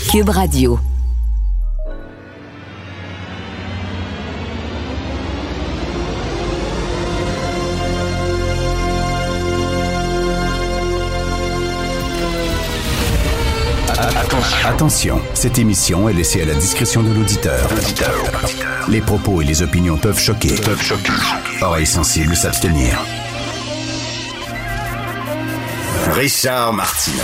Cube Radio. Attention, cette émission est laissée à la discrétion de l'auditeur. Les propos et les opinions peuvent choquer. Oreilles sensibles s'abstenir. Richard Martineau.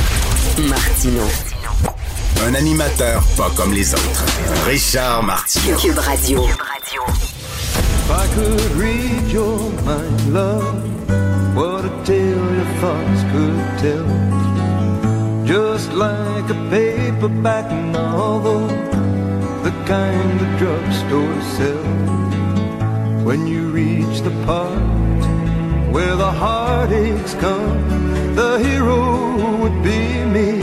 Un animateur pas comme les autres. Richard Martineau. Cube Radio. If I could read your mind, love, what a tale your thoughts could tell. Just like a paperback novel, the kind the drugstore sells. When you reach the part where the heartaches come, the hero would be me.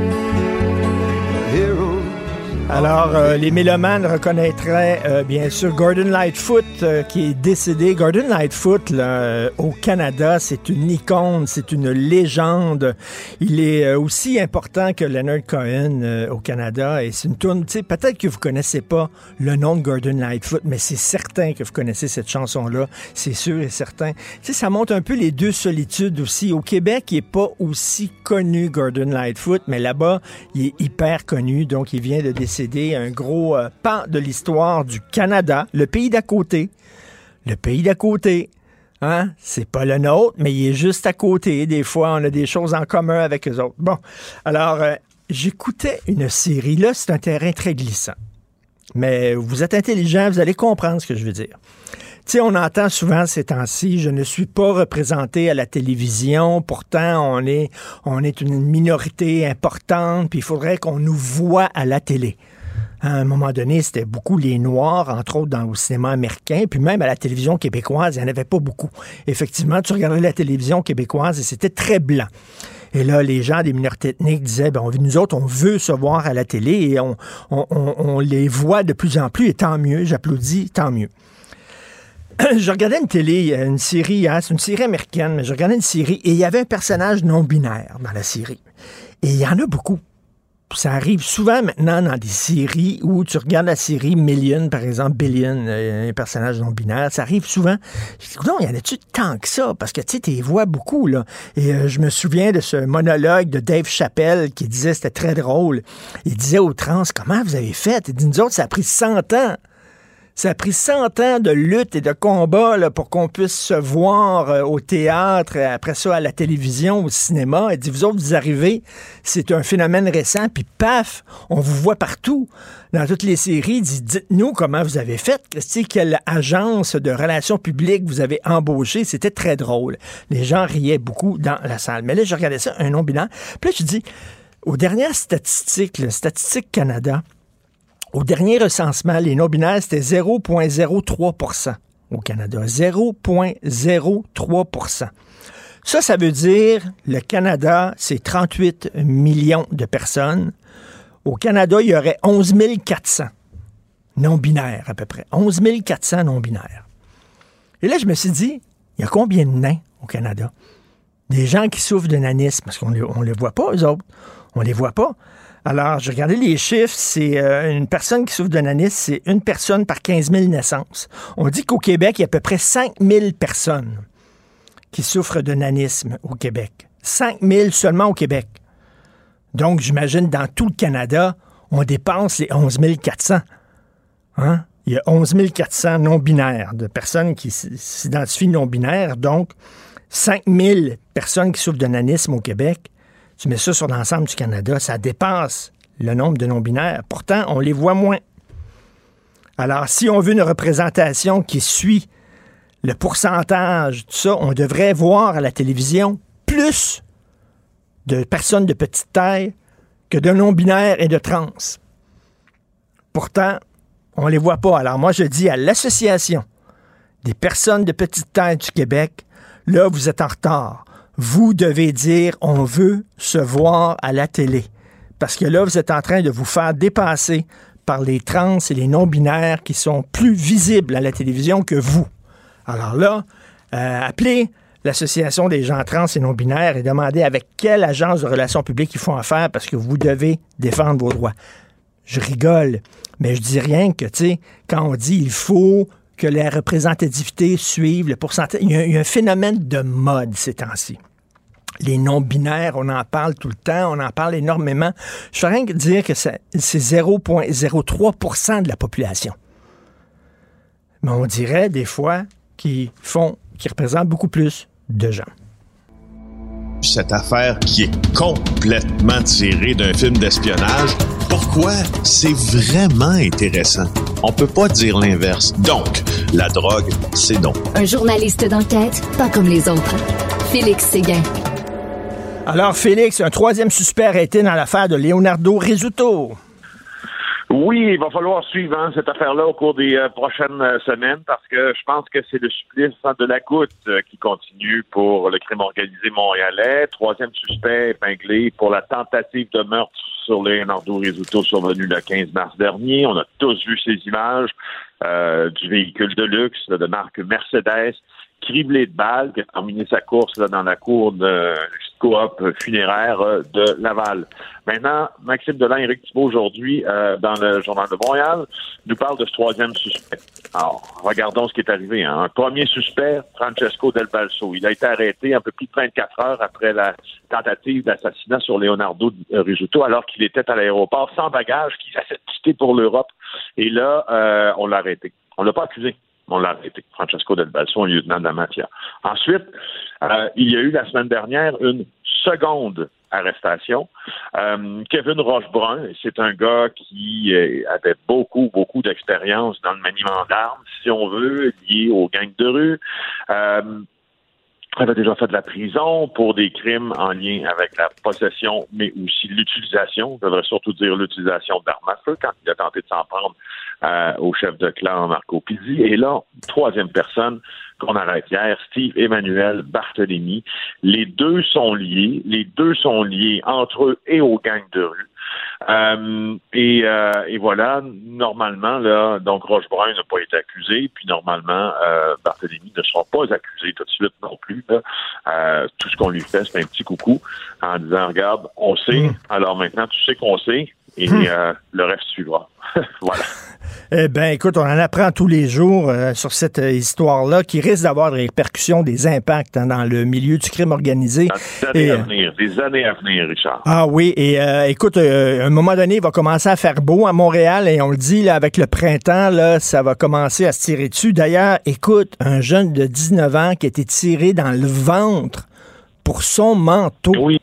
The hero. Alors, les mélomanes reconnaîtraient bien sûr Gordon Lightfoot qui est décédé. Gordon Lightfoot, là, au Canada, c'est une icône, c'est une légende. Il est aussi important que Leonard Cohen au Canada. Et c'est une tourne, tu sais, peut-être que vous connaissez pas le nom de Gordon Lightfoot, mais c'est certain que vous connaissez cette chanson-là. C'est sûr et certain. Tu sais, ça montre un peu les deux solitudes aussi. Au Québec, il est pas aussi connu, Gordon Lightfoot, mais là-bas, il est hyper connu. Donc, il vient de décéder, un gros pan de l'histoire du Canada, le pays d'à côté. Le pays d'à côté. Hein? C'est pas le nôtre, mais il est juste à côté. Des fois, on a des choses en commun avec eux autres. Bon, alors, j'écoutais une série. Là, c'est un terrain très glissant. Mais vous êtes intelligent, vous allez comprendre ce que je veux dire. Tu sais, on entend souvent ces temps-ci, je ne suis pas représenté à la télévision, pourtant on est une minorité importante, puis il faudrait qu'on nous voie à la télé. À un moment donné, c'était beaucoup les Noirs, entre autres au cinéma américain, puis même à la télévision québécoise, il n'y en avait pas beaucoup. Effectivement, tu regardais la télévision québécoise et c'était très blanc. Et là, les gens des minorités ethniques disaient, nous autres, on veut se voir à la télé et on les voit de plus en plus, et tant mieux, j'applaudis, tant mieux. Je regardais une série, hein, c'est une série américaine, mais je regardais une série et il y avait un personnage non-binaire dans la série. Et il y en a beaucoup. Ça arrive souvent maintenant dans des séries où tu regardes la série Million, par exemple, Billion, un personnage non-binaire. Ça arrive souvent. Je dis, non, il y en a-tu tant que ça? Parce que, tu sais, tu les vois beaucoup, là. Et je me souviens de ce monologue de Dave Chappelle qui disait, c'était très drôle. Il disait aux trans, comment vous avez fait? Il dit, nous autres, ça a pris 100 ans. Ça a pris 100 ans de lutte et de combat là, pour qu'on puisse se voir au théâtre, après ça à la télévision, au cinéma. Elle dit, vous autres, vous arrivez, c'est un phénomène récent, puis paf, on vous voit partout. Dans toutes les séries, dit, dites-nous comment vous avez fait, Christy, quelle agence de relations publiques vous avez embauché. C'était très drôle. Les gens riaient beaucoup dans la salle. Mais là, je regardais ça, un non-bilan. Puis là, je dis, aux dernières statistiques, le Statistique Canada, au dernier recensement, les non-binaires, c'était 0,03% au Canada. 0,03%. Ça veut dire, le Canada, c'est 38 millions de personnes. Au Canada, il y aurait 11 400 non-binaires, à peu près. 11 400 non-binaires. Et là, je me suis dit, il y a combien de nains au Canada? Des gens qui souffrent de nanisme, parce qu'on ne les voit pas, eux autres. On les voit pas. Alors, j'ai regardé les chiffres, c'est une personne qui souffre de nanisme, c'est une personne par 15 000 naissances. On dit qu'au Québec, il y a à peu près 5 000 personnes qui souffrent de nanisme au Québec. 5 000 seulement au Québec. Donc, j'imagine, dans tout le Canada, on dépasse les 11 400. Hein? Il y a 11 400 non-binaires, de personnes qui s'identifient non-binaires. Donc, 5 000 personnes qui souffrent de nanisme au Québec. Tu mets ça sur l'ensemble du Canada, ça dépasse le nombre de non-binaires. Pourtant, on les voit moins. Alors, si on veut une représentation qui suit le pourcentage, tout ça, on devrait voir à la télévision plus de personnes de petite taille que de non-binaires et de trans. Pourtant, on les voit pas. Alors moi, je dis à l'Association des personnes de petite taille du Québec, là, vous êtes en retard. Vous devez dire, on veut se voir à la télé. Parce que là, vous êtes en train de vous faire dépasser par les trans et les non-binaires qui sont plus visibles à la télévision que vous. Alors là, appelez l'Association des gens trans et non-binaires et demander avec quelle agence de relations publiques ils font affaire parce que vous devez défendre vos droits. Je rigole, mais je dis rien que, tu sais, quand on dit il faut que la représentativité suive le pourcentage, il y a un phénomène de mode ces temps-ci. Les non-binaires, on en parle tout le temps, on en parle énormément. Je fais rien que dire que c'est 0,03% de la population. Mais on dirait des fois qu'ils représentent beaucoup plus de gens. Cette affaire qui est complètement tirée d'un film d'espionnage, pourquoi? C'est vraiment intéressant. On peut pas dire l'inverse. Donc, la drogue, c'est non. Un journaliste d'enquête, pas comme les autres. Félix Séguin. Alors, Félix, un troisième suspect arrêté dans l'affaire de Leonardo Rizzuto. Oui, il va falloir suivre cette affaire-là au cours des prochaines semaines parce que je pense que c'est le supplice de la goutte qui continue pour le crime organisé montréalais. Troisième suspect épinglé pour la tentative de meurtre sur Leonardo Rizzuto survenu le 15 mars dernier. On a tous vu ces images du véhicule de luxe de marque Mercedes criblé de balles, qui a terminé sa course dans la cour de coop funéraire de Laval. Maintenant, Maxime Delan et Éric Thibault, aujourd'hui, dans le Journal de Montréal, nous parle de ce troisième suspect. Alors, regardons ce qui est arrivé. Un premier suspect, Francesco Del Balso. Il a été arrêté un peu plus de 24 heures après la tentative d'assassinat sur Leonardo Rizzuto, alors qu'il était à l'aéroport sans bagage, qu'il a fait quitter pour l'Europe. Et là, on l'a arrêté. On l'a pas accusé. On l'a arrêté. Francesco Del Balso, un lieutenant de la mafia. Ensuite, il y a eu la semaine dernière une seconde arrestation. Kevin Rochebrun, c'est un gars qui avait beaucoup d'expérience dans le maniement d'armes, si on veut, lié aux gangs de rue. avait déjà fait de la prison pour des crimes en lien avec la possession, mais aussi l'utilisation, je devrais surtout dire l'utilisation d'armes à feu quand il a tenté de s'en prendre au chef de clan Marco Pizzi. Et là, troisième personne qu'on arrête hier, Steve Emmanuel Barthélemy. Les deux sont liés entre eux et aux gangs de rue. Et voilà, normalement, là, donc Rochebrun n'a pas été accusé, puis normalement, Barthélemy ne sera pas accusé tout de suite non plus. Là. Tout ce qu'on lui fait, c'est un petit coucou en disant, regarde, on sait, alors maintenant tu sais qu'on sait, et le reste suivra. Voilà. Eh bien, écoute, on en apprend tous les jours sur cette histoire-là qui risque d'avoir des répercussions, des impacts dans le milieu du crime organisé. Des années à venir, Richard. Ah oui, et écoute, à un moment donné, il va commencer à faire beau à Montréal et on le dit, là, avec le printemps, là, ça va commencer à se tirer dessus. D'ailleurs, écoute, un jeune de 19 ans qui a été tiré dans le ventre pour son manteau. Oui.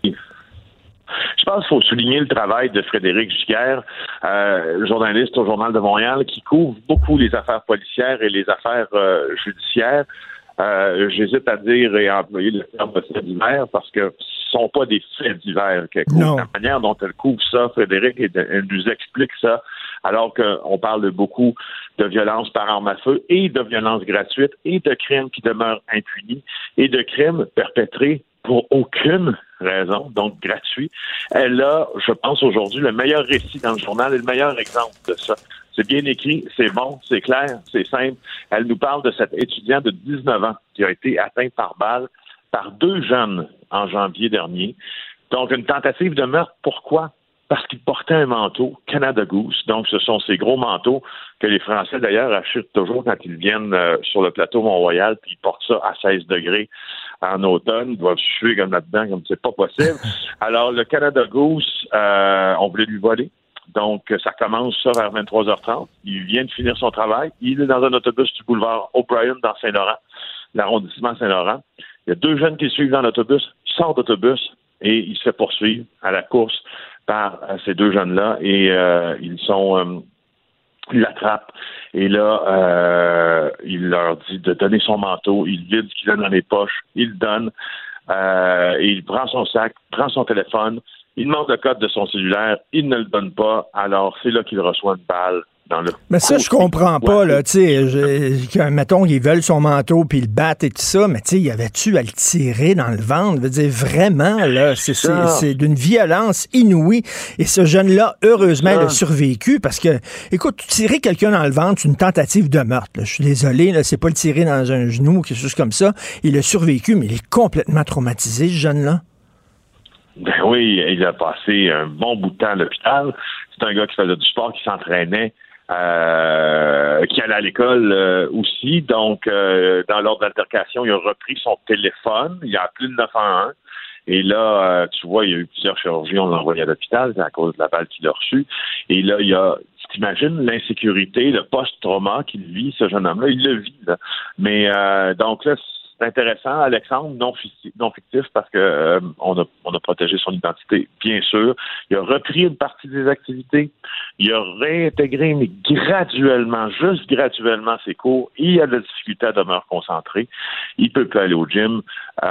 Je pense qu'il faut souligner le travail de Frédéric Giguère, journaliste au Journal de Montréal, qui couvre beaucoup les affaires policières et les affaires judiciaires. J'hésite à dire et à employer le terme de faits divers parce que ce ne sont pas des faits divers qu'elle couvre. La manière dont elle couvre ça, Frédéric, elle nous explique ça, alors qu'on parle beaucoup de violences par arme à feu et de violences gratuites et de crimes qui demeurent impunis et de crimes perpétrés pour aucune raison, donc gratuit. Elle a, je pense, aujourd'hui, le meilleur récit dans le journal et le meilleur exemple de ça. C'est bien écrit, c'est bon, c'est clair, c'est simple. Elle nous parle de cet étudiant de 19 ans qui a été atteint par balle par 2 jeunes en janvier dernier. Donc, une tentative de meurtre. Pourquoi? Parce qu'il portait un manteau Canada Goose. Donc, ce sont ces gros manteaux que les Français, d'ailleurs, achètent toujours quand ils viennent sur le plateau Mont-Royal, puis ils portent ça à 16 degrés en automne. Ils doivent suer comme là-dedans, comme c'est pas possible. Alors, le Canada Goose, on voulait lui voler. Donc, ça commence ça vers 23h30. Il vient de finir son travail. Il est dans un autobus du boulevard O'Brien dans Saint-Laurent, l'arrondissement Saint-Laurent. Il y a 2 jeunes qui le suivent dans l'autobus. Il sort d'autobus et il se fait poursuivre à la course par ces 2 jeunes-là et ils l'attrapent et là il leur dit de donner son manteau, il vide ce qu'il a dans les poches, il le donne et il prend son sac, prend son téléphone, il demande le code de son cellulaire, il ne le donne pas, alors c'est là qu'il reçoit une balle Mais ça, je comprends pas, là, tu sais, mettons, ils veulent son manteau, puis ils le battent et tout ça, mais tu sais, y avait-tu à le tirer dans le ventre? Je veux dire, vraiment, là, c'est d'une violence inouïe. Et ce jeune-là, heureusement, il a survécu, parce que, écoute, tirer quelqu'un dans le ventre, c'est une tentative de meurtre, là. Je suis désolé, là, c'est pas le tirer dans un genou ou quelque chose comme ça. Il a survécu, mais il est complètement traumatisé, ce jeune-là. Ben oui, il a passé un bon bout de temps à l'hôpital. C'est un gars qui faisait du sport, qui s'entraînait, qui allait à l'école aussi. Donc, dans l'ordre d'altercation, il a repris son téléphone. Il a appelé le 911. Et là, tu vois, il y a eu plusieurs chirurgies. On l'a envoyé à l'hôpital à cause de la balle qu'il a reçue. Et là, t'imagines l'insécurité, le post-trauma qu'il vit, ce jeune homme-là. Il le vit, là. Mais donc là, c'est intéressant, Alexandre, non fictif, parce que on a protégé son identité, bien sûr. Il a repris une partie des activités. Il a réintégré, mais juste graduellement, ses cours. Il a de la difficulté à demeurer concentré. Il peut plus aller au gym.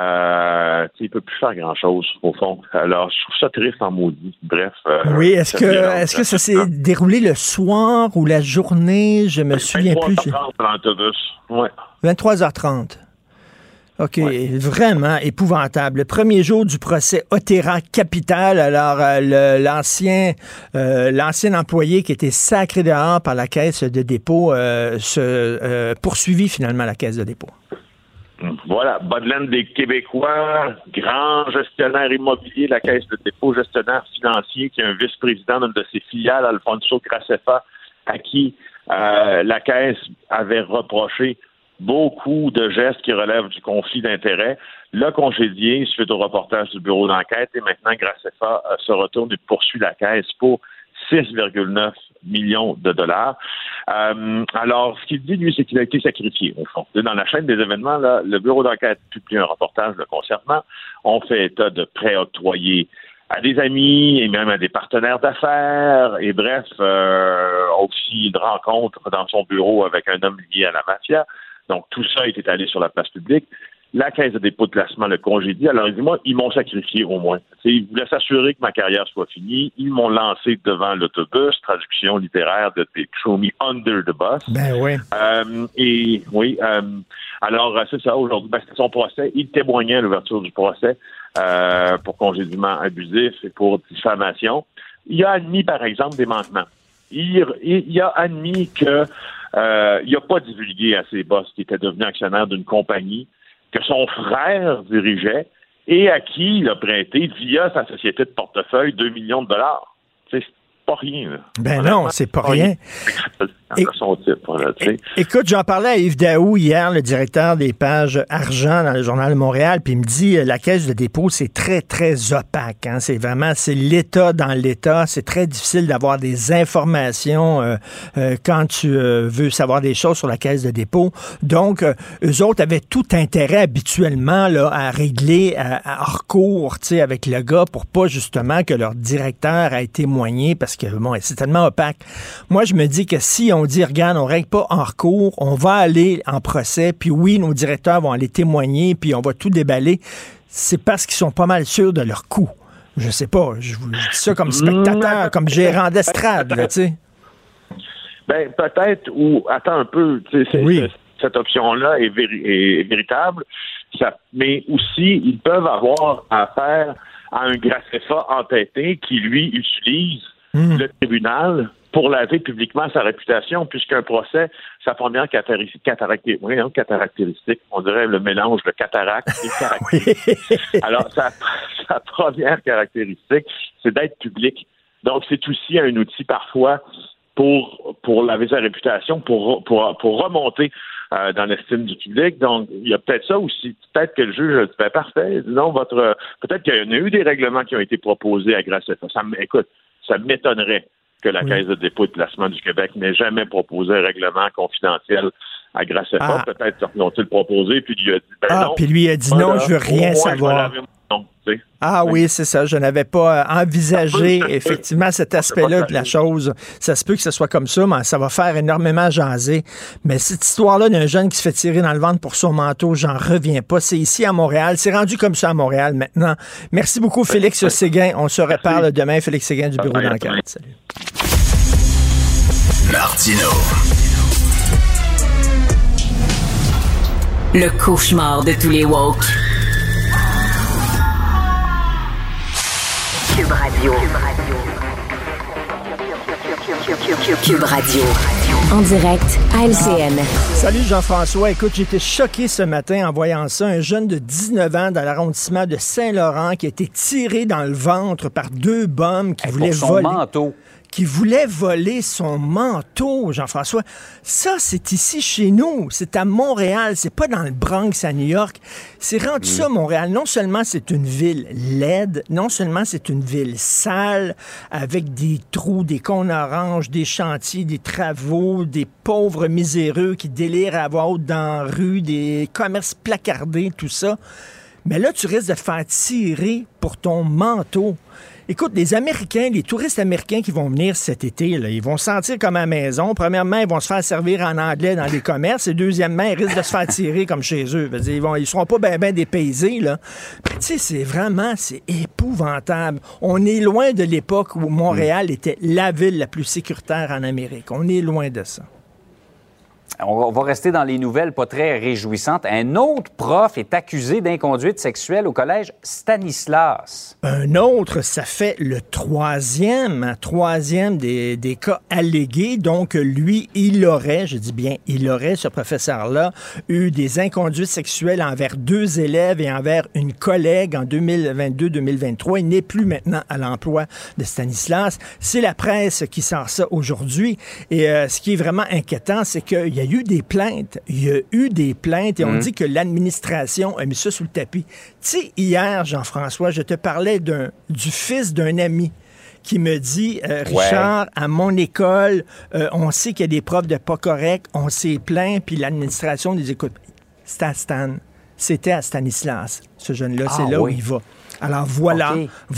Il peut plus faire grand-chose, au fond. Alors, je trouve ça triste en maudit. Bref. Oui, est-ce que ça s'est déroulé le soir ou la journée? Je me souviens plus. 23h30 dans l'autobus. Ouais. 23h30. OK, ouais. Vraiment épouvantable. Le premier jour du procès Otera Capital, alors l'ancien employé qui était sacré dehors par la Caisse de dépôt se poursuivit finalement la Caisse de dépôt. Voilà, Bodelaine des Québécois, grand gestionnaire immobilier, la Caisse de dépôt, gestionnaire financier, qui est un vice-président d'une de ses filiales, Alfonso Gracefa, à qui la Caisse avait reproché beaucoup de gestes qui relèvent du conflit d'intérêts. Le congédié, suite au reportage du bureau d'enquête, et maintenant Gracefa se retourne et poursuit la Caisse pour 6,9 millions de dollars. Alors, ce qu'il dit, lui, c'est qu'il a été sacrifié, au fond. Dans la chaîne des événements, là, le bureau d'enquête publie un reportage le concernant. On fait état de prêts octroyés à des amis et même à des partenaires d'affaires. Et bref, aussi une rencontre dans son bureau avec un homme lié à la mafia. Donc, tout ça est étalé sur la place publique. La Caisse de dépôt de placement le congédie. Alors, il dit, moi, ils m'ont sacrifié au moins. Ils voulaient s'assurer que ma carrière soit finie. Ils m'ont lancé devant l'autobus, traduction littéraire de « Throw me under the bus ». Ben oui. Et oui, alors, c'est ça, aujourd'hui, c'est son procès. Il témoignait à l'ouverture du procès pour congédiement abusif et pour diffamation. Il a admis, par exemple, des manquements. Il a admis que il n'a pas divulgué à ses boss qui étaient devenus actionnaires d'une compagnie que son frère dirigeait et à qui il a prêté via sa société de portefeuille 2 millions de dollars. C'est pas rien. Là. Ben non, c'est pas rien. Écoute, j'en parlais à Yves Daou hier, le directeur des pages argent dans le Journal de Montréal, puis il me dit la Caisse de dépôt, c'est très, très opaque. Hein? C'est l'État dans l'État. C'est très difficile d'avoir des informations quand tu veux savoir des choses sur la Caisse de dépôt. Donc, eux autres avaient tout intérêt habituellement là, à régler à hors cours avec le gars pour pas justement que leur directeur ait témoigné parce que bon, c'est tellement opaque. Moi, je me dis que si on dit, regarde, on règle pas en recours, on va aller en procès, puis oui, nos directeurs vont aller témoigner, puis on va tout déballer, c'est parce qu'ils sont pas mal sûrs de leur coup. Je sais pas, je vous dis ça comme spectateur, comme gérant d'estrade, là, tu sais. Ben, peut-être, ou attends un peu, cette option-là est véritable, mais aussi, ils peuvent avoir affaire à un Gracefa entêté qui, lui, utilise le tribunal pour laver publiquement sa réputation, puisqu'un procès, sa première caractéristique, on dirait le mélange de cataracte et caractéristique. Alors, sa première caractéristique, c'est d'être public. Donc, c'est aussi un outil parfois pour laver sa réputation, pour remonter dans l'estime du public. Donc, il y a peut-être ça aussi. Peut-être que le juge dit, ben, parfait, non, peut-être qu'il y en a eu des règlements qui ont été proposés à Gracefa. Écoute, ça m'étonnerait que la Caisse de dépôt et de placement du Québec n'ait jamais proposé un règlement confidentiel à Gracefa. Peut-être qu'ils l'ont-ils proposé, puis lui a dit, non. Puis lui a dit, non, je veux rien savoir. Oui, c'est ça. Je n'avais pas envisagé effectivement cet aspect-là de la chose. Ça se peut que ce soit comme ça, mais ça va faire énormément jaser. Mais cette histoire-là d'un jeune qui se fait tirer dans le ventre pour son manteau, j'en reviens pas. C'est ici à Montréal. C'est rendu comme ça à Montréal maintenant. Merci beaucoup, Félix Séguin. On se reparle demain. Félix Séguin du Bureau d'enquête. Salut. Martino. Le cauchemar de tous les woke. Cube Radio. Cube Radio. En direct à LCN. Salut Jean-François. Écoute, j'étais choqué ce matin en voyant ça. Un jeune de 19 ans dans l'arrondissement de Saint-Laurent qui a été tiré dans le ventre par 2 bums qui voulaient voler. Manteau. Qui voulait voler son manteau, Jean-François. Ça, c'est ici chez nous. C'est à Montréal. C'est pas dans le Bronx à New York. C'est rendu ça, Montréal. Non seulement c'est une ville laide, non seulement c'est une ville sale, avec des trous, des cônes oranges, des chantiers, des travaux, des pauvres miséreux qui délirent à voix haute dans la rue, des commerces placardés, tout ça. Mais là, tu risques de te faire tirer pour ton manteau. Écoute, les Américains, les touristes américains qui vont venir cet été, là, ils vont se sentir comme à la maison. Premièrement, ils vont se faire servir en anglais dans les commerces. Et deuxièmement, ils risquent de se faire tirer comme chez eux. Ils seront pas bien dépaysés, là. Tu sais, c'est épouvantable. On est loin de l'époque où Montréal était la ville la plus sécuritaire en Amérique. On est loin de ça. On va rester dans les nouvelles pas très réjouissantes. Un autre prof est accusé d'inconduite sexuelle au collège Stanislas. Un autre, ça fait le troisième des cas allégués. Donc, lui, il aurait, ce professeur-là, eu des inconduites sexuelles envers 2 élèves et envers une collègue en 2022-2023. Il n'est plus maintenant à l'emploi de Stanislas. C'est la presse qui sort ça aujourd'hui. Et ce qui est vraiment inquiétant, c'est qu'il y a eu des plaintes. Et on dit que l'administration a mis ça sous le tapis. Tu sais, hier, Jean-François, je te parlais du fils d'un ami qui me dit, Richard, à mon école, on sait qu'il y a des profs de pas corrects, on s'est plaint, puis l'administration les écoute. C'était à Stan. C'était à Stanislas, ce jeune-là. C'est là où il va. Alors voilà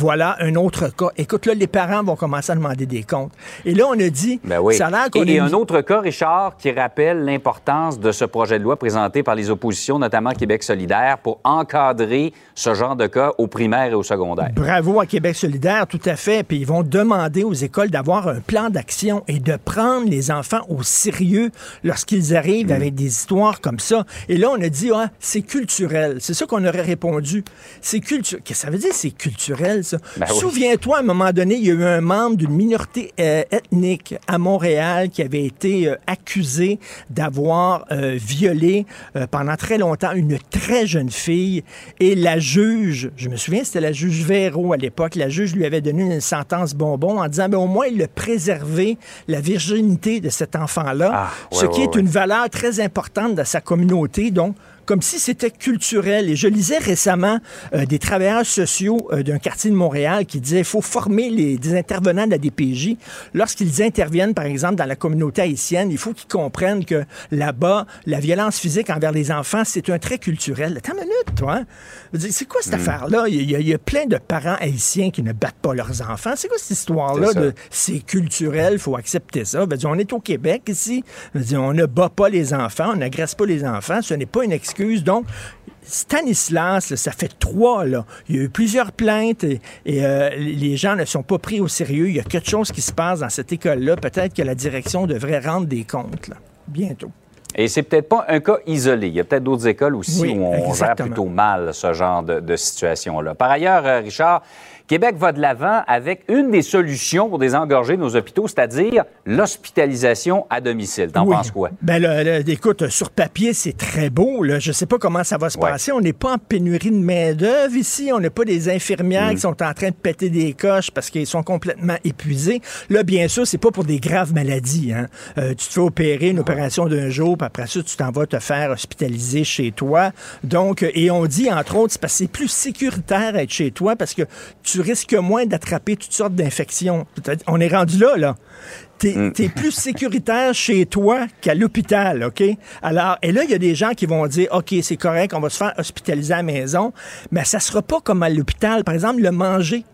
un autre cas. Écoute, là, les parents vont commencer à demander des comptes. Et là, on a dit... Ça a l'air qu'on et un autre cas, Richard, qui rappelle l'importance de ce projet de loi présenté par les oppositions, notamment Québec solidaire, pour encadrer ce genre de cas au primaire et au secondaire. Bravo à Québec solidaire, tout à fait. Puis ils vont demander aux écoles d'avoir un plan d'action et de prendre les enfants au sérieux lorsqu'ils arrivent avec des histoires comme ça. Et là, on a dit, c'est culturel. C'est ça qu'on aurait répondu. C'est culturel. Qu'est-ce que ça veut dire, c'est culturel, ça? Souviens-toi, à un moment donné, il y a eu un membre d'une minorité ethnique à Montréal qui avait été accusé d'avoir violé pendant très longtemps une très jeune fille. Et la juge, je me souviens, c'était la juge Véro à l'époque, la juge lui avait donné une sentence bonbon en disant, au moins, il a préservé la virginité de cet enfant-là, ce qui est une valeur très importante de sa communauté. Donc, comme si c'était culturel. Et je lisais récemment des travailleurs sociaux d'un quartier de Montréal qui disaient qu'il faut former des intervenants de la DPJ. Lorsqu'ils interviennent, par exemple, dans la communauté haïtienne, il faut qu'ils comprennent que là-bas, la violence physique envers les enfants, c'est un trait culturel. Attends une minute, toi. Hein? C'est quoi cette affaire-là? Il y a plein de parents haïtiens qui ne battent pas leurs enfants. C'est quoi cette histoire-là? C'est culturel, il faut accepter ça. On est au Québec ici. On ne bat pas les enfants, on n'agresse pas les enfants. Ce n'est pas une excuse. Donc, Stanislas, là, ça fait 3, là. Il y a eu plusieurs plaintes et les gens ne sont pas pris au sérieux. Il y a quelque chose qui se passe dans cette école-là. Peut-être que la direction devrait rendre des comptes, là, bientôt. Et c'est peut-être pas un cas isolé. Il y a peut-être d'autres écoles aussi où on gère plutôt mal ce genre de situation-là. Par ailleurs, Richard, Québec va de l'avant avec une des solutions pour désengorger nos hôpitaux, c'est-à-dire l'hospitalisation à domicile. T'en penses quoi? Écoute, sur papier, c'est très beau. Là. Je ne sais pas comment ça va se passer. On n'est pas en pénurie de main-d'œuvre ici. On n'a pas des infirmières qui sont en train de péter des coches parce qu'ils sont complètement épuisés. Là, bien sûr, c'est pas pour des graves maladies. Hein. Tu te fais opérer une opération d'un jour, puis après ça, tu t'en vas te faire hospitaliser chez toi. Donc, et on dit, entre autres, c'est parce que c'est plus sécuritaire être chez toi parce que tu risques moins d'attraper toutes sortes d'infections. On est rendu là. T'es plus sécuritaire chez toi qu'à l'hôpital, OK? Alors, et là, il y a des gens qui vont dire, OK, c'est correct, on va se faire hospitaliser à la maison, mais ça sera pas comme à l'hôpital. Par exemple, le manger.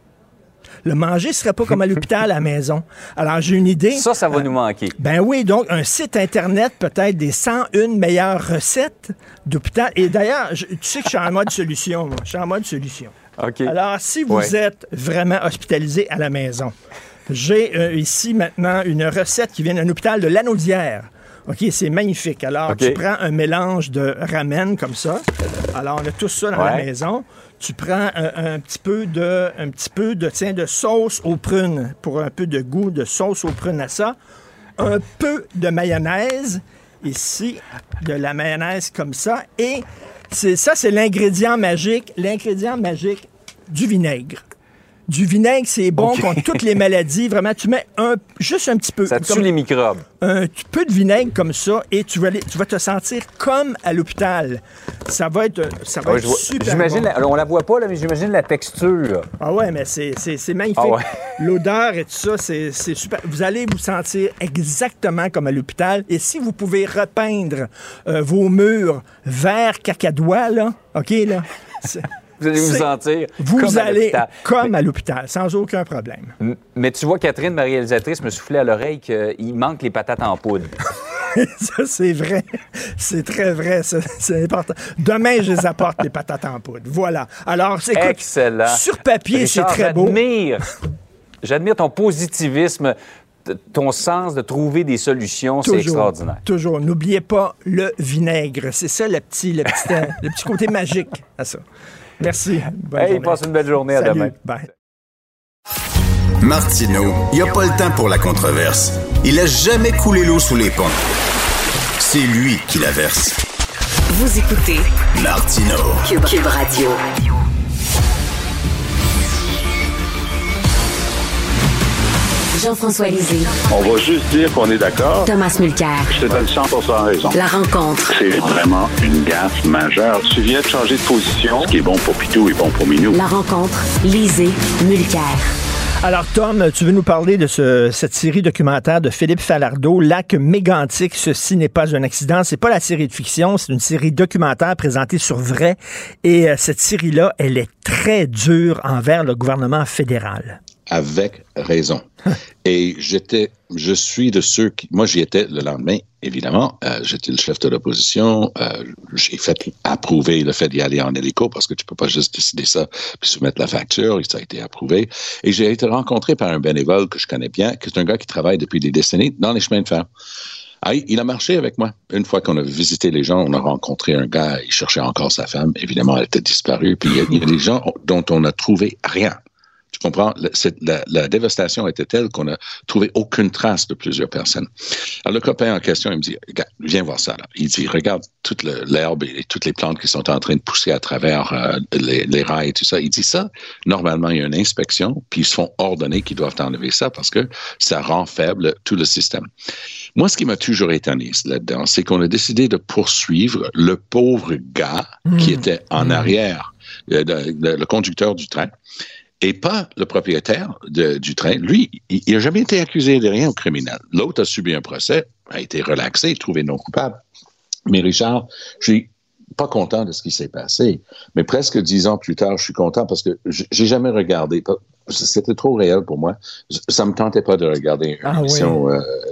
Le manger ne serait pas comme à l'hôpital à la maison. Alors, j'ai une idée. Ça va nous manquer. Ben oui, donc un site Internet, peut-être des 101 meilleures recettes d'hôpital. Et d'ailleurs, tu sais que je suis en mode solution, moi. Je suis en mode solution. Okay. Alors, si vous êtes vraiment hospitalisé à la maison, J'ai ici maintenant une recette qui vient d'un hôpital de Lanaudière. OK, c'est magnifique. Alors, tu prends un mélange de ramen comme ça. Alors, on a tout ça dans la maison. Tu prends un petit peu de sauce aux prunes pour un peu de goût de sauce aux prunes à ça. Un peu de mayonnaise. Ici, de la mayonnaise comme ça. Et c'est l'ingrédient magique. L'ingrédient magique du vinaigre. Du vinaigre, c'est bon contre toutes les maladies. Vraiment, tu mets juste un petit peu. Ça tue les microbes. Un peu de vinaigre comme ça et tu vas te sentir comme à l'hôpital. Ça va être super j'imagine, bon. On la voit pas, là, mais j'imagine la texture. Ah ouais, mais c'est magnifique. Ah ouais. L'odeur et tout ça, c'est super. Vous allez vous sentir exactement comme à l'hôpital. Et si vous pouvez repeindre vos murs vert cacadois, là, OK, là... Vous allez vous sentir comme à l'hôpital, sans aucun problème. Mais tu vois, Catherine, ma réalisatrice, me soufflait à l'oreille qu'il manque les patates en poudre. Ça, c'est vrai. C'est très vrai. Ça, c'est important. Demain, je les apporte, les patates en poudre. Voilà. Alors, c'est excellent. Sur papier, Richard, c'est très beau. J'admire ton positivisme, ton sens de trouver des solutions. C'est extraordinaire. Toujours. N'oubliez pas le vinaigre. C'est ça le petit côté magique à ça. Merci. Passe une belle journée. Salut. À demain. Bye. Martineau, il n'y a pas le temps pour la controverse. Il a jamais coulé l'eau sous les ponts. C'est lui qui la verse. Vous écoutez Martineau. Cube Radio. Jean-François Lisée. On va juste dire qu'on est d'accord. Thomas Mulcair. Je te donne 100% raison. La rencontre. C'est vraiment une gaffe majeure. Tu viens de changer de position. Ce qui est bon pour Pitou est bon pour Minou. La rencontre. Lisée. Mulcair. Alors, Tom, tu veux nous parler de cette série documentaire de Philippe Falardeau, Lac mégantic, ceci n'est pas un accident. C'est pas la série de fiction, c'est une série documentaire présentée sur vrai. Et cette série-là, elle est très dure envers le gouvernement fédéral. Avec raison. Et je suis de ceux qui... Moi, j'y étais le lendemain, évidemment. J'étais le chef de l'opposition. J'ai fait approuver le fait d'y aller en hélico parce que tu peux pas juste décider ça puis soumettre la facture. Et ça a été approuvé. Et j'ai été rencontré par un bénévole que je connais bien, qui est un gars qui travaille depuis des décennies dans les chemins de fer. Ah, il a marché avec moi. Une fois qu'on a visité les gens, on a rencontré un gars, il cherchait encore sa femme. Évidemment, elle était disparue. Puis il y a des gens dont on n'a trouvé rien. Tu comprends? La dévastation était telle qu'on n'a trouvé aucune trace de plusieurs personnes. Alors, le copain en question, il me dit, viens voir ça, là. Il dit, regarde toute l'herbe et toutes les plantes qui sont en train de pousser à travers les rails et tout ça. Il dit ça, normalement, il y a une inspection, puis ils se font ordonner qu'ils doivent enlever ça parce que ça rend faible tout le système. Moi, ce qui m'a toujours étonné là-dedans, c'est qu'on a décidé de poursuivre le pauvre gars qui était en arrière, le conducteur du train, et pas le propriétaire du train. Lui, il n'a jamais été accusé de rien au criminel. L'autre a subi un procès, a été relaxé, trouvé non coupable. Mais Richard, je suis pas content de ce qui s'est passé. Mais presque 10 ans plus tard, je suis content parce que j'ai jamais regardé. C'était trop réel pour moi. Ça me tentait pas de regarder une émission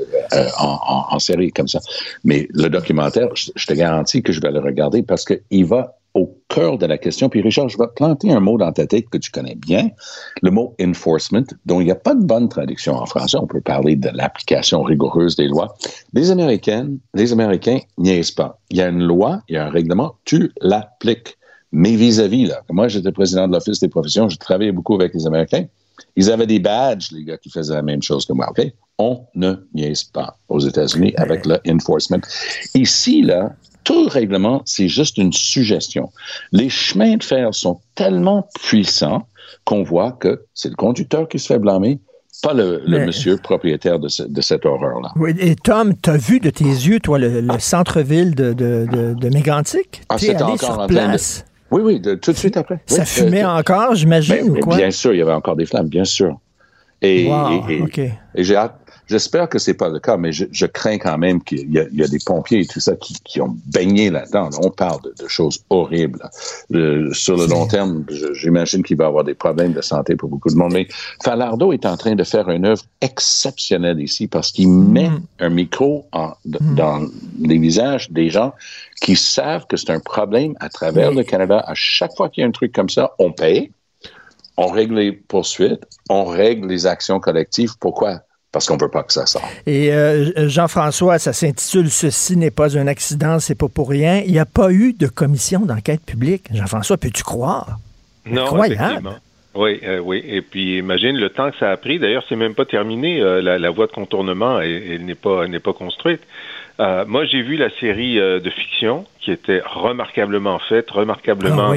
en série comme ça. Mais le documentaire, je te garantis que je vais le regarder parce qu'il va au cœur de la question. Puis Richard, je vais planter un mot dans ta tête que tu connais bien, le mot « enforcement », dont il n'y a pas de bonne traduction en français. On peut parler de l'application rigoureuse des lois. Les Américains niaisent pas. Il y a une loi, il y a un règlement, tu l'appliques. Mais vis-à-vis, là, moi j'étais président de l'Office des professions, je travaillais beaucoup avec les Américains. Ils avaient des badges, les gars qui faisaient la même chose que moi. OK? On ne niaise pas aux États-Unis avec le « enforcement ». Ici, là, tout règlement, c'est juste une suggestion. Les chemins de fer sont tellement puissants qu'on voit que c'est le conducteur qui se fait blâmer, pas le monsieur propriétaire de cette horreur-là. Oui, et Tom, t'as vu de tes yeux, toi, le centre-ville de Mégantic? T'es allé sur place? Oui, tout de suite après. Ça fumait encore, j'imagine, ou quoi? Bien sûr, il y avait encore des flammes, bien sûr. Et j'ai hâte. J'espère que c'est pas le cas, mais je crains quand même qu'il y a des pompiers et tout ça qui ont baigné là-dedans. On parle de choses horribles. Sur le long terme, j'imagine qu'il va y avoir des problèmes de santé pour beaucoup de monde. Mais Falardeau est en train de faire une œuvre exceptionnelle ici parce qu'il met un micro dans les visages des gens qui savent que c'est un problème à travers le Canada. À chaque fois qu'il y a un truc comme ça, on paye. on règle les poursuites, on règle les actions collectives. Pourquoi? Parce qu'on veut pas que ça sorte. Et Jean-François, ça s'intitule « Ceci n'est pas un accident, c'est pas pour rien ». Il n'y a pas eu de commission d'enquête publique. Jean-François, peux-tu croire? Non, incroyable. Effectivement. Oui. Et puis, imagine le temps que ça a pris. D'ailleurs, c'est même pas terminé. La voie de contournement, elle n'est pas construite. Moi, j'ai vu la série de fiction qui était remarquablement faite, remarquablement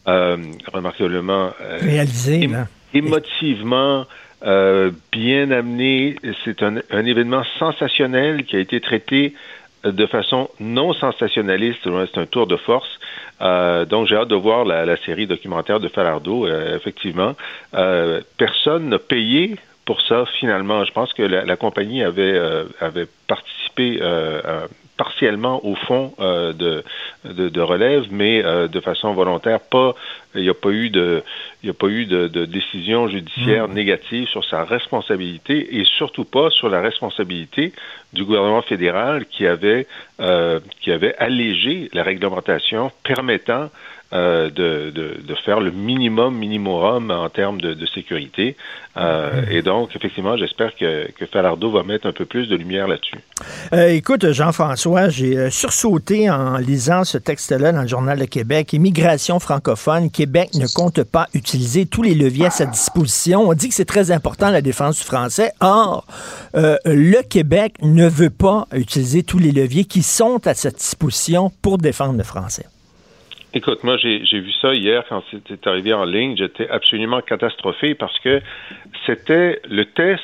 réalisée, émotivement bien amené. C'est un événement sensationnel qui a été traité de façon non sensationnaliste. C'est un tour de force. Donc, j'ai hâte de voir la série documentaire de Falardeau. Effectivement, personne n'a payé pour ça, finalement. Je pense que la compagnie avait participé partiellement au fond de relève, mais de façon volontaire. Il n'y a pas eu de décision judiciaire négative sur sa responsabilité et surtout pas sur la responsabilité du gouvernement fédéral qui avait allégé la réglementation permettant de faire le minimum en termes de sécurité. Et donc, effectivement, j'espère que Falardeau va mettre un peu plus de lumière là-dessus. Écoute, Jean-François, j'ai sursauté en lisant ce texte-là dans le Journal de Québec. Immigration francophone, Québec ne compte pas utiliser tous les leviers à sa disposition. On dit que c'est très important la défense du français. Or, le Québec ne veut pas utiliser tous les leviers qui sont à sa disposition pour défendre le français. Écoute, moi, j'ai vu ça hier quand c'est arrivé en ligne. J'étais absolument catastrophé parce que c'était le test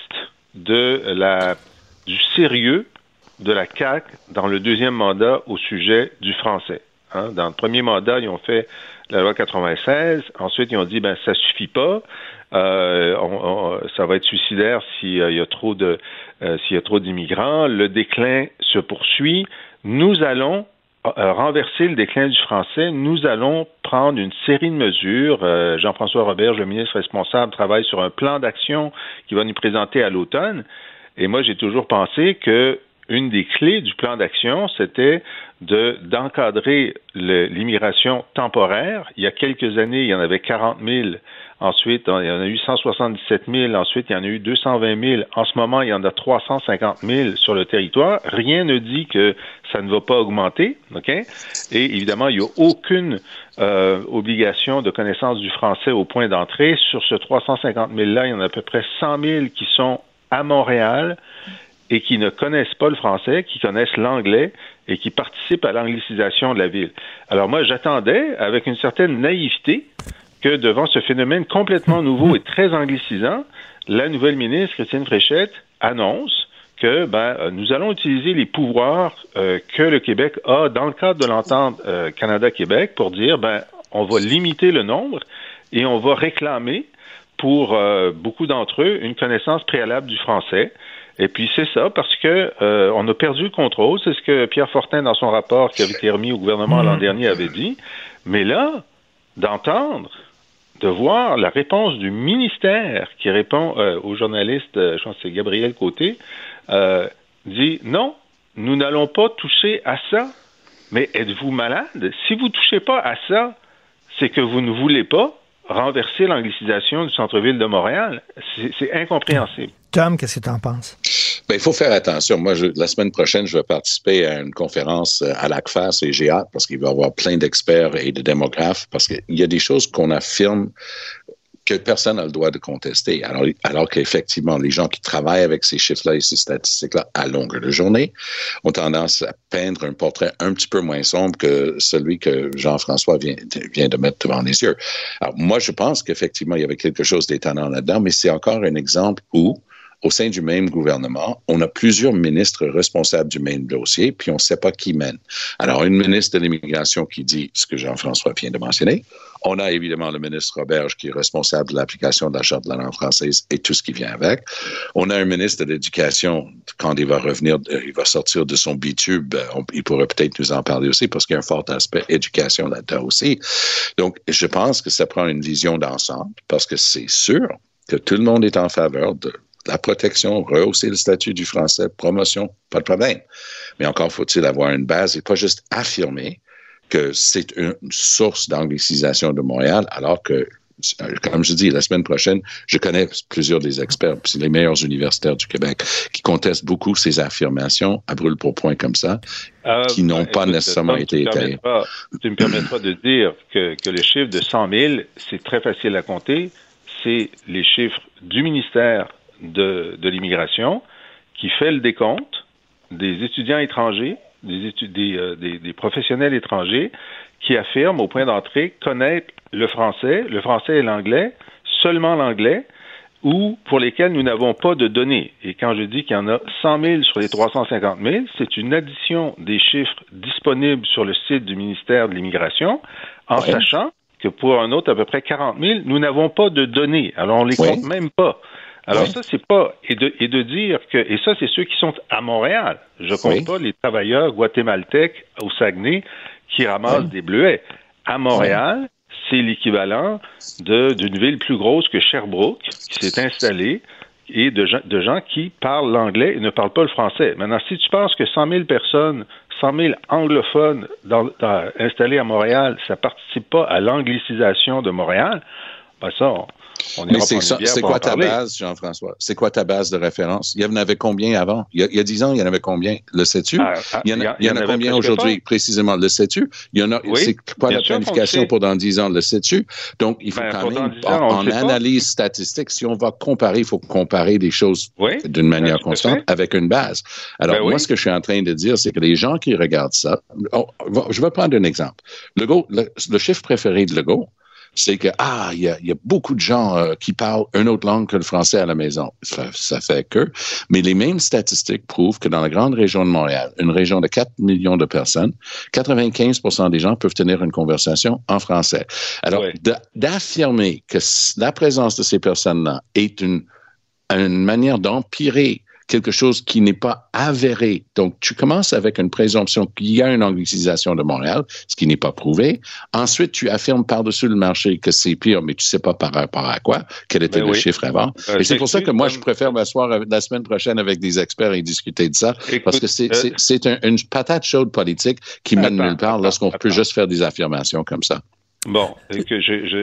du sérieux de la CAQ dans le deuxième mandat au sujet du français. Hein? Dans le premier mandat, ils ont fait la loi 96. Ensuite, ils ont dit, ça suffit pas. Ça va être suicidaire s'il y a trop d'immigrants. Le déclin se poursuit. Nous allons renverser le déclin du français, nous allons prendre une série de mesures. Jean-François Roberge, le ministre responsable, travaille sur un plan d'action qu'il va nous présenter à l'automne. Et moi, j'ai toujours pensé que une des clés du plan d'action, c'était d'encadrer l'immigration temporaire. Il y a quelques années, il y en avait 40 000. Ensuite, il y en a eu 177 000. Ensuite, il y en a eu 220 000. En ce moment, il y en a 350 000 sur le territoire. Rien ne dit que ça ne va pas augmenter. OK? Et évidemment, il n'y a aucune obligation de connaissance du français au point d'entrée. Sur ce 350 000-là, il y en a à peu près 100 000 qui sont à Montréal et qui ne connaissent pas le français, qui connaissent l'anglais et qui participent à l'anglicisation de la ville. Alors moi, j'attendais, avec une certaine naïveté, que devant ce phénomène complètement nouveau et très anglicisant, la nouvelle ministre, Christine Fréchette, annonce que nous allons utiliser les pouvoirs que le Québec a dans le cadre de l'entente Canada-Québec pour dire on va limiter le nombre et on va réclamer pour beaucoup d'entre eux une connaissance préalable du français. Et puis c'est ça, parce que on a perdu le contrôle. C'est ce que Pierre Fortin, dans son rapport qui avait été remis au gouvernement l'an dernier, avait dit. Mais là, de voir la réponse du ministère qui répond aux journalistes, je pense que c'est Gabriel Côté, dit non, nous n'allons pas toucher à ça. Mais êtes-vous malade? Si vous ne touchez pas à ça, c'est que vous ne voulez pas renverser l'anglicisation du centre-ville de Montréal. C'est incompréhensible. Tom, qu'est-ce que tu en penses? Il faut faire attention. Moi, la semaine prochaine, je vais participer à une conférence à l'ACFAS et j'ai hâte parce qu'il va y avoir plein d'experts et de démographes parce qu'il y a des choses qu'on affirme que personne n'a le droit de contester. Alors qu'effectivement, les gens qui travaillent avec ces chiffres-là et ces statistiques-là à longueur de journée ont tendance à peindre un portrait un petit peu moins sombre que celui que Jean-François vient de mettre devant les yeux. Alors, moi, je pense qu'effectivement, il y avait quelque chose d'étonnant là-dedans, mais c'est encore un exemple où au sein du même gouvernement, on a plusieurs ministres responsables du même dossier, puis on ne sait pas qui mène. Alors, une ministre de l'Immigration qui dit ce que Jean-François vient de mentionner. On a évidemment le ministre Roberge qui est responsable de l'application de la Charte de la langue française et tout ce qui vient avec. On a un ministre de l'Éducation, quand il va revenir, il va sortir de son bitube, il pourrait peut-être nous en parler aussi parce qu'il y a un fort aspect éducation là-dedans aussi. Donc, je pense que ça prend une vision d'ensemble parce que c'est sûr que tout le monde est en faveur de la protection, rehausser le statut du français, promotion, pas de problème. Mais encore faut-il avoir une base et pas juste affirmer que c'est une source d'anglicisation de Montréal, alors que comme je dis, la semaine prochaine, je connais plusieurs des experts, c'est les meilleurs universitaires du Québec, qui contestent beaucoup ces affirmations à brûle-pourpoint comme ça, qui n'ont pas nécessairement été étayées. Tu me permettras de dire que le chiffre de 100 000, c'est très facile à compter. C'est les chiffres du ministère de l'Immigration qui fait le décompte des étudiants étrangers, des professionnels étrangers qui affirment au point d'entrée connaître le français et l'anglais, seulement l'anglais, ou pour lesquels nous n'avons pas de données. Et quand je dis qu'il y en a 100 000 sur les 350 000, c'est une addition des chiffres disponibles sur le site du ministère de l'Immigration, en sachant que pour un autre à peu près 40 000, nous n'avons pas de données. Alors, on les compte même pas. Alors ça, c'est pas... Et de dire que... Et ça, c'est ceux qui sont à Montréal. Je compte pas les travailleurs guatémaltèques au Saguenay qui ramassent des bleuets. À Montréal, c'est l'équivalent d'une ville plus grosse que Sherbrooke qui s'est installée et de gens qui parlent l'anglais et ne parlent pas le français. Maintenant, si tu penses que 100 000 personnes, 100 000 anglophones installés à Montréal, ça participe pas à l'anglicisation de Montréal, ben ça... Mais c'est quoi ta base, Jean-François? C'est quoi ta base de référence? Il y en avait combien avant? Il y a 10 ans, il y en avait combien? Le sais-tu? Il y en a combien aujourd'hui, précisément? Le sais-tu? Il y en a, c'est quoi la planification pour dans 10 ans? Le sais-tu? Donc, il faut quand même, en analyse statistique, si on va comparer, il faut comparer des choses d'une manière constante avec une base. Alors, moi, ce que je suis en train de dire, c'est que les gens qui regardent ça, je vais prendre un exemple. Legault, le chiffre préféré de Legault, c'est que, il y a beaucoup de gens qui parlent une autre langue que le français à la maison. Ça fait que. Mais les mêmes statistiques prouvent que dans la grande région de Montréal, une région de 4 millions de personnes, 95% des gens peuvent tenir une conversation en français. Alors, d'affirmer que la présence de ces personnes-là est une manière d'empirer quelque chose qui n'est pas avéré. Donc, tu commences avec une présomption qu'il y a une anglicisation de Montréal, ce qui n'est pas prouvé. Ensuite, tu affirmes par-dessus le marché que c'est pire, mais tu sais pas par rapport à quoi, quel était le chiffre avant. Et c'est pour ça que moi, je préfère m'asseoir la semaine prochaine avec des experts et discuter de ça, parce que c'est une patate chaude politique qui mène nulle part lorsqu'on peut juste faire des affirmations comme ça. Bon, et que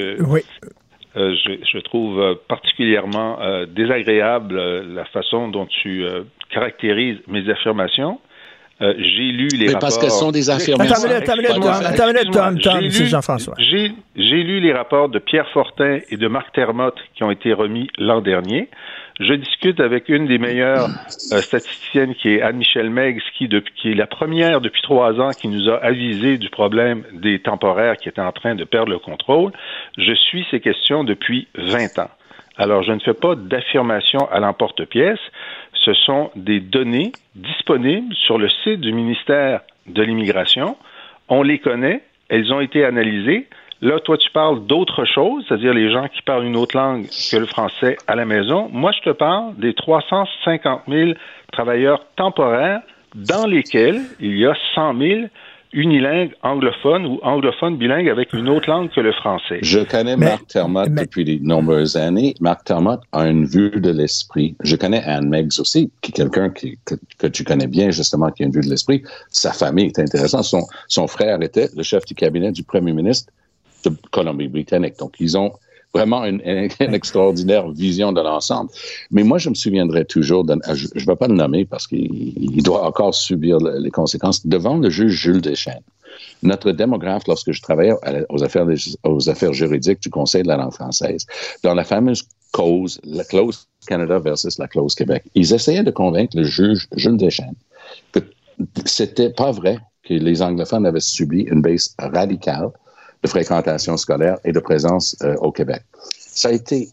je trouve particulièrement désagréable la façon dont tu caractérises mes affirmations. J'ai lu les rapports... parce qu'elles sont des affirmations. Attends une minute, Tom, c'est Jean-François. J'ai lu les rapports de Pierre Fortin et de Marc Termotte qui ont été remis l'an dernier. Je discute avec une des meilleures statisticiennes qui est Anne-Michèle Meigs, qui est la première depuis 3 ans qui nous a avisé du problème des temporaires qui étaient en train de perdre le contrôle. Je suis ces questions depuis 20 ans. Alors, je ne fais pas d'affirmation à l'emporte-pièce. Ce sont des données disponibles sur le site du ministère de l'Immigration. On les connaît. Elles ont été analysées. Là, toi, tu parles d'autre chose, c'est-à-dire les gens qui parlent une autre langue que le français à la maison. Moi, je te parle des 350 000 travailleurs temporaires dans lesquels il y a 100 000 unilingues anglophones ou anglophones bilingues avec une autre langue que le français. Je connais Marc Termotte depuis de nombreuses années. Marc Termotte a une vue de l'esprit. Je connais Anne Meigs aussi, qui est quelqu'un que tu connais bien, justement, qui a une vue de l'esprit. Sa famille est intéressante. Son frère était le chef du cabinet du premier ministre de Colombie-Britannique. Donc, ils ont vraiment une extraordinaire vision de l'ensemble. Mais moi, je me souviendrai toujours, je ne vais pas le nommer parce qu'il doit encore subir les conséquences, devant le juge Jules Deschênes. Notre démographe, lorsque je travaillais aux affaires juridiques du Conseil de la langue française, dans la fameuse cause, la clause Canada versus la clause Québec, ils essayaient de convaincre le juge Jules Deschênes que c'était pas vrai que les anglophones avaient subi une baisse radicale de fréquentation scolaire et de présence au Québec. Ça a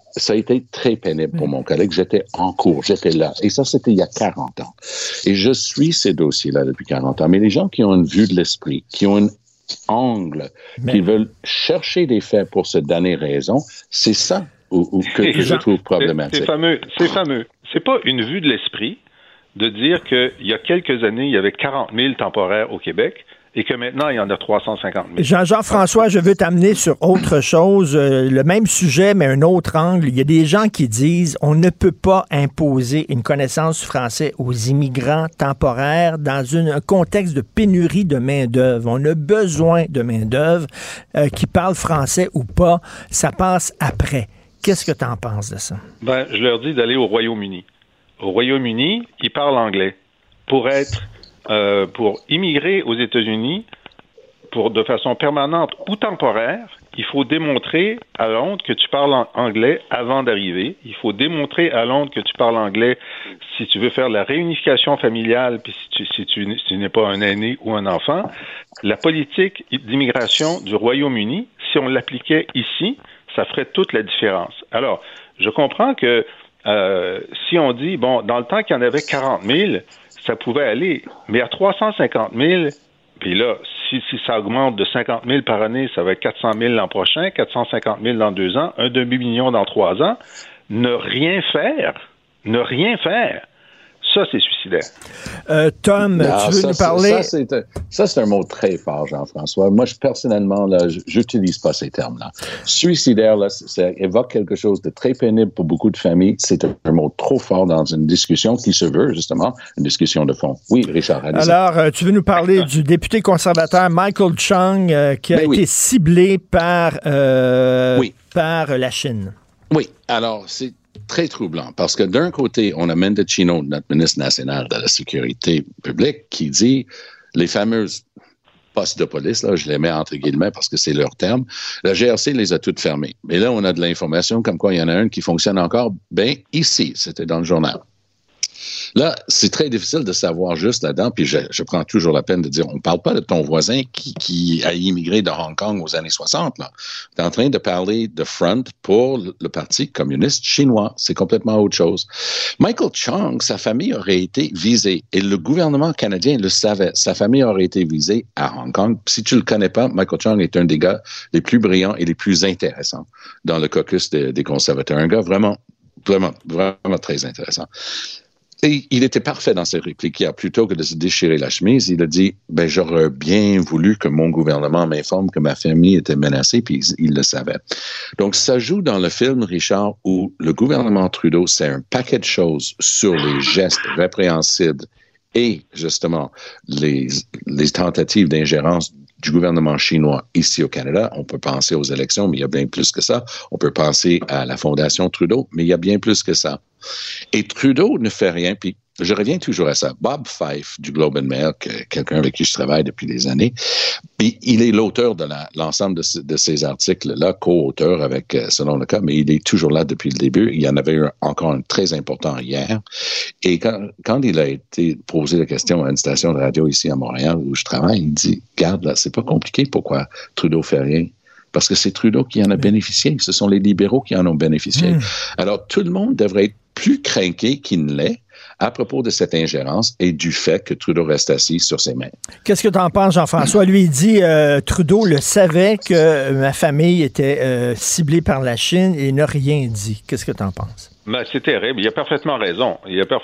été très pénible pour mon collègue. J'étais en cours, j'étais là. Et ça, c'était il y a 40 ans. Et je suis ces dossiers-là depuis 40 ans. Mais les gens qui ont une vue de l'esprit, qui ont un angle, qui veulent chercher des faits pour se donner raison, c'est ça que je trouve problématique. C'est fameux. C'est pas une vue de l'esprit de dire qu'il y a quelques années, il y avait 40 000 temporaires au Québec et que maintenant, il y en a 350 000. Jean-François, je veux t'amener sur autre chose, le même sujet, mais un autre angle. Il y a des gens qui disent on ne peut pas imposer une connaissance du français aux immigrants temporaires dans un contexte de pénurie de main-d'œuvre. On a besoin de main-d'œuvre qui parle français ou pas. Ça passe après. Qu'est-ce que tu en penses de ça? Ben, je leur dis d'aller au Royaume-Uni. Au Royaume-Uni, ils parlent anglais. Pour immigrer aux États-Unis, de façon permanente ou temporaire, il faut démontrer à Londres que tu parles anglais avant d'arriver. Il faut démontrer à Londres que tu parles anglais si tu veux faire la réunification familiale, puis si tu n'es pas un aîné ou un enfant. La politique d'immigration du Royaume-Uni, si on l'appliquait ici, ça ferait toute la différence. Alors, je comprends que si on dit, bon, dans le temps qu'il y en avait 40 000, ça pouvait aller, mais à 350 000, puis là, si ça augmente de 50 000 par année, ça va être 400 000 l'an prochain, 450 000 dans 2 ans, 1 demi-million dans 3 ans. Ne rien faire, ça, c'est suicidaire. Tom, tu veux nous parler? Ça, c'est un mot très fort, Jean-François. Moi, personnellement, là, j'utilise pas ces termes-là. Suicidaire, là, ça évoque quelque chose de très pénible pour beaucoup de familles. C'est un mot trop fort dans une discussion qui se veut, justement, une discussion de fond. Oui, Richard, allez-y. Alors, tu veux nous parler du député conservateur Michael Chung qui a été ciblé par la Chine. Oui, alors, c'est très troublant, parce que d'un côté, on a Mendicino, notre ministre national de la Sécurité publique, qui dit les fameuses postes de police, là, je les mets entre guillemets parce que c'est leur terme, la GRC les a toutes fermées. Mais là, on a de l'information comme quoi il y en a une qui fonctionne encore. Ben, ici, c'était dans le journal. Là, c'est très difficile de savoir juste là-dedans, puis je prends toujours la peine de dire, on ne parle pas de ton voisin qui a immigré de Hong Kong aux années 60. Tu es en train de parler de Front pour le Parti communiste chinois. C'est complètement autre chose. Michael Chung, sa famille aurait été visée, et le gouvernement canadien le savait. Sa famille aurait été visée à Hong Kong. Si tu ne le connais pas, Michael Chung est un des gars les plus brillants et les plus intéressants dans le caucus des conservateurs. Un gars vraiment très intéressant. Et il était parfait dans ses répliques. Plutôt que de se déchirer la chemise, il a dit, ben, j'aurais bien voulu que mon gouvernement m'informe que ma famille était menacée, puis il le savait. Donc, ça joue dans le film, Richard, où le gouvernement Trudeau, c'est un paquet de choses sur les gestes répréhensibles et, justement, les tentatives d'ingérence du gouvernement chinois ici au Canada. On peut penser aux élections, mais il y a bien plus que ça. On peut penser à la Fondation Trudeau, mais il y a bien plus que ça. Et Trudeau ne fait rien, puis je reviens toujours à ça. Bob Fife du Globe and Mail, quelqu'un avec qui je travaille depuis des années, puis il est l'auteur de l'ensemble de ces articles-là, co-auteur avec, selon le cas, mais il est toujours là depuis le début. Il y en avait eu encore un très important hier. Et quand il a été posé la question à une station de radio ici à Montréal où je travaille, il dit, regarde, là, c'est pas compliqué pourquoi Trudeau fait rien. Parce que c'est Trudeau qui en a bénéficié. Ce sont les libéraux qui en ont bénéficié. Alors, tout le monde devrait être plus craqué qu'il ne l'est à propos de cette ingérence et du fait que Trudeau reste assis sur ses mains. Qu'est-ce que tu en penses, Jean-François? Lui, il dit, Trudeau le savait que ma famille était ciblée par la Chine et n'a rien dit. Qu'est-ce que tu en penses? Ben, c'est terrible. Il a parfaitement raison.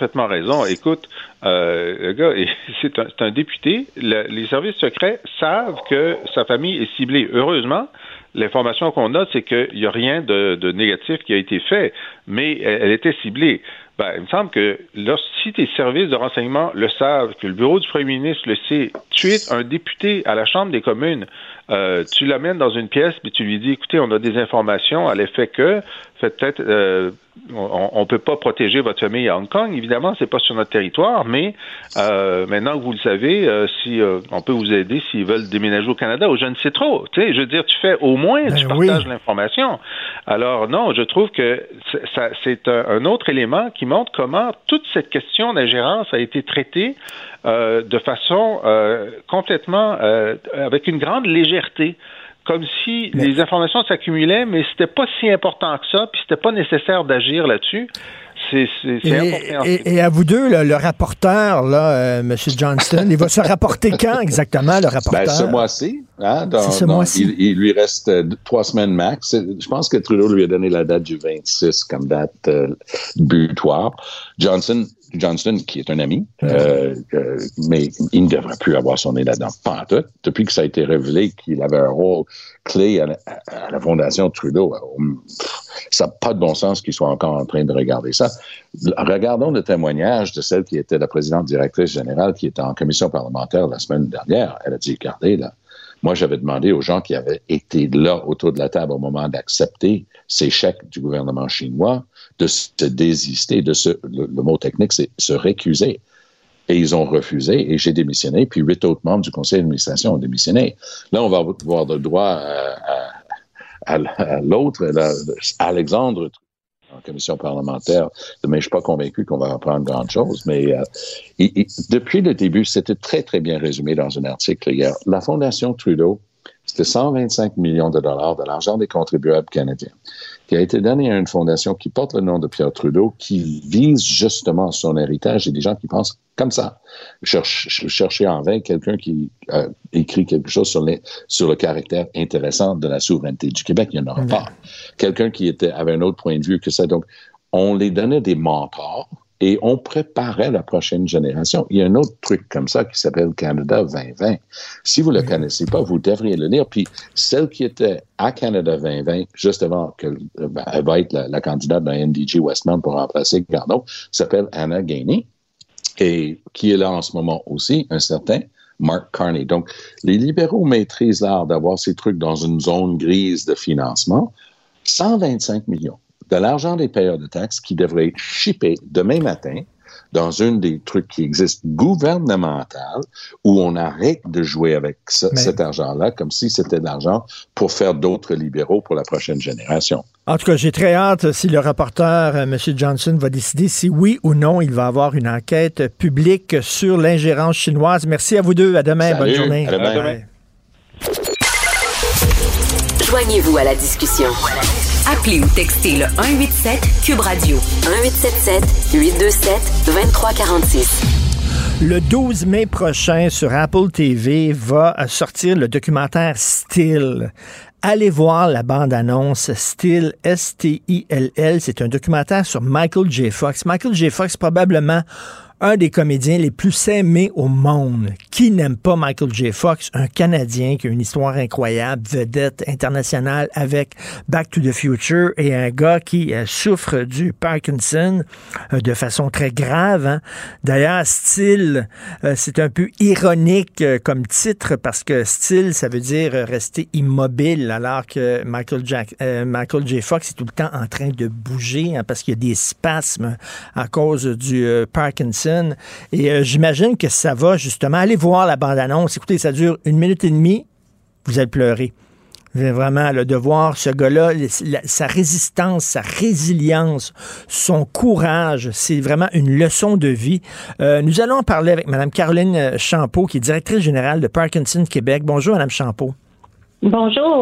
Écoute, le gars, c'est un député. Les services secrets savent que sa famille est ciblée. Heureusement, l'information qu'on a, c'est qu'il n'y a rien de négatif qui a été fait, mais elle était ciblée. Ben, il me semble que si tes services de renseignement le savent, que le bureau du premier ministre le sait, tu es un député à la Chambre des communes, tu l'amènes dans une pièce puis tu lui dis, écoutez, on a des informations à l'effet que, peut-être, on peut pas protéger votre famille à Hong Kong, évidemment, c'est pas sur notre territoire, mais maintenant que vous le savez, si on peut vous aider s'ils veulent déménager au Canada, ou je ne sais trop. Tu sais, je veux dire, tu fais au moins, tu partages l'information. Alors non, je trouve que c'est un autre élément qui montre comment toute cette question d'ingérence a été traitée de façon complètement avec une grande légèreté. Comme si les informations s'accumulaient, mais c'était pas si important que ça, puis c'était pas nécessaire d'agir là-dessus. C'est important. Et à vous deux, le rapporteur, là, M. Johnston, il va se rapporter quand exactement, le rapporteur? Ben, ce mois-ci. Hein? C'est ce mois-ci. Il lui reste 3 semaines max. Je pense que Trudeau lui a donné la date du 26 comme date butoir. Johnson, qui est un ami, mais il ne devrait plus avoir son nez là-dedans. Pas en tout. Depuis que ça a été révélé qu'il avait un rôle clé à la Fondation Trudeau, ça n'a pas de bon sens qu'il soit encore en train de regarder ça. Regardons le témoignage de celle qui était la présidente directrice générale, qui était en commission parlementaire la semaine dernière. Elle a dit, regardez, là, moi, j'avais demandé aux gens qui avaient été là autour de la table au moment d'accepter ces chèques du gouvernement chinois de se désister, le mot technique, c'est se récuser. Et ils ont refusé, et j'ai démissionné, puis 8 autres membres du conseil d'administration ont démissionné. Là, on va avoir le droit à l'autre, Alexandre, en commission parlementaire, mais je ne suis pas convaincu qu'on va apprendre grande chose. Mais depuis le début, c'était très, très bien résumé dans un article hier. La Fondation Trudeau, c'était 125 millions de dollars de l'argent des contribuables canadiens qui a été donné à une fondation qui porte le nom de Pierre Trudeau, qui vise justement son héritage et des gens qui pensent comme ça. Chercher en vain quelqu'un qui écrit quelque chose sur le caractère intéressant de la souveraineté du Québec. Il n'y en aura pas. Quelqu'un qui avait un autre point de vue que ça. Donc, on les donnait des mentors et on préparait la prochaine génération. Il y a un autre truc comme ça qui s'appelle Canada 2020. Si vous ne le connaissez pas, vous devriez le lire. Puis, celle qui était à Canada 2020, juste avant qu'elle va être la candidate dans NDG Westmount pour remplacer Garneau, s'appelle Anna Gainey, et qui est là en ce moment aussi, un certain Mark Carney. Donc, les libéraux maîtrisent l'art d'avoir ces trucs dans une zone grise de financement. 125 millions de l'argent des payeurs de taxes qui devraient shipper demain matin dans un des trucs qui existent gouvernemental, où on arrête de jouer avec cet argent-là comme si c'était de l'argent pour faire d'autres libéraux pour la prochaine génération. En tout cas, j'ai très hâte si le rapporteur, M. Johnson, va décider si oui ou non il va avoir une enquête publique sur l'ingérence chinoise. Merci à vous deux. À demain. Salut. Bonne journée. À demain. Bye. Joignez-vous à la discussion. Appelez ou textez le 187 Cube Radio 1877-827-2346. Le 12 mai prochain, sur Apple TV, va sortir le documentaire Still. Allez voir la bande-annonce Still, S-T-I-L-L. C'est un documentaire sur Michael J. Fox. Michael J. Fox, probablement un des comédiens les plus aimés au monde. Qui n'aime pas Michael J. Fox, un Canadien qui a une histoire incroyable, vedette internationale avec Back to the Future, et un gars qui souffre du Parkinson de façon très grave. Hein. D'ailleurs, Still, c'est un peu ironique comme titre, parce que Still, ça veut dire rester immobile, alors que Michael J. Fox est tout le temps en train de bouger, hein, parce qu'il y a des spasmes à cause du Parkinson. Et j'imagine que ça va justement. Allez voir la bande-annonce. Écoutez, ça dure 1 minute et demie. Vous allez pleurer. Vraiment, de voir ce gars-là, sa résistance, sa résilience, son courage, c'est vraiment une leçon de vie. Nous allons en parler avec Mme Caroline Champeau, qui est directrice générale de Parkinson Québec. Bonjour, Mme Champeau. Bonjour.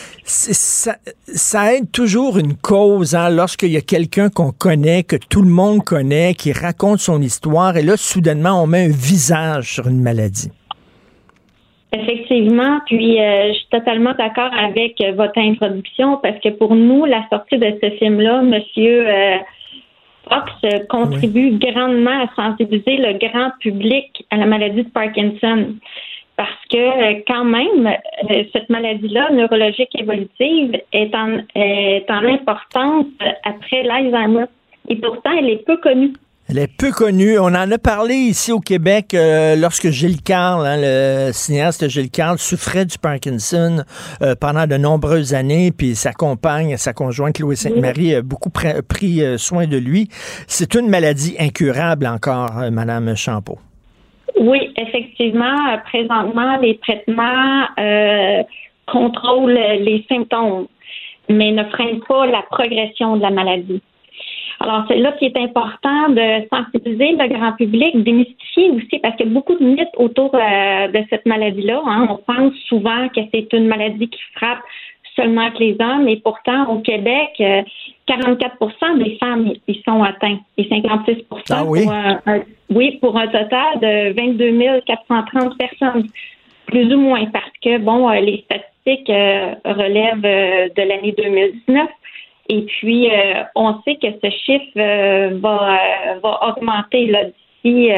Ça aide toujours une cause, hein, lorsqu'il y a quelqu'un qu'on connaît, que tout le monde connaît, qui raconte son histoire, et là, soudainement, on met un visage sur une maladie. Effectivement, puis je suis totalement d'accord avec votre introduction, parce que pour nous, la sortie de ce film-là, Monsieur Fox contribue grandement à sensibiliser le grand public à la maladie de Parkinson. Parce que quand même, cette maladie-là, neurologique évolutive, est en importance après l'Alzheimer. Et pourtant, elle est peu connue. Elle est peu connue. On en a parlé ici au Québec lorsque Gilles Carle, hein, le cinéaste Gilles Carle, souffrait du Parkinson pendant de nombreuses années, puis sa compagne, sa conjointe Chloé Sainte-Marie a beaucoup pris soin de lui. C'est une maladie incurable encore, Madame Champeau. Oui, effectivement. Présentement, les traitements contrôlent les symptômes, mais ne freinent pas la progression de la maladie. Alors, c'est là qu'il est important de sensibiliser le grand public, démystifier aussi, parce qu'il y a beaucoup de mythes autour de cette maladie-là. Hein. On pense souvent que c'est une maladie qui frappe seulement que les hommes, et pourtant, au Québec, 44% des femmes y sont atteintes, et 56% ah oui? pour un total de 22 430 personnes. plus ou moins, parce que, bon, les statistiques relèvent de l'année 2019. Et puis, on sait que ce chiffre va augmenter là, d'ici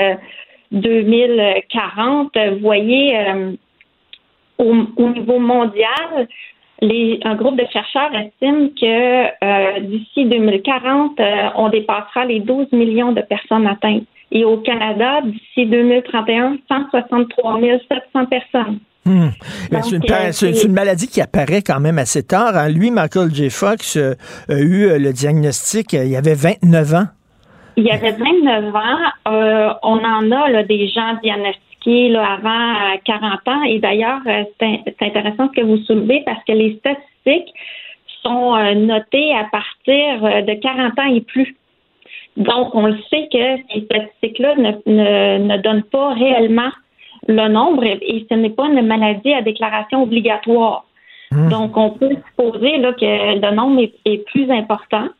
2040. Vous voyez, au niveau mondial, un groupe de chercheurs estime que d'ici 2040, on dépassera les 12 millions de personnes atteintes. Et au Canada, d'ici 2031, 163 700 personnes. Donc, c'est une maladie qui apparaît quand même assez tard. Hein. Lui, Michael J. Fox, a eu le diagnostic, il avait 29 ans. Il avait 29 ans. On en a là, des gens diagnostiqués là, avant 40 ans. Et d'ailleurs, c'est intéressant ce que vous soulevez parce que les statistiques sont notées à partir de 40 ans et plus. Donc, on le sait que ces statistiques-là ne donnent pas réellement le nombre et ce n'est pas une maladie à déclaration obligatoire. Donc, on peut supposer là, que le nombre est plus important.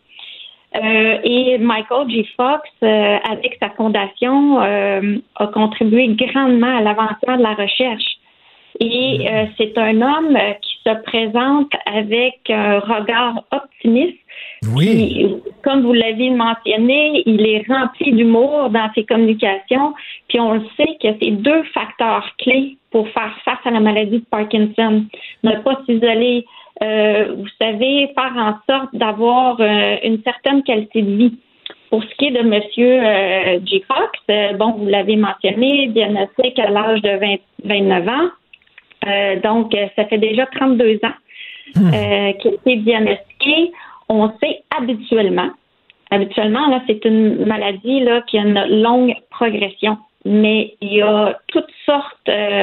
Et Michael J. Fox, avec sa fondation, a contribué grandement à l'avancement de la recherche. Et c'est un homme qui se présente avec un regard optimiste. Oui. Puis, comme vous l'avez mentionné, il est rempli d'humour dans ses communications. Puis on le sait que c'est 2 facteurs clés pour faire face à la maladie de Parkinson. Ne pas s'isoler, vous savez, faire en sorte d'avoir une certaine qualité de vie. Pour ce qui est de M. J. Fox, bon, vous l'avez mentionné, diagnostic à l'âge de 29 ans. Donc, ça fait déjà 32 ans qu'il a été diagnostiqué. On sait habituellement, là, c'est une maladie là, qui a une longue progression, mais il y a toutes sortes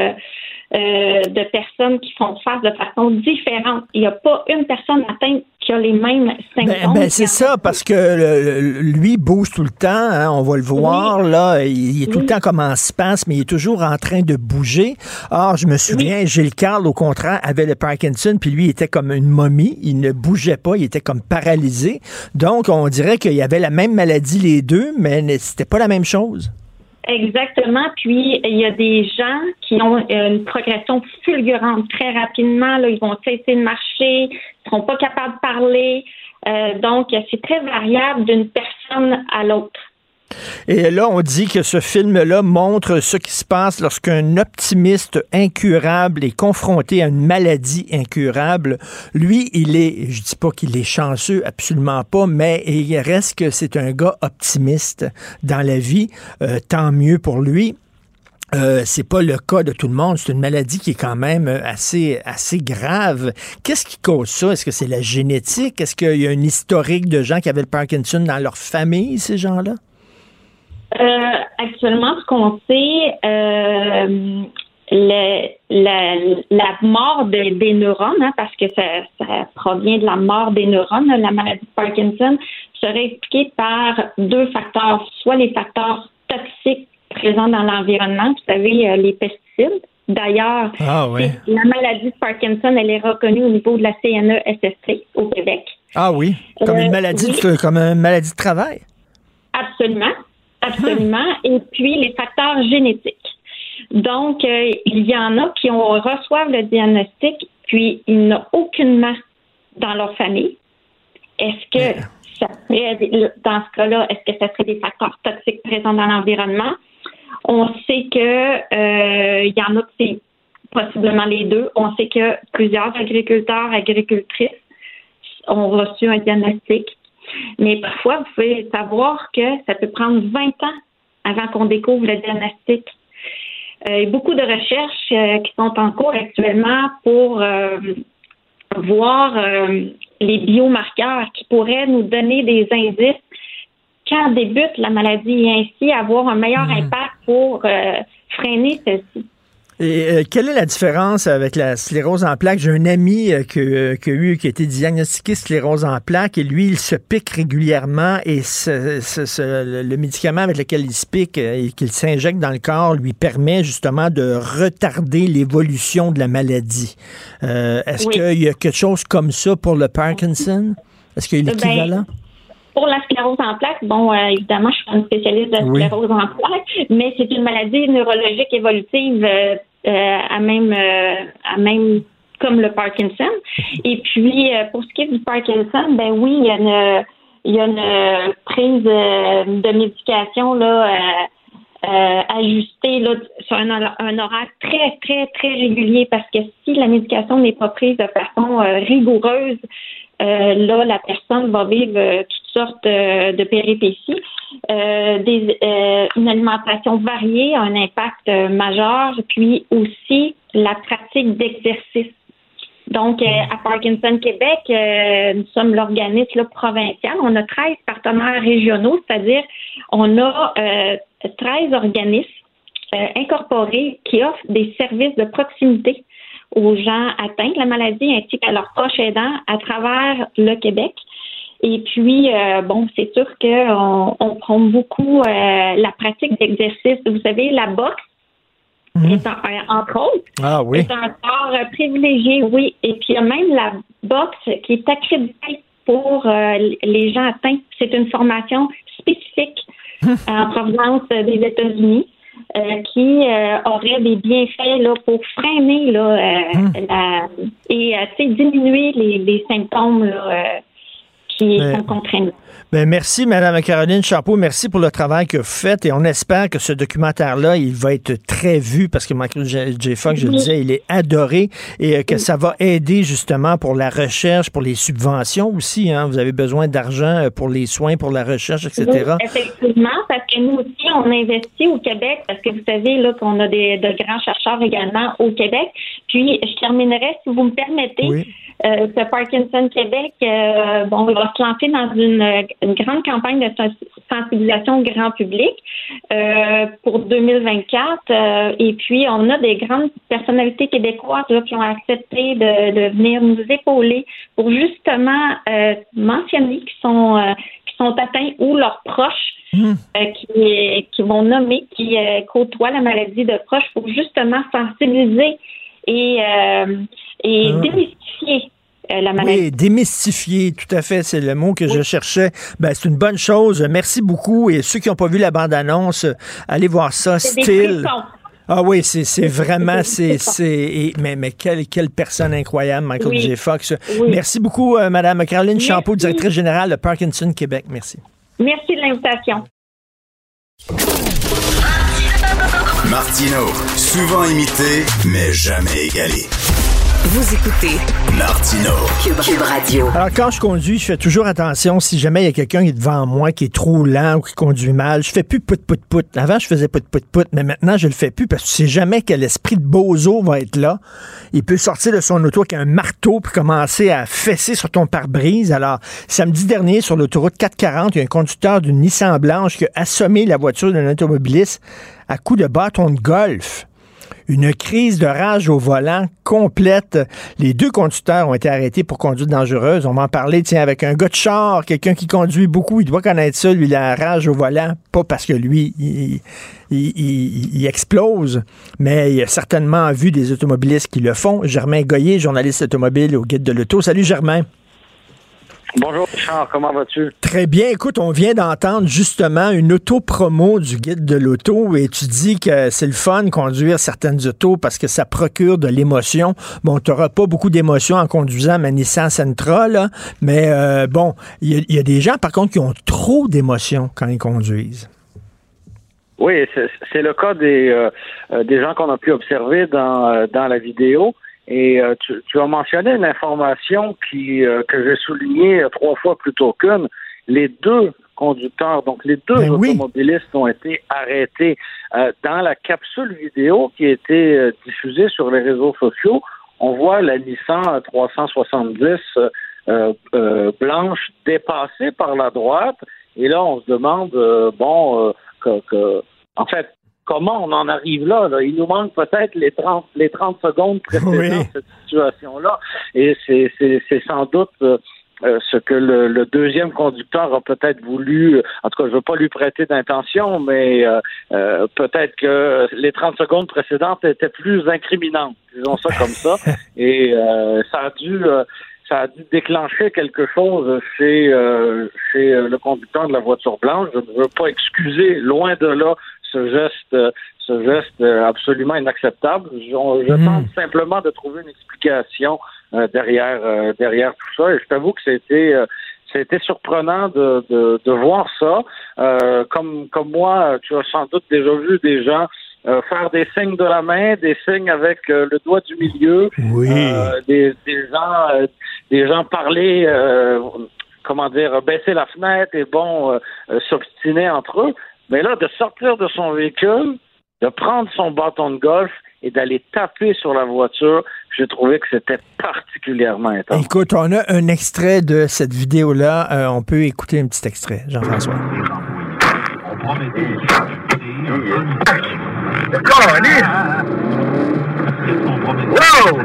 de personnes qui font face de façon différente. Il n'y a pas une personne atteinte qui a les mêmes symptômes. Ben c'est ça, parce que lui bouge tout le temps, hein, on va le voir, là, il est tout le temps comme en spasme, mais il est toujours en train de bouger. Or, je me souviens, Gilles Carle, au contraire, avait le Parkinson, puis lui, il était comme une momie, il ne bougeait pas, il était comme paralysé. Donc, on dirait qu'il y avait la même maladie les deux, mais c'était pas la même chose. Exactement. Puis, il y a des gens qui ont une progression fulgurante très rapidement. Là, ils vont cesser de marcher, ils ne seront pas capables de parler. Donc, c'est très variable d'une personne à l'autre. Et là, on dit que ce film-là montre ce qui se passe lorsqu'un optimiste incurable est confronté à une maladie incurable. Lui, je dis pas qu'il est chanceux, absolument pas, mais il reste que c'est un gars optimiste dans la vie. Tant mieux pour lui. C'est pas le cas de tout le monde. C'est une maladie qui est quand même assez grave. Qu'est-ce qui cause ça? Est-ce que c'est la génétique? Est-ce qu'il y a un historique de gens qui avaient le Parkinson dans leur famille, ces gens-là? Actuellement, ce qu'on sait, la mort des neurones, hein, parce que ça provient de la mort des neurones, la maladie de Parkinson, serait expliquée par 2 facteurs, soit les facteurs toxiques présents dans l'environnement, vous savez, les pesticides. D'ailleurs, la maladie de Parkinson, elle est reconnue au niveau de la CNESST au Québec. Ah oui, comme une maladie de travail. Absolument. Et puis, les facteurs génétiques. Donc, il y en a qui reçoivent le diagnostic, puis il n'y en a aucunement dans leur famille. Est-ce que ça serait, dans ce cas-là, est-ce que ça serait des facteurs toxiques présents dans l'environnement? On sait que il y en a que c'est possiblement les deux. On sait que plusieurs agriculteurs, agricultrices ont reçu un diagnostic. Mais parfois, vous pouvez savoir que ça peut prendre 20 ans avant qu'on découvre le diagnostic. Il y a beaucoup de recherches qui sont en cours actuellement pour voir les biomarqueurs qui pourraient nous donner des indices quand débute la maladie et ainsi avoir un meilleur impact pour freiner celle-ci. Et quelle est la différence avec la sclérose en plaques? J'ai un ami qui a été diagnostiqué sclérose en plaques et lui, il se pique régulièrement et le médicament avec lequel il se pique et qu'il s'injecte dans le corps lui permet justement de retarder l'évolution de la maladie. Est-ce qu'il y a quelque chose comme ça pour le Parkinson? Est-ce qu'il y a l'équivalent? Pour la sclérose en plaques, évidemment, je suis pas une spécialiste de la sclérose en plaques, mais c'est une maladie neurologique évolutive à même comme le Parkinson. Et puis, pour ce qui est du Parkinson, ben oui, il y a une prise de médication là ajustée là, sur un horaire très, très, très régulier, parce que si la médication n'est pas prise de façon rigoureuse, là, la personne va vivre toutes sortes de péripéties. Une alimentation variée a un impact majeur, puis aussi la pratique d'exercice. Donc, à Parkinson Québec, nous sommes l'organisme là, provincial. On a 13 partenaires régionaux, c'est-à-dire on a 13 organismes incorporés qui offrent des services de proximité aux gens atteints de la maladie ainsi qu'à leurs proches aidants à travers le Québec. Et puis, c'est sûr qu'on prône beaucoup la pratique d'exercice. Vous savez, la boxe, est entre autres, est un sport privilégié, oui. Et puis, il y a même la boxe qui est accréditée pour les gens atteints. C'est une formation spécifique en provenance des États-Unis qui aurait des bienfaits là, pour freiner là, diminuer les symptômes là, qui sont contraignants. Ben merci, Mme Caroline Champeau. Merci pour le travail que vous faites et on espère que ce documentaire-là, il va être très vu parce que Michael J. Fox, je le disais, il est adoré et que ça va aider justement pour la recherche, pour les subventions aussi. Hein. Vous avez besoin d'argent pour les soins, pour la recherche, etc. Oui, effectivement, parce que nous aussi, on investit au Québec parce que vous savez là qu'on a de grands chercheurs également au Québec. Puis, je terminerai, si vous me permettez, ce Parkinson Québec, il va se lancer dans une grande campagne de sensibilisation au grand public pour 2024. Et puis, on a des grandes personnalités québécoises là, qui ont accepté de venir nous épauler pour justement mentionner qu'ils sont atteints ou leurs proches qui vont nommer, qui côtoient la maladie de proches pour justement sensibiliser et démystifier la maladie. Oui, démystifier, tout à fait, c'est le mot que je cherchais. Ben, c'est une bonne chose. Merci beaucoup. Et ceux qui n'ont pas vu la bande-annonce, allez voir ça. C'est Style. Ah oui, c'est vraiment, mais quelle personne incroyable, Michael J. Fox. Oui. Merci beaucoup, Mme Caroline Champeau, directrice générale de Parkinson Québec. Merci. Merci de l'invitation. Martineau, souvent imité, mais jamais égalé. Vous écoutez Martineau. Cube Radio. Alors, quand je conduis, je fais toujours attention. Si jamais il y a quelqu'un qui est devant moi, qui est trop lent ou qui conduit mal, je fais plus pout-pout-pout. Avant, je faisais pout-pout-pout, mais maintenant, je le fais plus parce que tu sais jamais quel esprit de bozo va être là. Il peut sortir de son auto avec un marteau puis commencer à fesser sur ton pare-brise. Alors, samedi dernier, sur l'autoroute 440, il y a un conducteur d'une Nissan blanche qui a assommé la voiture d'un automobiliste à coups de bâton de golf. Une crise de rage au volant complète. Les deux conducteurs ont été arrêtés pour conduite dangereuse. On va en parler, avec un gars de char, quelqu'un qui conduit beaucoup. Il doit connaître ça, lui, la rage au volant. Pas parce que lui, il explose, mais il a certainement vu des automobilistes qui le font. Germain Goyer, journaliste automobile au Guide de l'Auto. Salut, Germain. Bonjour Richard, comment vas-tu? Très bien. Écoute, on vient d'entendre justement une auto-promo du Guide de l'Auto et tu dis que c'est le fun conduire certaines autos parce que ça procure de l'émotion. Bon, tu n'auras pas beaucoup d'émotion en conduisant ma Nissan Sentra, là, mais il y a des gens, par contre, qui ont trop d'émotion quand ils conduisent. Oui, c'est le cas des gens qu'on a pu observer dans la vidéo. Et tu as mentionné une information que j'ai soulignée 3 fois plutôt qu'une. Les deux conducteurs, donc les deux automobilistes ont été arrêtés. Dans la capsule vidéo qui a été diffusée sur les réseaux sociaux, on voit la Nissan 370 blanche dépassée par la droite. Et là, on se demande, en fait, comment on en arrive là? Il nous manque peut-être les 30 secondes précédant cette situation-là. Et c'est sans doute ce que le deuxième conducteur a peut-être voulu, en tout cas, je ne veux pas lui prêter d'intention, mais peut-être que les 30 secondes précédentes étaient plus incriminantes, disons ça comme ça. Et ça a dû déclencher quelque chose chez le conducteur de la voiture blanche. Je ne veux pas excuser, loin de là, ce geste absolument inacceptable. Je tente simplement de trouver une explication derrière tout ça. Et je t'avoue que c'était surprenant de voir ça. Comme moi, tu as sans doute déjà vu des gens faire des signes de la main, des signes avec le doigt du milieu, des gens parler, baisser la fenêtre et s'obstiner entre eux. Mais là, de sortir de son véhicule, de prendre son bâton de golf et d'aller taper sur la voiture, j'ai trouvé que c'était particulièrement intense. Écoute, on a un extrait de cette vidéo-là. On peut écouter un petit extrait, Jean-François. Wow!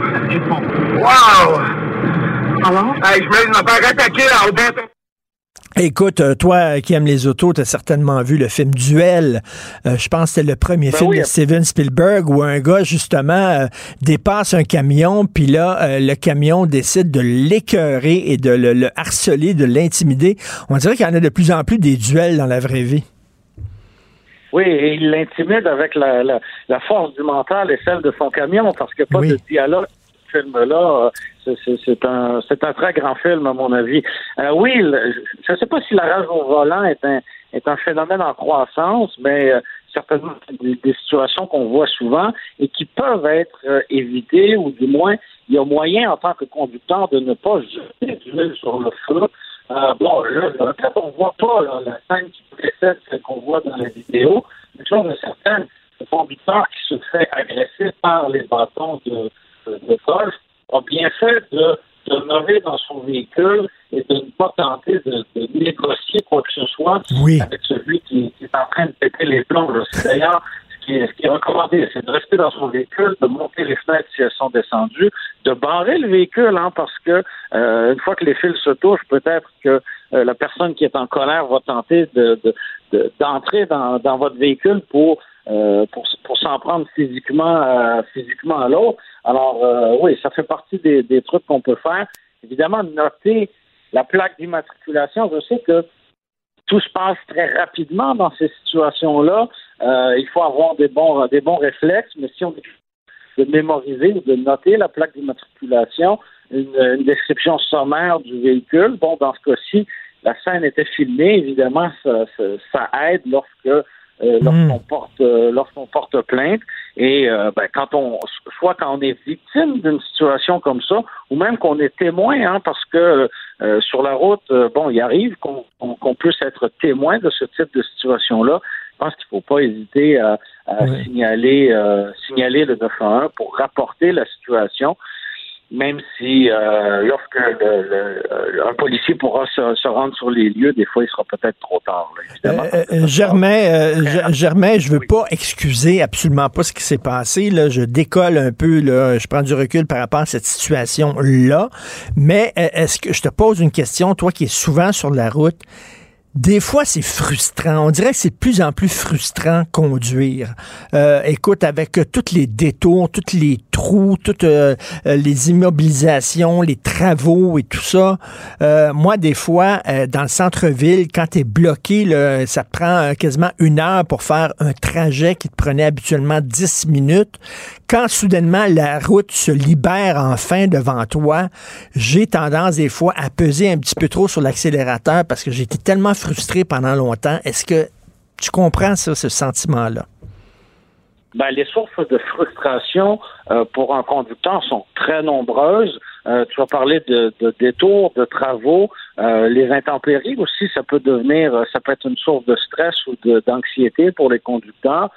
Wow! Hey, je me faire attaquer là. Écoute, toi qui aimes les autos, tu as certainement vu le film Duel. Je pense que c'était le premier film de Steven Spielberg où un gars, justement, dépasse un camion, puis là, le camion décide de l'écœurer et de le harceler, de l'intimider. On dirait qu'il y en a de plus en plus des duels dans la vraie vie. Oui, et il l'intimide avec la force du mental et celle de son camion, parce qu'il n'y a pas de dialogue. Ce film-là, c'est un très grand film, à mon avis. Oui, je ne sais pas si la rage au volant est un phénomène en croissance, mais certainement des situations qu'on voit souvent et qui peuvent être évitées, ou du moins, il y a moyen en tant que conducteur de ne pas jeter de l'huile sur le feu. Quand on voit pas la scène qui précède celle qu'on voit dans la vidéo, une chose est certaine, le conducteur qui se fait agresser par les bâtons de golf a bien fait de demeurer dans son véhicule et de ne pas tenter de négocier quoi que ce soit avec celui qui est en train de péter les plombs. C'est d'ailleurs ce qui est recommandé, c'est de rester dans son véhicule, de monter les fenêtres si elles sont descendues, de barrer le véhicule, parce que une fois que les fils se touchent, peut-être que la personne qui est en colère va tenter d'entrer dans votre véhicule pour s'en prendre physiquement à l'autre. Alors, oui, ça fait partie des trucs qu'on peut faire. Évidemment, noter la plaque d'immatriculation. Je sais que tout se passe très rapidement dans ces situations-là. Il faut avoir des bons réflexes, mais si on est de mémoriser ou de noter la plaque d'immatriculation, une description sommaire du véhicule. Bon, dans ce cas-ci, la scène était filmée. Évidemment, ça aide lorsqu'on porte plainte. Et quand on est victime d'une situation comme ça, ou même qu'on est témoin, parce que sur la route, il arrive qu'on puisse être témoin de ce type de situation-là. Je pense qu'il ne faut pas hésiter à signaler le 911 pour rapporter la situation, même si lorsque un policier pourra se rendre sur les lieux, des fois, il sera peut-être trop tard. Là, évidemment. Germain, je veux pas excuser absolument pas ce qui s'est passé. Là. Je décolle un peu, là, je prends du recul par rapport à cette situation-là. Mais est-ce que je te pose une question, toi qui es souvent sur la route? Des fois, c'est frustrant. On dirait que c'est de plus en plus frustrant conduire. Écoute, avec tous les détours, tous les trous, toutes les immobilisations, les travaux et tout ça. Moi, des fois, dans le centre-ville, quand t'es bloqué, là, ça te prend quasiment 1 heure pour faire un trajet qui te prenait habituellement 10 minutes. Quand soudainement la route se libère enfin devant toi, j'ai tendance des fois à peser un petit peu trop sur l'accélérateur parce que j'étais tellement frustré pendant longtemps. Est-ce que tu comprends ça, ce sentiment-là? Les sources de frustration pour un conducteur sont très nombreuses. Tu vas parler de détours, de travaux. Les intempéries aussi, ça peut être une source de stress ou d'anxiété pour les conducteurs.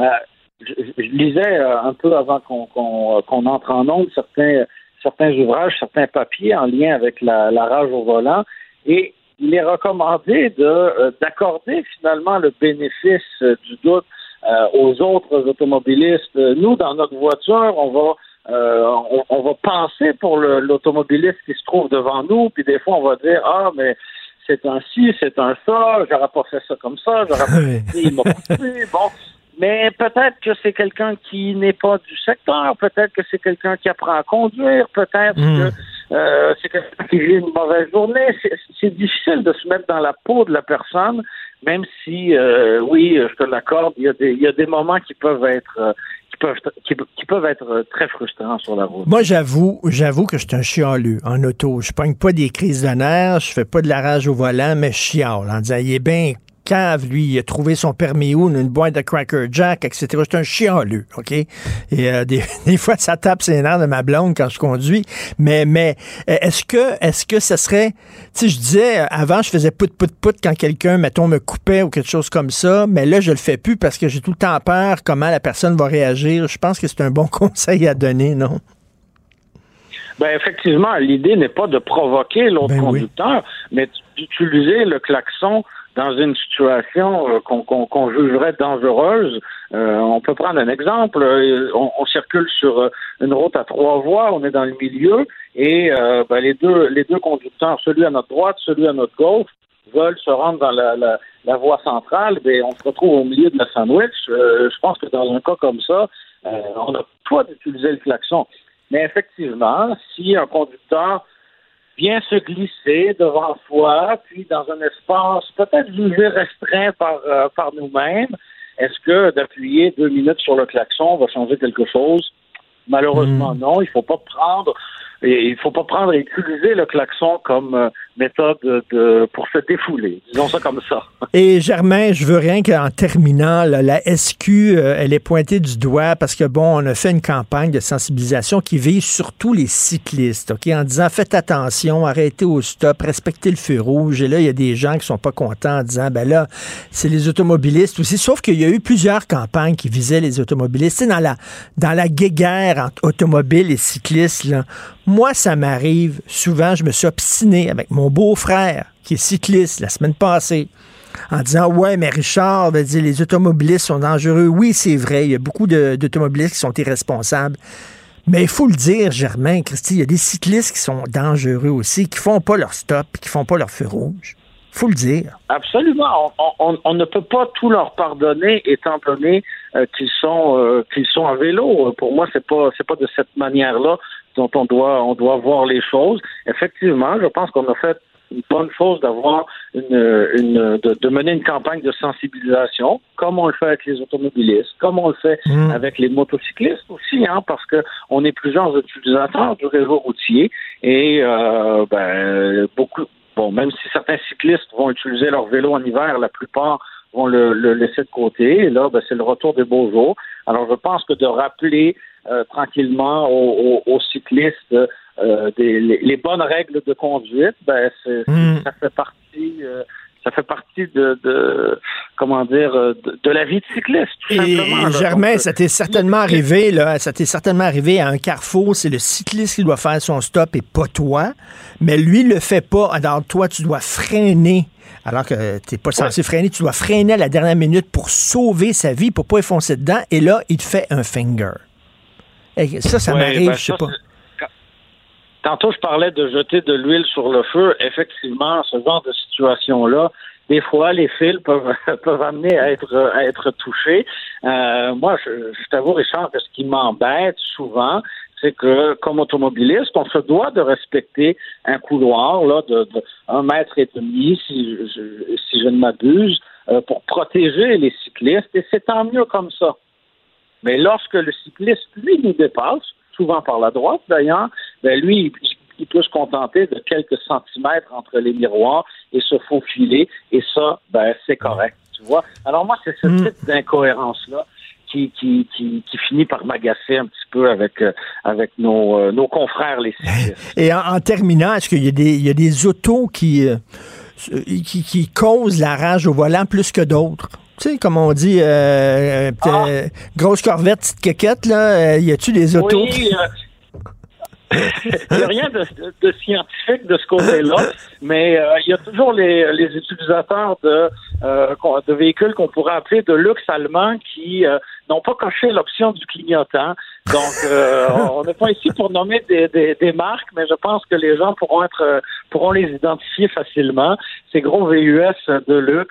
Je lisais un peu avant qu'on entre en ondes certains ouvrages, certains papiers en lien avec la rage au volant, et il est recommandé d'accorder finalement le bénéfice du doute aux autres automobilistes. Nous, dans notre voiture, on va penser pour l'automobiliste qui se trouve devant nous, puis des fois on va dire mais c'est un ci, c'est un ça, j'aurais pas fait ça comme ça, j'aurais pas fait, il m'a poussé, bon. Mais peut-être que c'est quelqu'un qui n'est pas du secteur, peut-être que c'est quelqu'un qui apprend à conduire, peut-être que c'est quelqu'un qui vit une mauvaise journée. C'est difficile de se mettre dans la peau de la personne, même si, oui, je te l'accorde, il y a des moments qui peuvent être très frustrants sur la route. Moi, j'avoue que je suis un chialeux en auto. Je pogne pas des crises de nerfs, je fais pas de la rage au volant, mais je chiale en disant, il est bien cave, lui, il a trouvé son permis où, une boîte de Cracker Jack, etc. Je suis un chialeux, OK? Et des fois, ça tape ses nerfs de ma blonde quand je conduis. Mais est-ce que ça serait... Tu sais, je disais, avant, je faisais pout quand quelqu'un, mettons, me coupait ou quelque chose comme ça, mais là, je le fais plus parce que j'ai tout le temps peur comment la personne va réagir. Je pense que c'est un bon conseil à donner, non? Ben effectivement, l'idée n'est pas de provoquer l'autre conducteur, mais d'utiliser le klaxon dans une situation qu'on jugerait dangereuse. On peut prendre un exemple. On circule sur une route à 3 voies, on est dans le milieu, et les deux conducteurs, celui à notre droite, celui à notre gauche, veulent se rendre dans la voie centrale, ben, on se retrouve au milieu de la sandwich. Je pense que dans un cas comme ça, on n'a pas d'utiliser le klaxon. Mais effectivement, si un conducteur vient se glisser devant soi, puis dans un espace peut-être jugé restreint par nous-mêmes, est-ce que d'appuyer 2 minutes sur le klaxon va changer quelque chose? Malheureusement, non. Il faut pas prendre et utiliser le klaxon comme méthode pour se défouler. Disons ça comme ça. Et Germain, je veux rien qu'en terminant, là, la SQ, elle est pointée du doigt parce que, bon, on a fait une campagne de sensibilisation qui vise surtout les cyclistes, OK, en disant faites attention, arrêtez au stop, respectez le feu rouge. Et là, il y a des gens qui sont pas contents en disant, ben là, c'est les automobilistes aussi. Sauf qu'il y a eu plusieurs campagnes qui visaient les automobilistes. Tu sais, dans la guéguerre entre automobiles et cyclistes, là, moi, ça m'arrive souvent, je me suis obstiné avec mon beau-frère, qui est cycliste, la semaine passée, en disant, ouais, mais Richard, les automobilistes sont dangereux. Oui, c'est vrai, il y a beaucoup d'automobilistes qui sont irresponsables. Mais il faut le dire, Germain, Christy, il y a des cyclistes qui sont dangereux aussi, qui font pas leur stop, qui font pas leur feu rouge. Il faut le dire. Absolument. On ne peut pas tout leur pardonner, étant donné qu'ils sont à vélo. Pour moi, c'est pas de cette manière-là dont on doit voir les choses. Effectivement, je pense qu'on a fait une bonne chose d'avoir de mener une campagne de sensibilisation, comme on le fait avec les automobilistes, comme on le fait avec les motocyclistes aussi, parce que on est plusieurs utilisateurs du réseau routier et beaucoup. Bon, même si certains cyclistes vont utiliser leur vélo en hiver, la plupart vont le laisser de côté. Et là, c'est le retour des beaux jours. Alors, je pense que de rappeler tranquillement aux cyclistes les bonnes règles de conduite, ça fait partie. Ça fait partie de la vie de cycliste, tout simplement. Et Germain, ça t'est certainement arrivé, là. Ça t'est certainement arrivé à un carrefour. C'est le cycliste qui doit faire son stop et pas toi. Mais lui, le fait pas. Alors, toi, tu dois freiner. Alors que t'es pas censé freiner. Tu dois freiner à la dernière minute pour sauver sa vie, pour pas y foncer dedans. Et là, il te fait un finger. Et ça m'arrive, je sais pas. Tantôt, je parlais de jeter de l'huile sur le feu. Effectivement, ce genre de situation-là, des fois, les fils peuvent amener à être touchés. Moi, je t'avoue, Richard, que ce qui m'embête souvent, c'est que, comme automobiliste, on se doit de respecter un couloir là de 1,5 mètre, si je ne m'abuse, pour protéger les cyclistes, et c'est tant mieux comme ça. Mais lorsque le cycliste, lui, nous dépasse, souvent par la droite d'ailleurs, lui, il peut se contenter de quelques centimètres entre les miroirs et se faufiler, et ça, c'est correct, tu vois. Alors moi, c'est ce type d'incohérence-là qui finit par m'agacer un petit peu avec nos confrères les cyclistes. Et en terminant, est-ce qu'il y a des autos qui causent la rage au volant plus que d'autres? Tu sais, comme on dit, grosse corvette, petite quéquette, là, y a-tu des autos? Oui, il n'y a rien de scientifique de ce côté-là, mais il y a toujours les utilisateurs de véhicules qu'on pourrait appeler de luxe allemand qui n'ont pas coché l'option du clignotant. Donc, on n'est pas ici pour nommer des marques, mais je pense que les gens pourront les identifier facilement. Ces gros VUS de luxe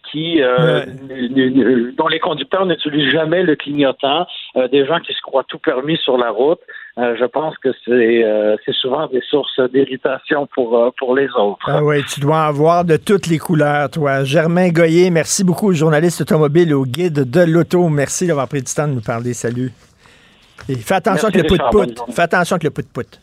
dont les conducteurs n'utilisent jamais le clignotant, des gens qui se croient tout permis sur la route. Je pense que c'est souvent des sources d'irritation pour les autres. Ah oui, tu dois en voir de toutes les couleurs, toi. Germain Goyer, merci beaucoup, journaliste automobile au Guide de l'auto. Merci d'avoir pris du temps de nous parler. Salut. Et fais attention avec le pout-pout. Fais attention avec le pout-pout.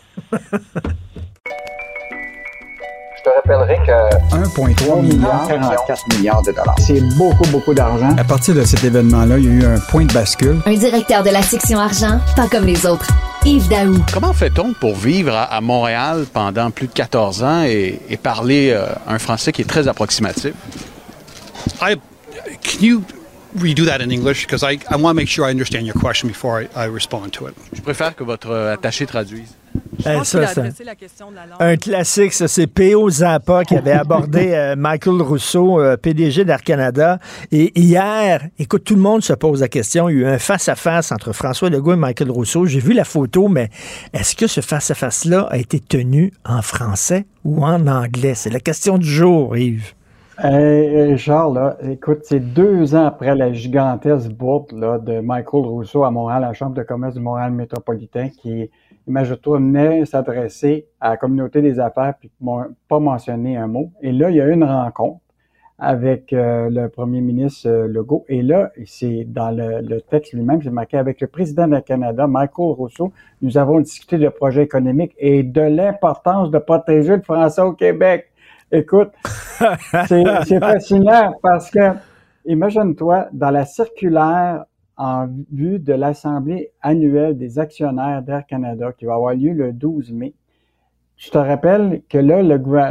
Je te rappellerai que 1,3 milliard, 44 milliards de dollars. C'est beaucoup d'argent. À partir de cet événement-là, il y a eu un point de bascule. Un directeur de la section argent, pas comme les autres. Yves Daou. Comment fait-on pour vivre à Montréal pendant plus de 14 ans et parler un français qui est très approximatif? Can you redo that in English? Because I want to make sure I understand your question before I respond to it. Je préfère que votre attaché traduise. Ça, c'est un classique, ça, c'est P.O. Zappa qui avait abordé Michael Rousseau, PDG d'Air Canada. Et hier, écoute, tout le monde se pose la question. Il y a eu un face-à-face entre François Legault et Michael Rousseau. J'ai vu la photo, mais est-ce que ce face-à-face-là a été tenu en français ou en anglais? C'est la question du jour, Yves. Charles, là, écoute, c'est 2 ans après la gigantesque bourde là, de Michael Rousseau à Montréal, à la Chambre de commerce du Montréal métropolitain, qui, imagine-toi, venait s'adresser à la communauté des affaires puis pas mentionner un mot. Et là, il y a eu une rencontre avec le premier ministre Legault. Et là, c'est dans le texte lui-même, c'est marqué avec le président du Canada, Michael Rousseau, nous avons discuté de projets économiques et de l'importance de protéger le français au Québec. Écoute, c'est fascinant parce que, imagine-toi, dans la circulaire en vue de l'Assemblée annuelle des actionnaires d'Air Canada qui va avoir lieu le 12 mai, je te rappelle que là,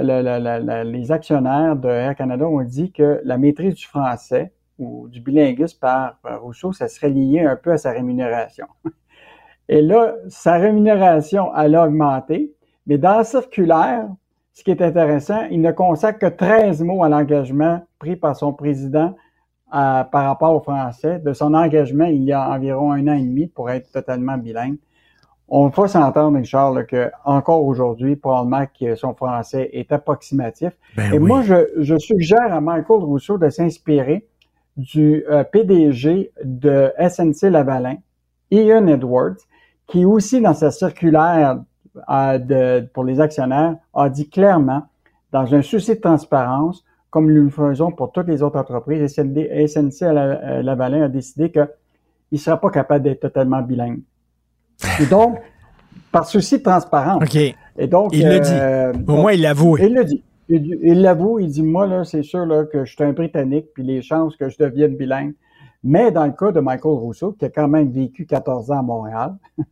les actionnaires de Air Canada ont dit que la maîtrise du français ou du bilinguisme par Rousseau, ça serait lié un peu à sa rémunération. Et là, sa rémunération, elle a augmenté, mais dans la circulaire, ce qui est intéressant, il ne consacre que 13 mots à l'engagement pris par son président par rapport au français, de son engagement il y a environ 1 an et demi pour être totalement bilingue. On va s'entendre, Richard, que encore aujourd'hui, probablement que son français est approximatif. Moi, je suggère à Michael Rousseau de s'inspirer du PDG de SNC-Lavalin, Ian Edwards, qui aussi dans sa circulaire pour les actionnaires, a dit clairement, dans un souci de transparence, comme nous le faisons pour toutes les autres entreprises, SNC-Lavalin a décidé qu'il ne sera pas capable d'être totalement bilingue. Et donc, par souci de transparence. OK. Et donc, il le dit. Au moins, il l'avoue. Il le dit. Il l'avoue. Il dit, moi, là, c'est sûr là, que je suis un Britannique, puis les chances que je devienne bilingue. Mais dans le cas de Michael Rousseau, qui a quand même vécu 14 ans à Montréal,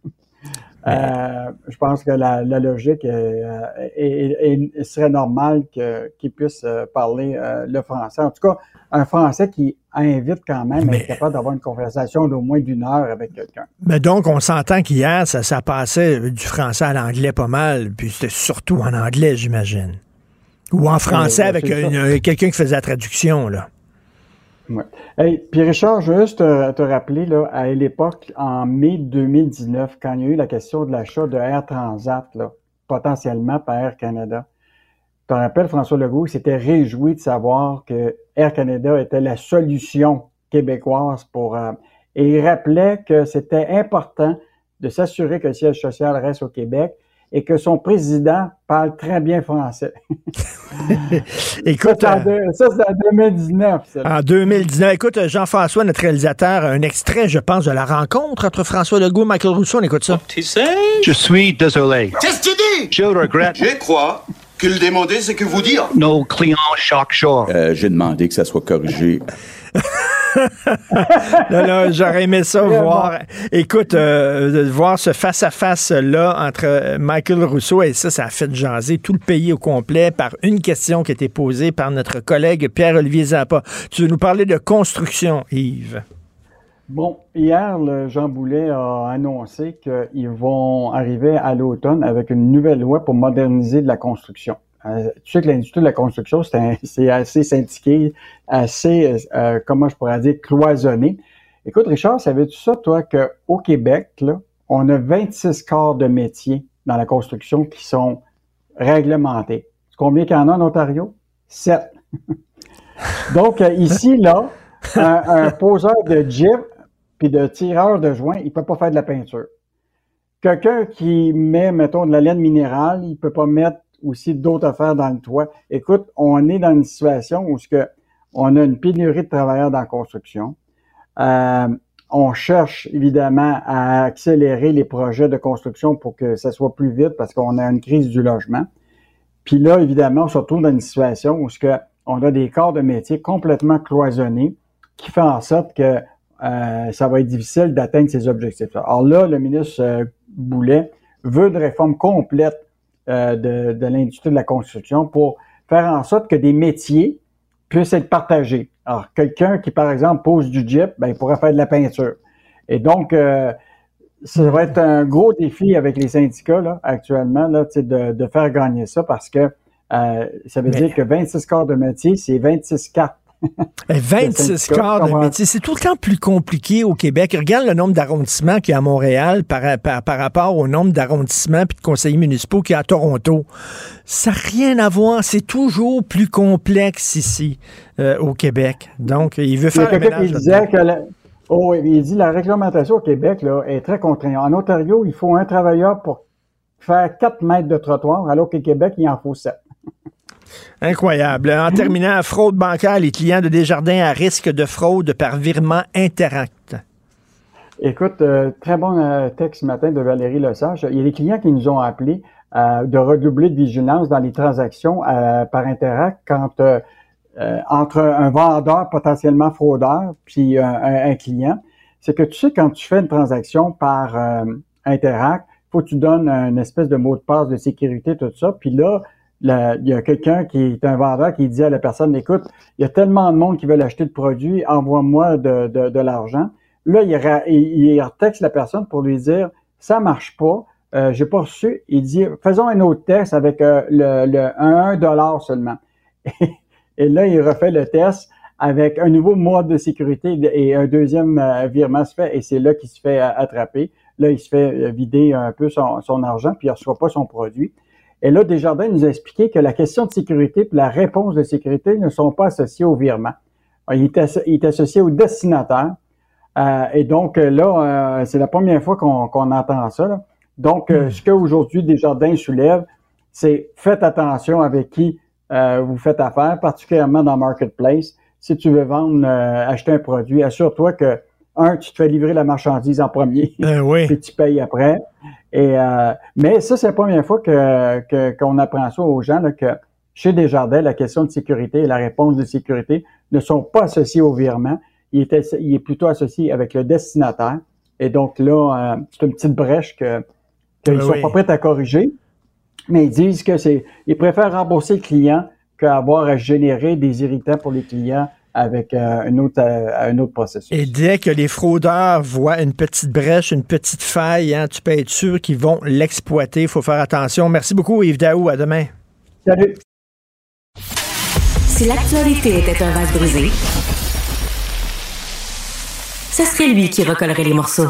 je pense que la logique serait normale qu'il puisse parler le français. En tout cas, un français qui invite quand même à être capable d'avoir une conversation d'au moins d'1 heure avec quelqu'un. Mais donc, on s'entend qu'hier, ça passait du français à l'anglais pas mal, puis c'était surtout en anglais, j'imagine. Ou en français avec quelqu'un qui faisait la traduction, là. Ouais. Hey, puis Richard, je veux juste te rappeler, là, à l'époque, en mai 2019, quand il y a eu la question de l'achat de Air Transat, là, potentiellement par Air Canada, tu te rappelles, François Legault s'était réjoui de savoir que Air Canada était la solution québécoise pour... et il rappelait que c'était important de s'assurer que le siège social reste au Québec et que son président parle très bien français. Écoute, ça, c'est en 2019. Ça. En 2019. Écoute, Jean-François, notre réalisateur, un extrait, je pense, de la rencontre entre François Legault et Michael Rousseau. On écoute ça. Je suis désolé. Qu'est-ce que tu dis? Je le regrette. Je crois que le demander, c'est que vous dire. Nos clients chaque jour. J'ai demandé que ça soit corrigé. non, j'aurais aimé ça voir. Écoute, voir ce face-à-face-là entre Michael Rousseau et ça a fait jaser tout le pays au complet par une question qui a été posée par notre collègue Pierre-Olivier Zappa. Tu veux nous parler de construction, Yves? Bon, hier, Jean Boulet a annoncé qu'ils vont arriver à l'automne avec une nouvelle loi pour moderniser de la construction. Tu sais que l'industrie de la construction, c'est assez syndiqué, assez, comment je pourrais dire, cloisonné. Écoute, Richard, savais-tu ça, toi, qu'au Québec, là, on a 26 corps de métier dans la construction qui sont réglementés. Tu sais combien qu'il y en a en Ontario? 7. Donc, ici, là, un poseur de Jeep puis de tireur de joint, il peut pas faire de la peinture. Quelqu'un qui met, mettons, de la laine minérale, il peut pas mettre aussi d'autres affaires dans le toit. Écoute, on est dans une situation où on a une pénurie de travailleurs dans la construction. On cherche évidemment à accélérer les projets de construction pour que ça soit plus vite parce qu'on a une crise du logement. Puis là, évidemment, on se retrouve dans une situation où on a des corps de métier complètement cloisonnés qui fait en sorte que ça va être difficile d'atteindre ces objectifs-là. Alors là, le ministre Boulet veut une réforme complète de l'industrie de la construction pour faire en sorte que des métiers puissent être partagés. Alors, quelqu'un qui, par exemple, pose du Jeep, il pourrait faire de la peinture. Et donc, ça va être un gros défi avec les syndicats là, actuellement là, de faire gagner ça parce que ça veut dire que 26 corps de métier, c'est 26 cartes. 26 corps de métier. C'est tout le temps plus compliqué au Québec. Regarde le nombre d'arrondissements qu'il y a à Montréal par rapport au nombre d'arrondissements et de conseillers municipaux qu'il y a à Toronto. Ça n'a rien à voir. C'est toujours plus complexe ici, au Québec. Donc, il veut faire le ménage. Il dit la réglementation au Québec là, est très contraignante. En Ontario, il faut un travailleur pour faire 4 mètres de trottoir, alors qu'au Québec, il en faut 7. Incroyable. En terminant, fraude bancaire, les clients de Desjardins à risque de fraude par virement Interact. Écoute, très bon texte ce matin de Valérie Lesage. Il y a des clients qui nous ont appelés de redoubler de vigilance dans les transactions par Interact quand entre un vendeur potentiellement fraudeur puis un client. C'est que tu sais, quand tu fais une transaction par Interact, il faut que tu donnes une espèce de mot de passe de sécurité, tout ça. Puis là, il y a quelqu'un qui est un vendeur qui dit à la personne, écoute, il y a tellement de monde qui veut acheter le produit, envoie-moi de l'argent. Là, il retexte la personne pour lui dire, ça marche pas, j'ai pas reçu. Il dit, faisons un autre test avec un $1 seulement. Et là, il refait le test avec un nouveau mode de sécurité et un deuxième virement se fait et c'est là qu'il se fait attraper. Là, il se fait vider un peu son argent puis il ne reçoit pas son produit. Et là, Desjardins nous a expliqué que la question de sécurité et la réponse de sécurité ne sont pas associées au virement. Il est associé au destinataire. Et donc, là, c'est la première fois qu'on entend ça. Là. Donc, ce qu'aujourd'hui Desjardins soulève, c'est faites attention avec qui vous faites affaire, particulièrement dans Marketplace. Si tu veux vendre, acheter un produit, assure-toi que, tu te fais livrer la marchandise en premier, puis tu payes après. Mais ça, c'est la première fois qu'on apprend ça aux gens, là, que chez Desjardins, la question de sécurité et la réponse de sécurité ne sont pas associées au virement. Il est plutôt associé avec le destinataire. Et donc là, c'est une petite brèche qu'ils sont pas prêts à corriger. Mais ils disent ils préfèrent rembourser le client qu'avoir à générer des irritants pour les clients avec un autre processus. Et dès que les fraudeurs voient une petite brèche, une petite faille, tu peux être sûr qu'ils vont l'exploiter. Il faut faire attention. Merci beaucoup, Yves Daou. À demain. Salut. Si l'actualité était un vase brisé, ce serait lui qui recollerait les morceaux.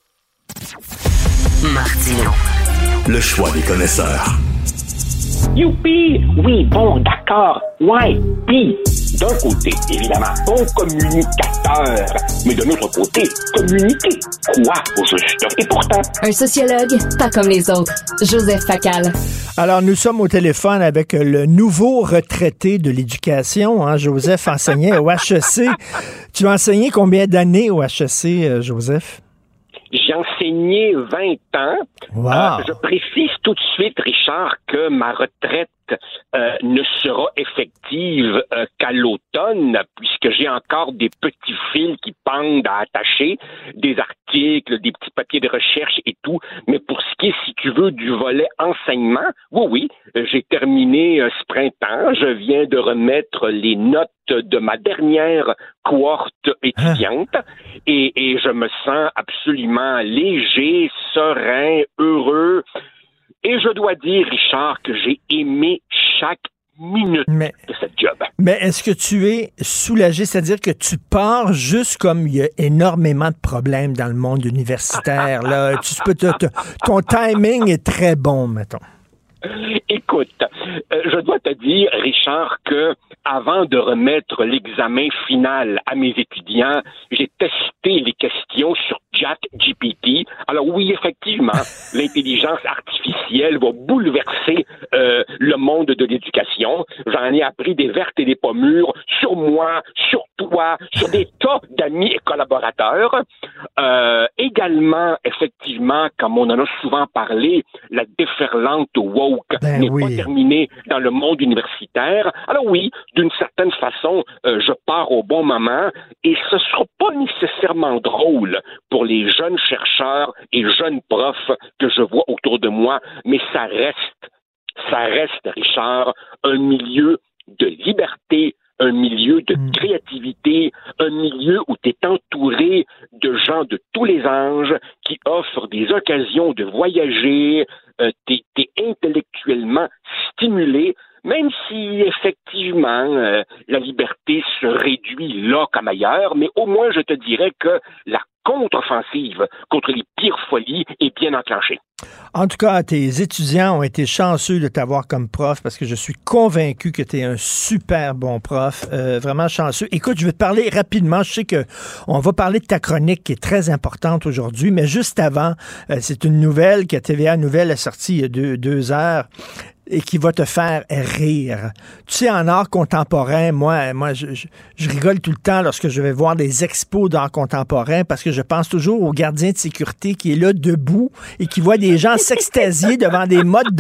Martino. Le choix des connaisseurs. Youpi! Oui, bon, d'accord. Ouais, puis, d'un côté, évidemment, bon communicateur, mais de l'autre côté, communiquer quoi au juste? Et pourtant... Un sociologue, pas comme les autres. Joseph Facal. Alors, nous sommes au téléphone avec le nouveau retraité de l'éducation. Joseph enseignait au HEC. Tu as enseigné combien d'années au HEC, Joseph? J'ai enseigné 20 ans. Wow. Je précise tout de suite, Richard, que ma retraite ne sera effective qu'à l'automne, puisque j'ai encore des petits fils qui pendent à attacher, des articles, des petits papiers de recherche et tout. Mais pour ce qui est, si tu veux, du volet enseignement, oui, j'ai terminé ce printemps. Je viens de remettre les notes de ma dernière cohorte étudiante et je me sens absolument léger, serein, heureux. Et je dois dire, Richard, que j'ai aimé chaque minute de cette job. Mais est-ce que tu es soulagé? C'est-à-dire que tu pars juste comme il y a énormément de problèmes dans le monde universitaire. Là. Ton timing est très bon, mettons. Écoute, je dois te dire, Richard, que avant de remettre l'examen final à mes étudiants, j'ai testé les questions sur ChatGPT. Alors oui, effectivement, l'intelligence artificielle va bouleverser le monde de l'éducation. J'en ai appris des vertes et des pas mûres sur moi, sur toi, sur des tas d'amis et collaborateurs. Également, effectivement, comme on en a souvent parlé, la déferlante woke n'est pas terminée dans le monde universitaire. Alors oui, d'une certaine façon, je pars au bon moment et ce sera pas nécessairement drôle pour les jeunes chercheurs et jeunes profs que je vois autour de moi, mais ça reste, Richard, un milieu de liberté, un milieu de créativité, un milieu où tu es entouré de gens de tous les âges qui offrent des occasions de voyager, t'es intellectuellement stimulé, même si effectivement la liberté se réduit là comme ailleurs, mais au moins je te dirais que la contre-offensive contre les pires folies est bien enclenchée. En tout cas, tes étudiants ont été chanceux de t'avoir comme prof parce que je suis convaincu que tu es un super bon prof, vraiment chanceux. Écoute, je vais te parler rapidement. Je sais que on va parler de ta chronique qui est très importante aujourd'hui, mais juste avant, c'est une nouvelle que TVA Nouvelle a sortie il y a deux heures et qui va te faire rire. Tu sais, en art contemporain, moi je rigole tout le temps lorsque je vais voir des expos d'art contemporain parce que je pense toujours au gardien de sécurité qui est là debout et qui voit des gens s'extasier devant des mottes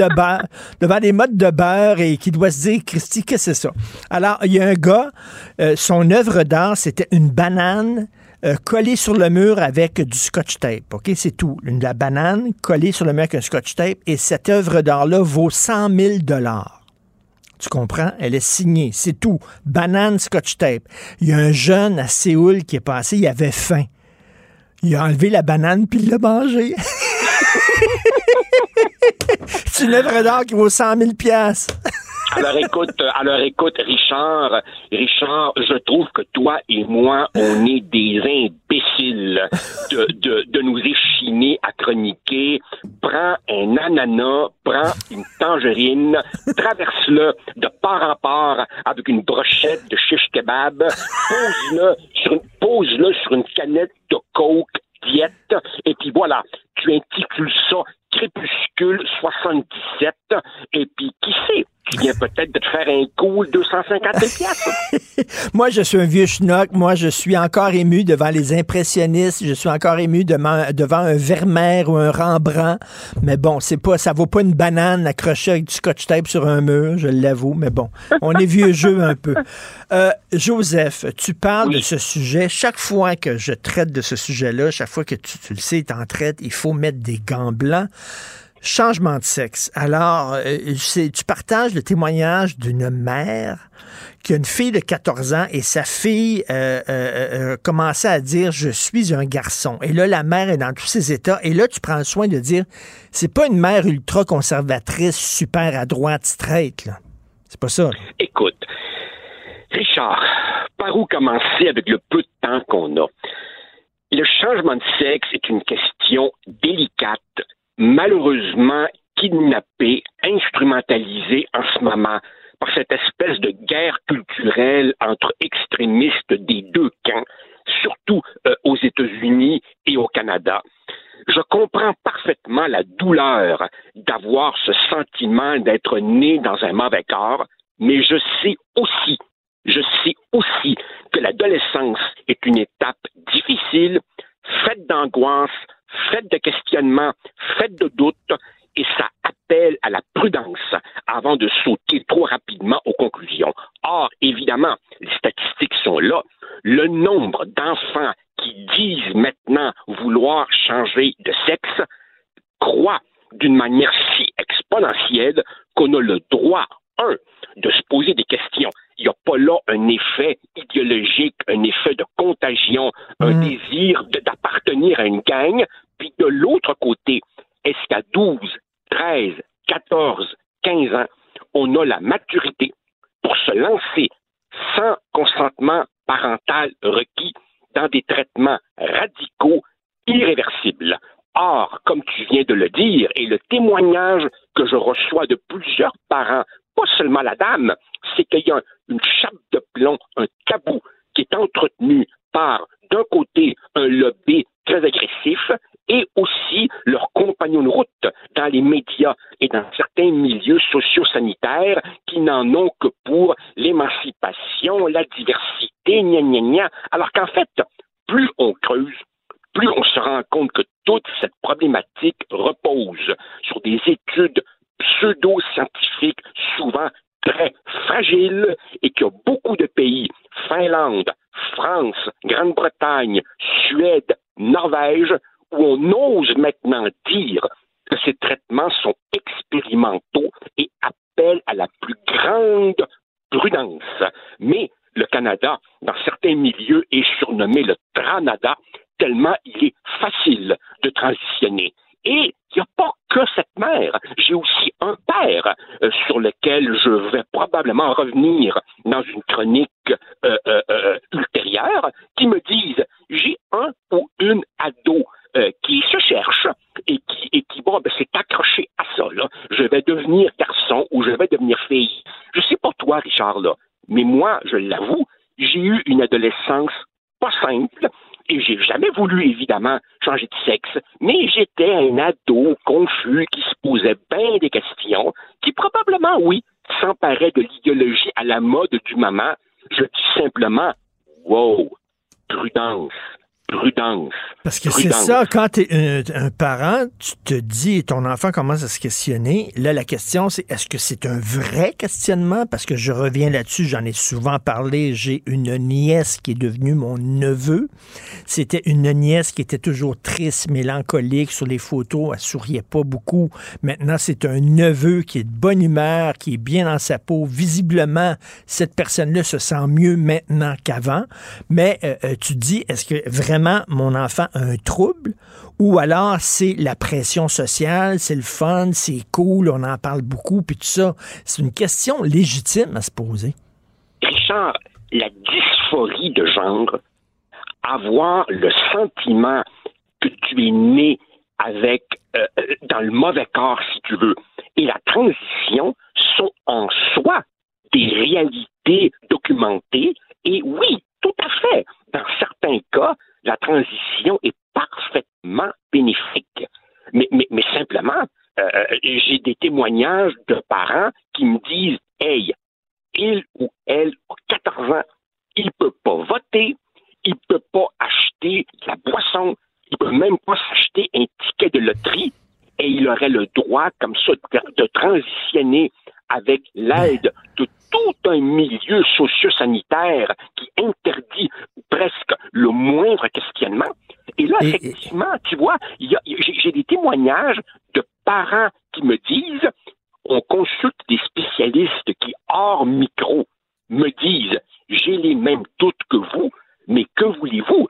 de beurre et qui doit se dire, Christy, qu'est-ce que c'est ça? Alors, il y a un gars, son œuvre d'art, c'était une banane collée sur le mur avec du scotch tape. OK, c'est tout. La banane collée sur le mur avec un scotch tape et cette œuvre d'art-là vaut 100 000 $. Tu comprends? Elle est signée. C'est tout. Banane, scotch tape. Il y a un jeune à Séoul qui est passé, il avait faim. Il a enlevé la banane puis il l'a mangée. C'est une œuvre d'art qui vaut 100 000 $. Alors écoute, Richard, je trouve que toi et moi, on est des imbéciles de nous échiner à chroniquer. Prends un ananas, prends une tangerine, traverse-le de part en part avec une brochette de shish kebab, pose-le sur une canette de Coke diète, et puis voilà, tu intitules ça Crépuscule 77, et puis qui sait, tu viens peut-être de te faire un cool 250 $. Moi, je suis un vieux schnock. Moi, je suis encore ému devant les impressionnistes. Je suis encore ému devant un Vermeer ou un Rembrandt. Mais bon, ça vaut pas une banane accrochée avec du scotch tape sur un mur, je l'avoue. Mais bon, on est vieux jeu un peu. Joseph, tu parles de ce sujet. Chaque fois que je traite de ce sujet-là, chaque fois que tu le sais, tu en traites, il faut mettre des gants blancs. Changement de sexe. Alors, tu partages le témoignage d'une mère qui a une fille de 14 ans et sa fille commençait à dire « Je suis un garçon ». Et là, la mère est dans tous ses états. Et là, tu prends le soin de dire « C'est pas une mère ultra-conservatrice, super à droite, straight, là. C'est pas ça. Là. » Écoute, Richard, par où commencer avec le peu de temps qu'on a? Le changement de sexe est une question délicate, malheureusement kidnappée, instrumentalisée en ce moment par cette espèce de guerre culturelle entre extrémistes des deux camps, surtout aux États-Unis et au Canada. Je comprends parfaitement la douleur d'avoir ce sentiment d'être né dans un mauvais corps, mais je sais aussi que l'adolescence est une étape difficile, faite d'angoisse, faite de questionnements, faite de doutes, et ça appelle à la prudence avant de sauter trop rapidement aux conclusions. Or, évidemment, les statistiques sont là. Le nombre d'enfants qui disent maintenant vouloir changer de sexe croît d'une manière si exponentielle qu'on a le droit, de se poser des questions. Il n'y a pas là un effet idéologique, un effet de contagion, un désir d'appartenir à une gang. Puis de l'autre côté, est-ce qu'à 12, 13, 14, 15 ans, on a la maturité pour se lancer sans consentement parental requis dans des traitements radicaux, irréversibles? Or, comme tu viens de le dire, et le témoignage que je reçois de plusieurs parents, pas seulement la dame, c'est qu'il y a une chape de plomb, un tabou qui est entretenu par, d'un côté, un lobby très agressif et aussi leurs compagnons de route dans les médias et dans certains milieux socio-sanitaires qui n'en ont que pour l'émancipation, la diversité, gna gna gna. Alors qu'en fait, plus on creuse, plus on se rend compte que toute cette problématique repose sur des études pseudo-scientifiques, souvent très fragiles, et qu'il y a beaucoup de pays, Finlande, France, Grande-Bretagne, Suède, Norvège, où on ose maintenant dire que ces traitements sont expérimentaux et appellent à la plus grande prudence. Mais le Canada, dans certains milieux, est surnommé le Tranada, tellement il est facile de transitionner. Et il n'y a pas que cette mère. J'ai aussi un père sur lequel je vais probablement revenir dans une chronique ultérieure, qui me disent, j'ai un ou une ado qui se cherche et qui s'est accroché à ça, là. Je vais devenir garçon ou je vais devenir fille. Je sais pas toi, Richard, là, mais moi, je l'avoue, j'ai eu une adolescence pas simple. Et j'ai jamais voulu, évidemment, changer de sexe, mais j'étais un ado confus qui se posait bien des questions, qui probablement, oui, s'emparait de l'idéologie à la mode du moment. Je dis simplement, wow, prudence. Prudence. Parce que c'est ça, quand tu es un parent, tu te dis, ton enfant commence à se questionner. Là, la question, c'est, est-ce que c'est un vrai questionnement? Parce que je reviens là-dessus, j'en ai souvent parlé. J'ai une nièce qui est devenue mon neveu. C'était une nièce qui était toujours triste, mélancolique. Sur les photos, elle souriait pas beaucoup. Maintenant, c'est un neveu qui est de bonne humeur, qui est bien dans sa peau. Visiblement, cette personne-là se sent mieux maintenant qu'avant. Mais tu te dis, est-ce que vraiment mon enfant a un trouble, ou alors c'est la pression sociale, c'est le fun, c'est cool, on en parle beaucoup, puis tout ça. C'est une question légitime à se poser. Richard, la dysphorie de genre, avoir le sentiment que tu es né avec, dans le mauvais corps, si tu veux, et la transition sont en soi des réalités documentées, et oui, tout à fait, dans certains cas, la transition est parfaitement bénéfique. Mais simplement, j'ai des témoignages de parents qui me disent, hey, il ou elle a 14 ans, il peut pas voter, il peut pas acheter de la boisson, il peut même pas s'acheter un ticket de loterie, et il aurait le droit, comme ça, de transitionner avec l'aide de tout un milieu socio-sanitaire qui interdit presque le moindre questionnement. Et là, effectivement, tu vois, j'ai des témoignages de parents qui me disent, on consulte des spécialistes qui, hors micro, me disent, j'ai les mêmes doutes que vous, mais que voulez-vous?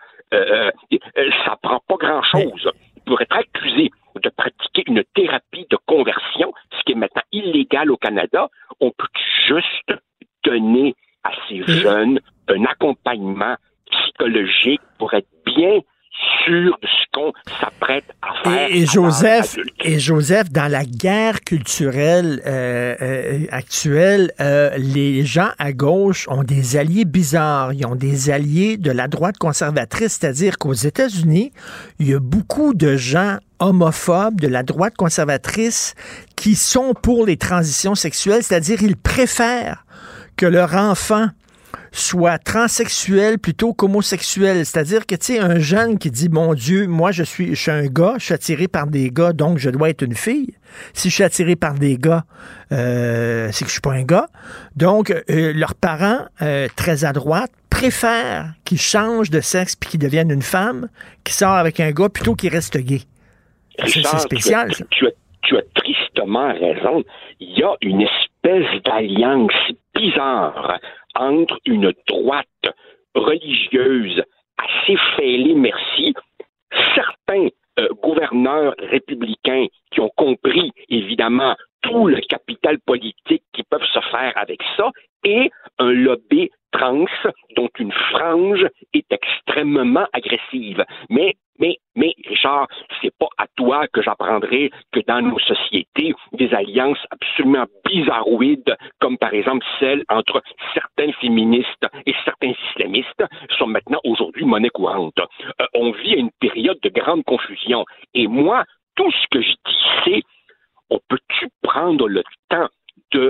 Ça prend pas grand-chose pour être accusé de pratiquer une thérapie de conversion, ce qui est maintenant illégal au Canada. On peut juste donner à ces jeunes un accompagnement psychologique pour être bien sûr de ce qu'on s'apprête à faire. Et Joseph, dans la guerre culturelle actuelle, les gens à gauche ont des alliés bizarres. Ils ont des alliés de la droite conservatrice, c'est-à-dire qu'aux États-Unis, il y a beaucoup de gens homophobes de la droite conservatrice qui sont pour les transitions sexuelles, c'est-à-dire ils préfèrent que leur enfant soit transsexuel plutôt qu'homosexuel. C'est-à-dire que, tu sais, un jeune qui dit, mon Dieu, moi, je suis un gars, je suis attiré par des gars, donc je dois être une fille. Si je suis attiré par des gars, c'est que je suis pas un gars. Donc, leurs parents, très à droite, préfèrent qu'ils changent de sexe puis qu'ils deviennent une femme, qui sort avec un gars plutôt qu'il reste gay. Richard, c'est spécial, ça. Tu as tristement raison. Il y a une espèce d'alliance bizarre entre une droite religieuse assez fêlée, merci, certains gouverneurs républicains qui ont compris, évidemment, tout le capital politique qui peuvent se faire avec ça, et un lobby trans dont une frange est extrêmement agressive. Mais Mais, Richard, c'est pas à toi que j'apprendrai que dans nos sociétés, des alliances absolument bizarroïdes, comme par exemple celle entre certains féministes et certains islamistes, sont maintenant aujourd'hui monnaie courante. On vit à une période de grande confusion. Et moi, tout ce que je dis, c'est, on peut-tu prendre le temps de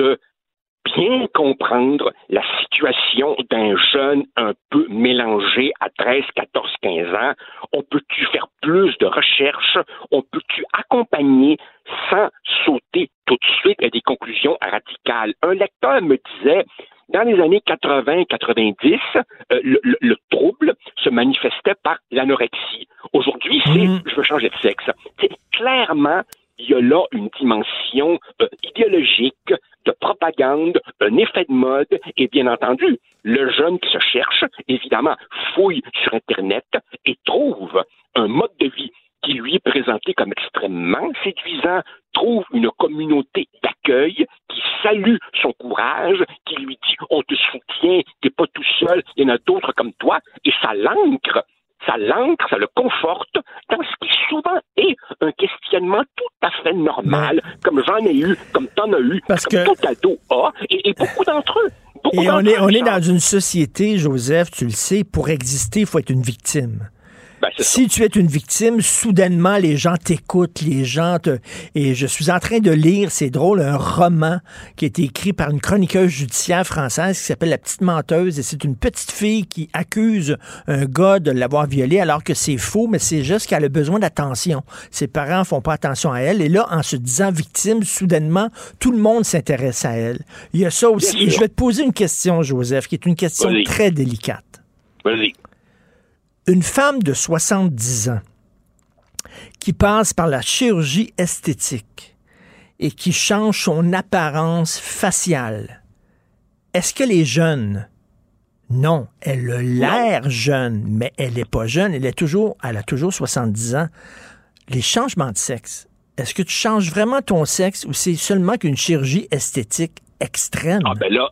bien comprendre la situation d'un jeune un peu mélangé à 13, 14, 15 ans? On peut-tu faire plus de recherches? On peut-tu accompagner sans sauter tout de suite à des conclusions radicales? Un lecteur me disait, dans les années 80-90, le trouble se manifestait par l'anorexie. Aujourd'hui, c'est « je veux changer de sexe ». Clairement, il y a là une dimension idéologique, de propagande, un effet de mode, et bien entendu, le jeune qui se cherche, évidemment, fouille sur Internet et trouve un mode de vie qui lui est présenté comme extrêmement séduisant, trouve une communauté d'accueil qui salue son courage, qui lui dit « on te soutient, t'es pas tout seul, il y en a d'autres comme toi », et ça l'ancre, ça le conforte dans ce qui souvent est un questionnement tout à fait normal, comme j'en ai eu, comme t'en as eu, comme tout ado a, et beaucoup d'entre eux. Et on est dans une société, Joseph, tu le sais, pour exister, il faut être une victime. Si tu es une victime, soudainement, les gens t'écoutent, Et je suis en train de lire, c'est drôle, un roman qui a été écrit par une chroniqueuse judiciaire française qui s'appelle La Petite Menteuse. Et c'est une petite fille qui accuse un gars de l'avoir violée alors que c'est faux, mais c'est juste qu'elle a besoin d'attention. Ses parents font pas attention à elle. Et là, en se disant victime, soudainement, tout le monde s'intéresse à elle. Il y a ça aussi. Et je vais te poser une question, Joseph, qui est une question très délicate. Vas-y. Une femme de 70 ans qui passe par la chirurgie esthétique et qui change son apparence faciale, est-ce qu'elle est jeune? Non, elle a l'air jeune, mais elle n'est pas jeune. Elle a toujours 70 ans. Les changements de sexe, est-ce que tu changes vraiment ton sexe ou c'est seulement qu'une chirurgie esthétique extrême?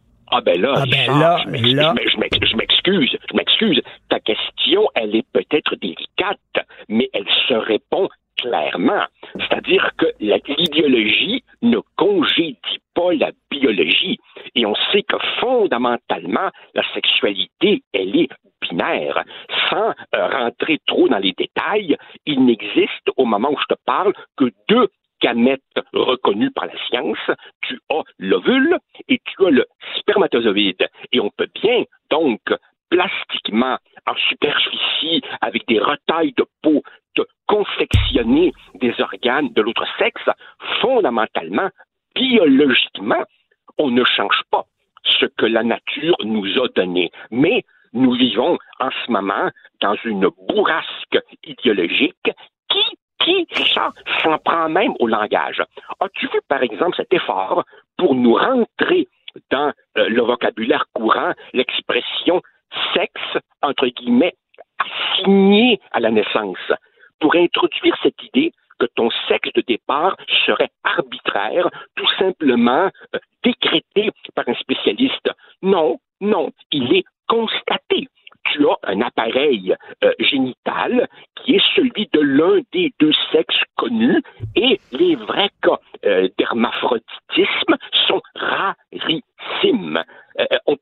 Je m'excuse. Ta question, elle est peut-être délicate, mais elle se répond clairement. C'est-à-dire que l'idéologie ne congédie pas la biologie. Et on sait que fondamentalement, la sexualité, elle est binaire. Sans rentrer trop dans les détails, il n'existe, au moment où je te parle, que deux gamètes reconnus par la science. Tu as l'ovule et tu as le spermatozoïde. Et on peut bien, donc, plastiquement, en superficie, avec des retailles de peau, te confectionner des organes de l'autre sexe. Fondamentalement, biologiquement, on ne change pas ce que la nature nous a donné. Mais nous vivons en ce moment dans une bourrasque idéologique qui, Richard, s'en prend même au langage. As-tu vu, par exemple, cet effort pour nous rentrer dans le vocabulaire courant, l'expression sexe, entre guillemets, assigné à la naissance, pour introduire cette idée que ton sexe de départ serait arbitraire, tout simplement décrété par un spécialiste? Non, il est constaté. Tu as un appareil génital qui est celui de l'un des deux sexes connus et les vrais cas d'hermaphroditisme sont rarissimes. On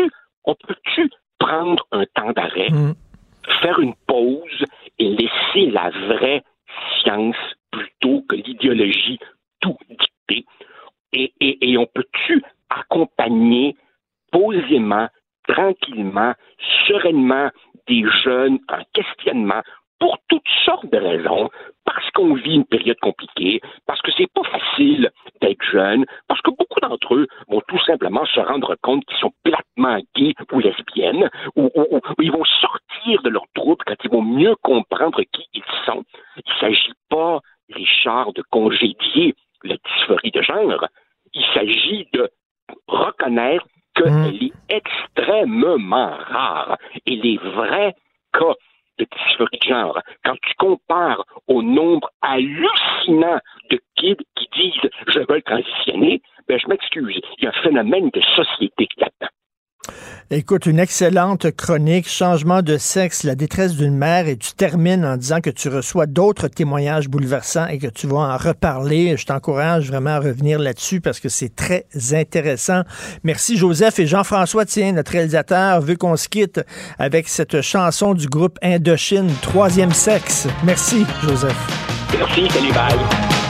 peut-tu prendre un temps d'arrêt, faire une pause et laisser la vraie science plutôt que l'idéologie tout dicter? Et on peut-tu accompagner posément, tranquillement, sereinement des jeunes en questionnement pour toutes sortes de raisons, parce qu'on vit une période compliquée, parce que c'est pas facile d'être jeune, parce que beaucoup d'entre eux vont tout simplement se rendre compte qu'ils sont platement gays ou lesbiennes, ou ils vont sortir de leur trouble quand ils vont mieux comprendre qui ils sont. Il s'agit pas, Richard, de congédier la dysphorie de genre. Il s'agit de reconnaître qu'elle est extrêmement rare. Et les vrais cas de dysphorie de genre, quand tu compares au nombre hallucinant de kids qui disent « je veux transitionner », ben je m'excuse, il y a un phénomène de société là-dedans. Écoute, une excellente chronique, changement de sexe, la détresse d'une mère, et tu termines en disant que tu reçois d'autres témoignages bouleversants et que tu vas en reparler. Je t'encourage vraiment à revenir là-dessus parce que c'est très intéressant. Merci Joseph, et Jean-François, tiens, notre réalisateur, veut qu'on se quitte avec cette chanson du groupe Indochine, Troisième sexe. Merci Joseph. Merci, salut, bye.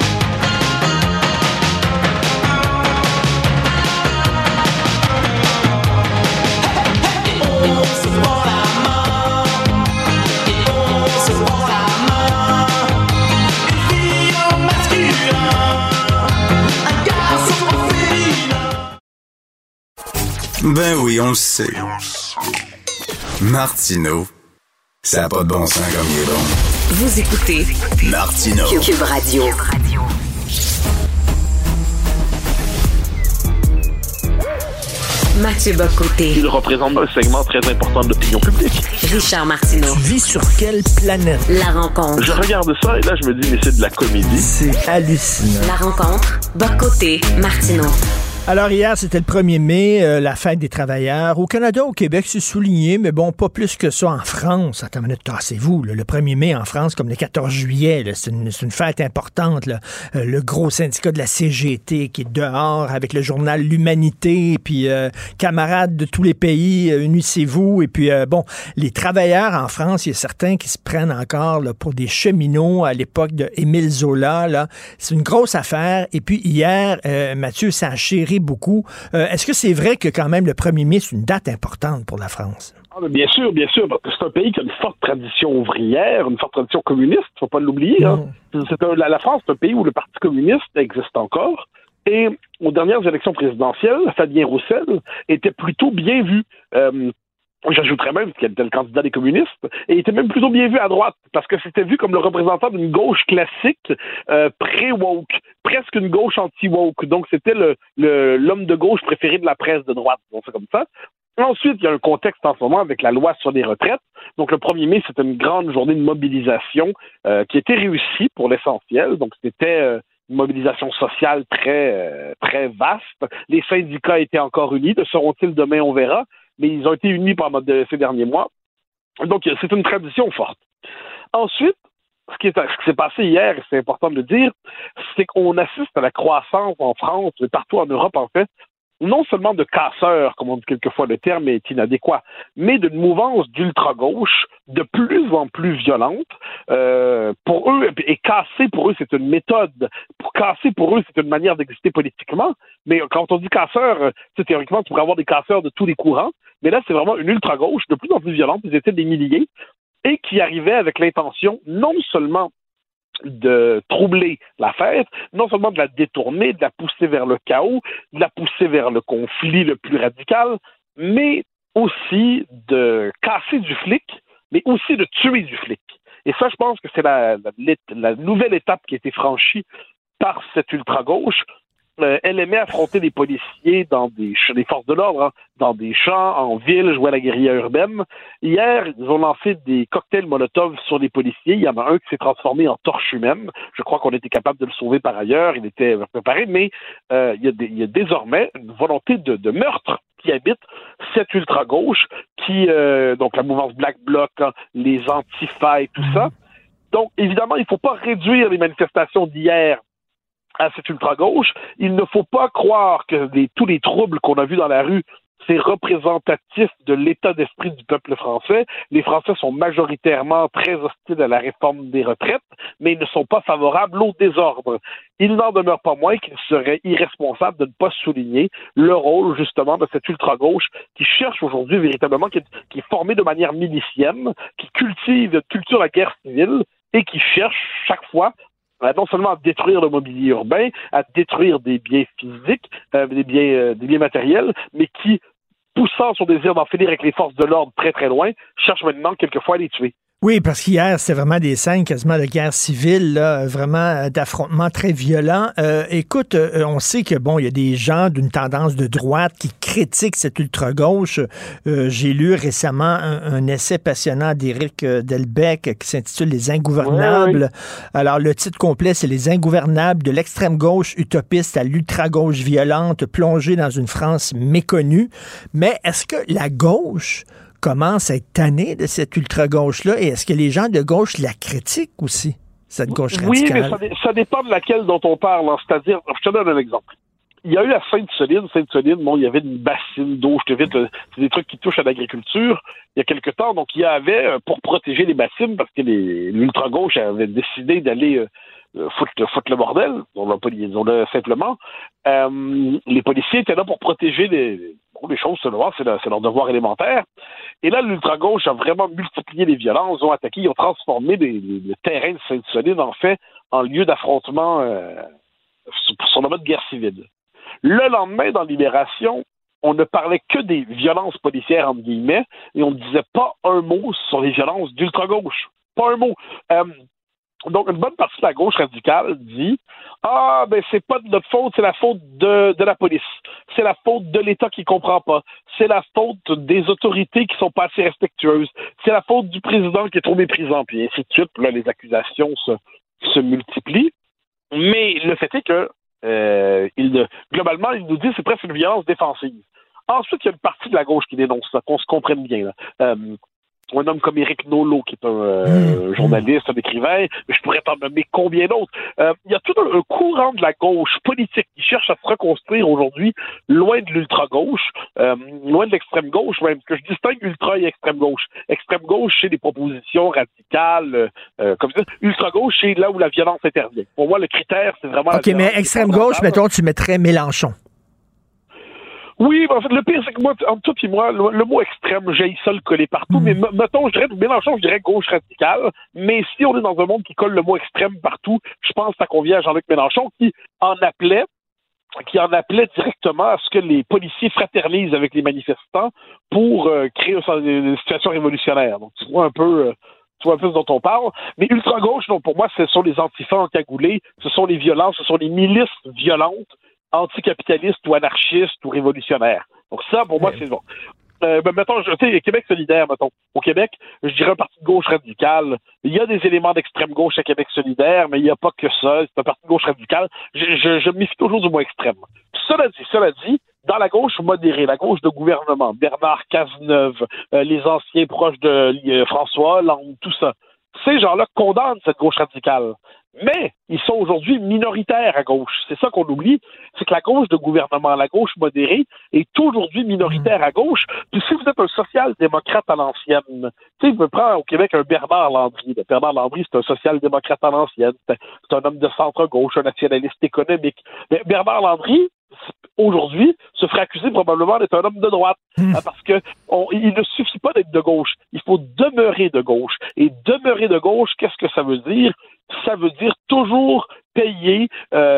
Ben oui, on le sait. Martineau, ça n'a pas de bon sens comme il est bon. Vous écoutez Martineau. Cube Radio. Mathieu Bock-Côté. Il représente un segment très important de l'opinion publique. Richard Martineau. Tu vis sur quelle planète? La rencontre. Je regarde ça et là, je me dis, mais c'est de la comédie. C'est hallucinant. La rencontre. Bock-Côté, Martineau. Alors hier, c'était le 1er mai, la fête des travailleurs. Au Canada, au Québec, c'est souligné, mais bon, pas plus que ça en France. Attends une minute, tassez-vous. Le 1er mai en France, comme le 14 juillet, là, c'est une fête importante. Là. Le gros syndicat de la CGT qui est dehors avec le journal L'Humanité, puis camarades de tous les pays, unissez-vous. Et puis, bon, les travailleurs en France, il y a certains qui se prennent encore là, pour des cheminots à l'époque de Émile Zola. Là. C'est une grosse affaire. Et puis hier, Mathieu, ça a chéri beaucoup. Est-ce que c'est vrai que quand même le 1er mai, c'est une date importante pour la France? Bien sûr, parce que c'est un pays qui a une forte tradition ouvrière, une forte tradition communiste, il ne faut pas l'oublier. Hein. La France, c'est un pays où le Parti communiste existe encore. Et aux dernières élections présidentielles, Fabien Roussel était plutôt bien vu. J'ajouterais même qu'il était le candidat des communistes, et il était même plutôt bien vu à droite, parce que c'était vu comme le représentant d'une gauche classique pré-woke, presque une gauche anti-woke. Donc c'était l'homme de gauche préféré de la presse de droite, donc c'est comme ça. Ensuite, il y a un contexte en ce moment avec la loi sur les retraites. Donc le 1er mai, c'était une grande journée de mobilisation qui était réussie pour l'essentiel. Donc c'était une mobilisation sociale très, très vaste. Les syndicats étaient encore unis. Le seront-ils demain? On verra. Mais ils ont été unis pendant ces derniers mois. Donc, c'est une tradition forte. Ensuite, ce qui s'est passé hier, et c'est important de le dire, c'est qu'on assiste à la croissance en France, et partout en Europe, en fait, non seulement de casseurs, comme on dit quelquefois, le terme est inadéquat, mais d'une mouvance d'ultra-gauche de plus en plus violente. Pour eux, et casser pour eux, c'est une méthode. Pour casser pour eux, c'est une manière d'exister politiquement. Mais quand on dit casseurs, théoriquement, tu pourrais avoir des casseurs de tous les courants. Mais là, c'est vraiment une ultra-gauche de plus en plus violente. Ils étaient des milliers et qui arrivaient avec l'intention non seulement de troubler la fête, non seulement de la détourner, de la pousser vers le chaos, de la pousser vers le conflit le plus radical, mais aussi de casser du flic, mais aussi de tuer du flic. Et ça, je pense que c'est la nouvelle étape qui a été franchie par cette ultra-gauche. Elle aimait affronter les policiers dans les forces de l'ordre, hein, dans des champs, en ville, jouer à la guérilla urbaine. Hier, ils ont lancé des cocktails Molotov sur les policiers. Il y en a un qui s'est transformé en torche humaine. Je crois qu'on était capable de le sauver par ailleurs. Il était préparé, mais il y a désormais une volonté de meurtre qui habite cette ultra-gauche, donc la mouvance Black Bloc, hein, les Antifa et tout ça. Donc, évidemment, il ne faut pas réduire les manifestations d'hier à cette ultra-gauche. Il ne faut pas croire que tous les troubles qu'on a vus dans la rue, c'est représentatif de l'état d'esprit du peuple français. Les Français sont majoritairement très hostiles à la réforme des retraites, mais ils ne sont pas favorables au désordre. Il n'en demeure pas moins qu'il serait irresponsable de ne pas souligner le rôle, justement, de cette ultra-gauche qui cherche aujourd'hui véritablement, qui est formée de manière milicienne, qui culture la guerre civile et qui cherche chaque fois non seulement à détruire le mobilier urbain, à détruire des biens physiques, des biens matériels, mais qui, poussant son désir d'en finir avec les forces de l'ordre très très loin, cherche maintenant quelquefois à les tuer. Oui, parce qu'hier, c'était vraiment des scènes quasiment de guerre civile, là, vraiment d'affrontements très violents. Écoute, on sait que, bon, il y a des gens d'une tendance de droite qui critiquent cette ultra-gauche. J'ai lu récemment un essai passionnant d'Éric Delbecq qui s'intitule « Les ingouvernables ». Alors, le titre complet, c'est « Les ingouvernables de l'extrême-gauche utopiste à l'ultra-gauche violente plongée dans une France méconnue ». Mais est-ce que la gauche commence à être tannée de cette ultra-gauche-là, et est-ce que les gens de gauche la critiquent aussi, cette gauche radicale? Oui, mais ça dépend de laquelle dont on parle. Hein. C'est-à-dire, je te donne un exemple. Il y a eu à Sainte-Soline, bon, il y avait une bassine d'eau, je te vite, c'est des trucs qui touchent à l'agriculture, il y a quelque temps, donc il y avait, pour protéger les bassines, parce que l'ultra-gauche avait décidé d'aller foutre le bordel, on l'a simplement, les policiers étaient là pour protéger les choses, c'est leur devoir élémentaire. Et là, l'ultra-gauche a vraiment multiplié les violences, ils ont attaqué, ils ont transformé le terrain de Sainte-Soline, en fait, en lieu d'affrontement sur le mode guerre civile. Le lendemain, dans Libération, on ne parlait que des violences policières, entre guillemets, et on ne disait pas un mot sur les violences d'ultra-gauche. Pas un mot. Donc, une bonne partie de la gauche radicale dit « Ah, ben c'est pas de notre faute, c'est la faute de la police. C'est la faute de l'État qui comprend pas. C'est la faute des autorités qui sont pas assez respectueuses. C'est la faute du président qui est trop méprisant. » Puis ainsi de suite. Là, les accusations se multiplient. Mais le fait est que globalement, il nous dit que c'est presque une violence défensive. Ensuite, il y a une partie de la gauche qui dénonce ça, qu'on se comprenne bien. Là. Un homme comme Éric Nolot, qui est un journaliste, un écrivain, mais je pourrais t'en nommer combien d'autres. Il y a tout un courant de la gauche politique qui cherche à se reconstruire aujourd'hui loin de l'ultra-gauche, loin de l'extrême-gauche même, parce que je distingue ultra et extrême-gauche. Extrême-gauche, c'est des propositions radicales, comme ça. Ultra-gauche, c'est là où la violence intervient. Pour moi, le critère, c'est vraiment... OK, mais extrême-gauche, mettons, tu mettrais Mélenchon. Oui, mais en fait, le pire, c'est que moi, entre toi et moi, le mot extrême, j'ai ça le coller partout, mais mettons, je dirais, Mélenchon, je dirais gauche radicale, mais si on est dans un monde qui colle le mot extrême partout, je pense que ça convient à Jean-Luc Mélenchon, qui en appelait directement à ce que les policiers fraternisent avec les manifestants pour créer une situation révolutionnaire. Donc, tu vois un peu ce dont on parle. Mais ultra-gauche, donc, pour moi, ce sont les antifas encagoulés, ce sont les violences, ce sont les milices violentes, anticapitalistes ou anarchistes ou révolutionnaires. Donc ça, pour moi, c'est bon. Mettons, Québec solidaire, mettons. Au Québec, je dirais un parti de gauche radicale. Il y a des éléments d'extrême gauche à Québec solidaire, mais il n'y a pas que ça. C'est un parti de gauche radicale. Je me méfie toujours du mot extrême. Cela dit, dans la gauche modérée, la gauche de gouvernement, Bernard Cazeneuve, les anciens proches de François Hollande, tout ça, ces gens-là condamnent cette gauche radicale. Mais ils sont aujourd'hui minoritaires à gauche. C'est ça qu'on oublie, c'est que la gauche de gouvernement, la gauche modérée, est aujourd'hui minoritaire à gauche. Puis si vous êtes un social-démocrate à l'ancienne, tu sais, je me prends au Québec un Bernard Landry. Bernard Landry, c'est un social-démocrate à l'ancienne. C'est un homme de centre-gauche, un nationaliste économique. Mais Bernard Landry, aujourd'hui, se ferait accuser probablement d'être un homme de droite. Parce que il ne suffit pas d'être de gauche. Il faut demeurer de gauche. Et demeurer de gauche, qu'est-ce que ça veut dire? Ça veut dire toujours payer,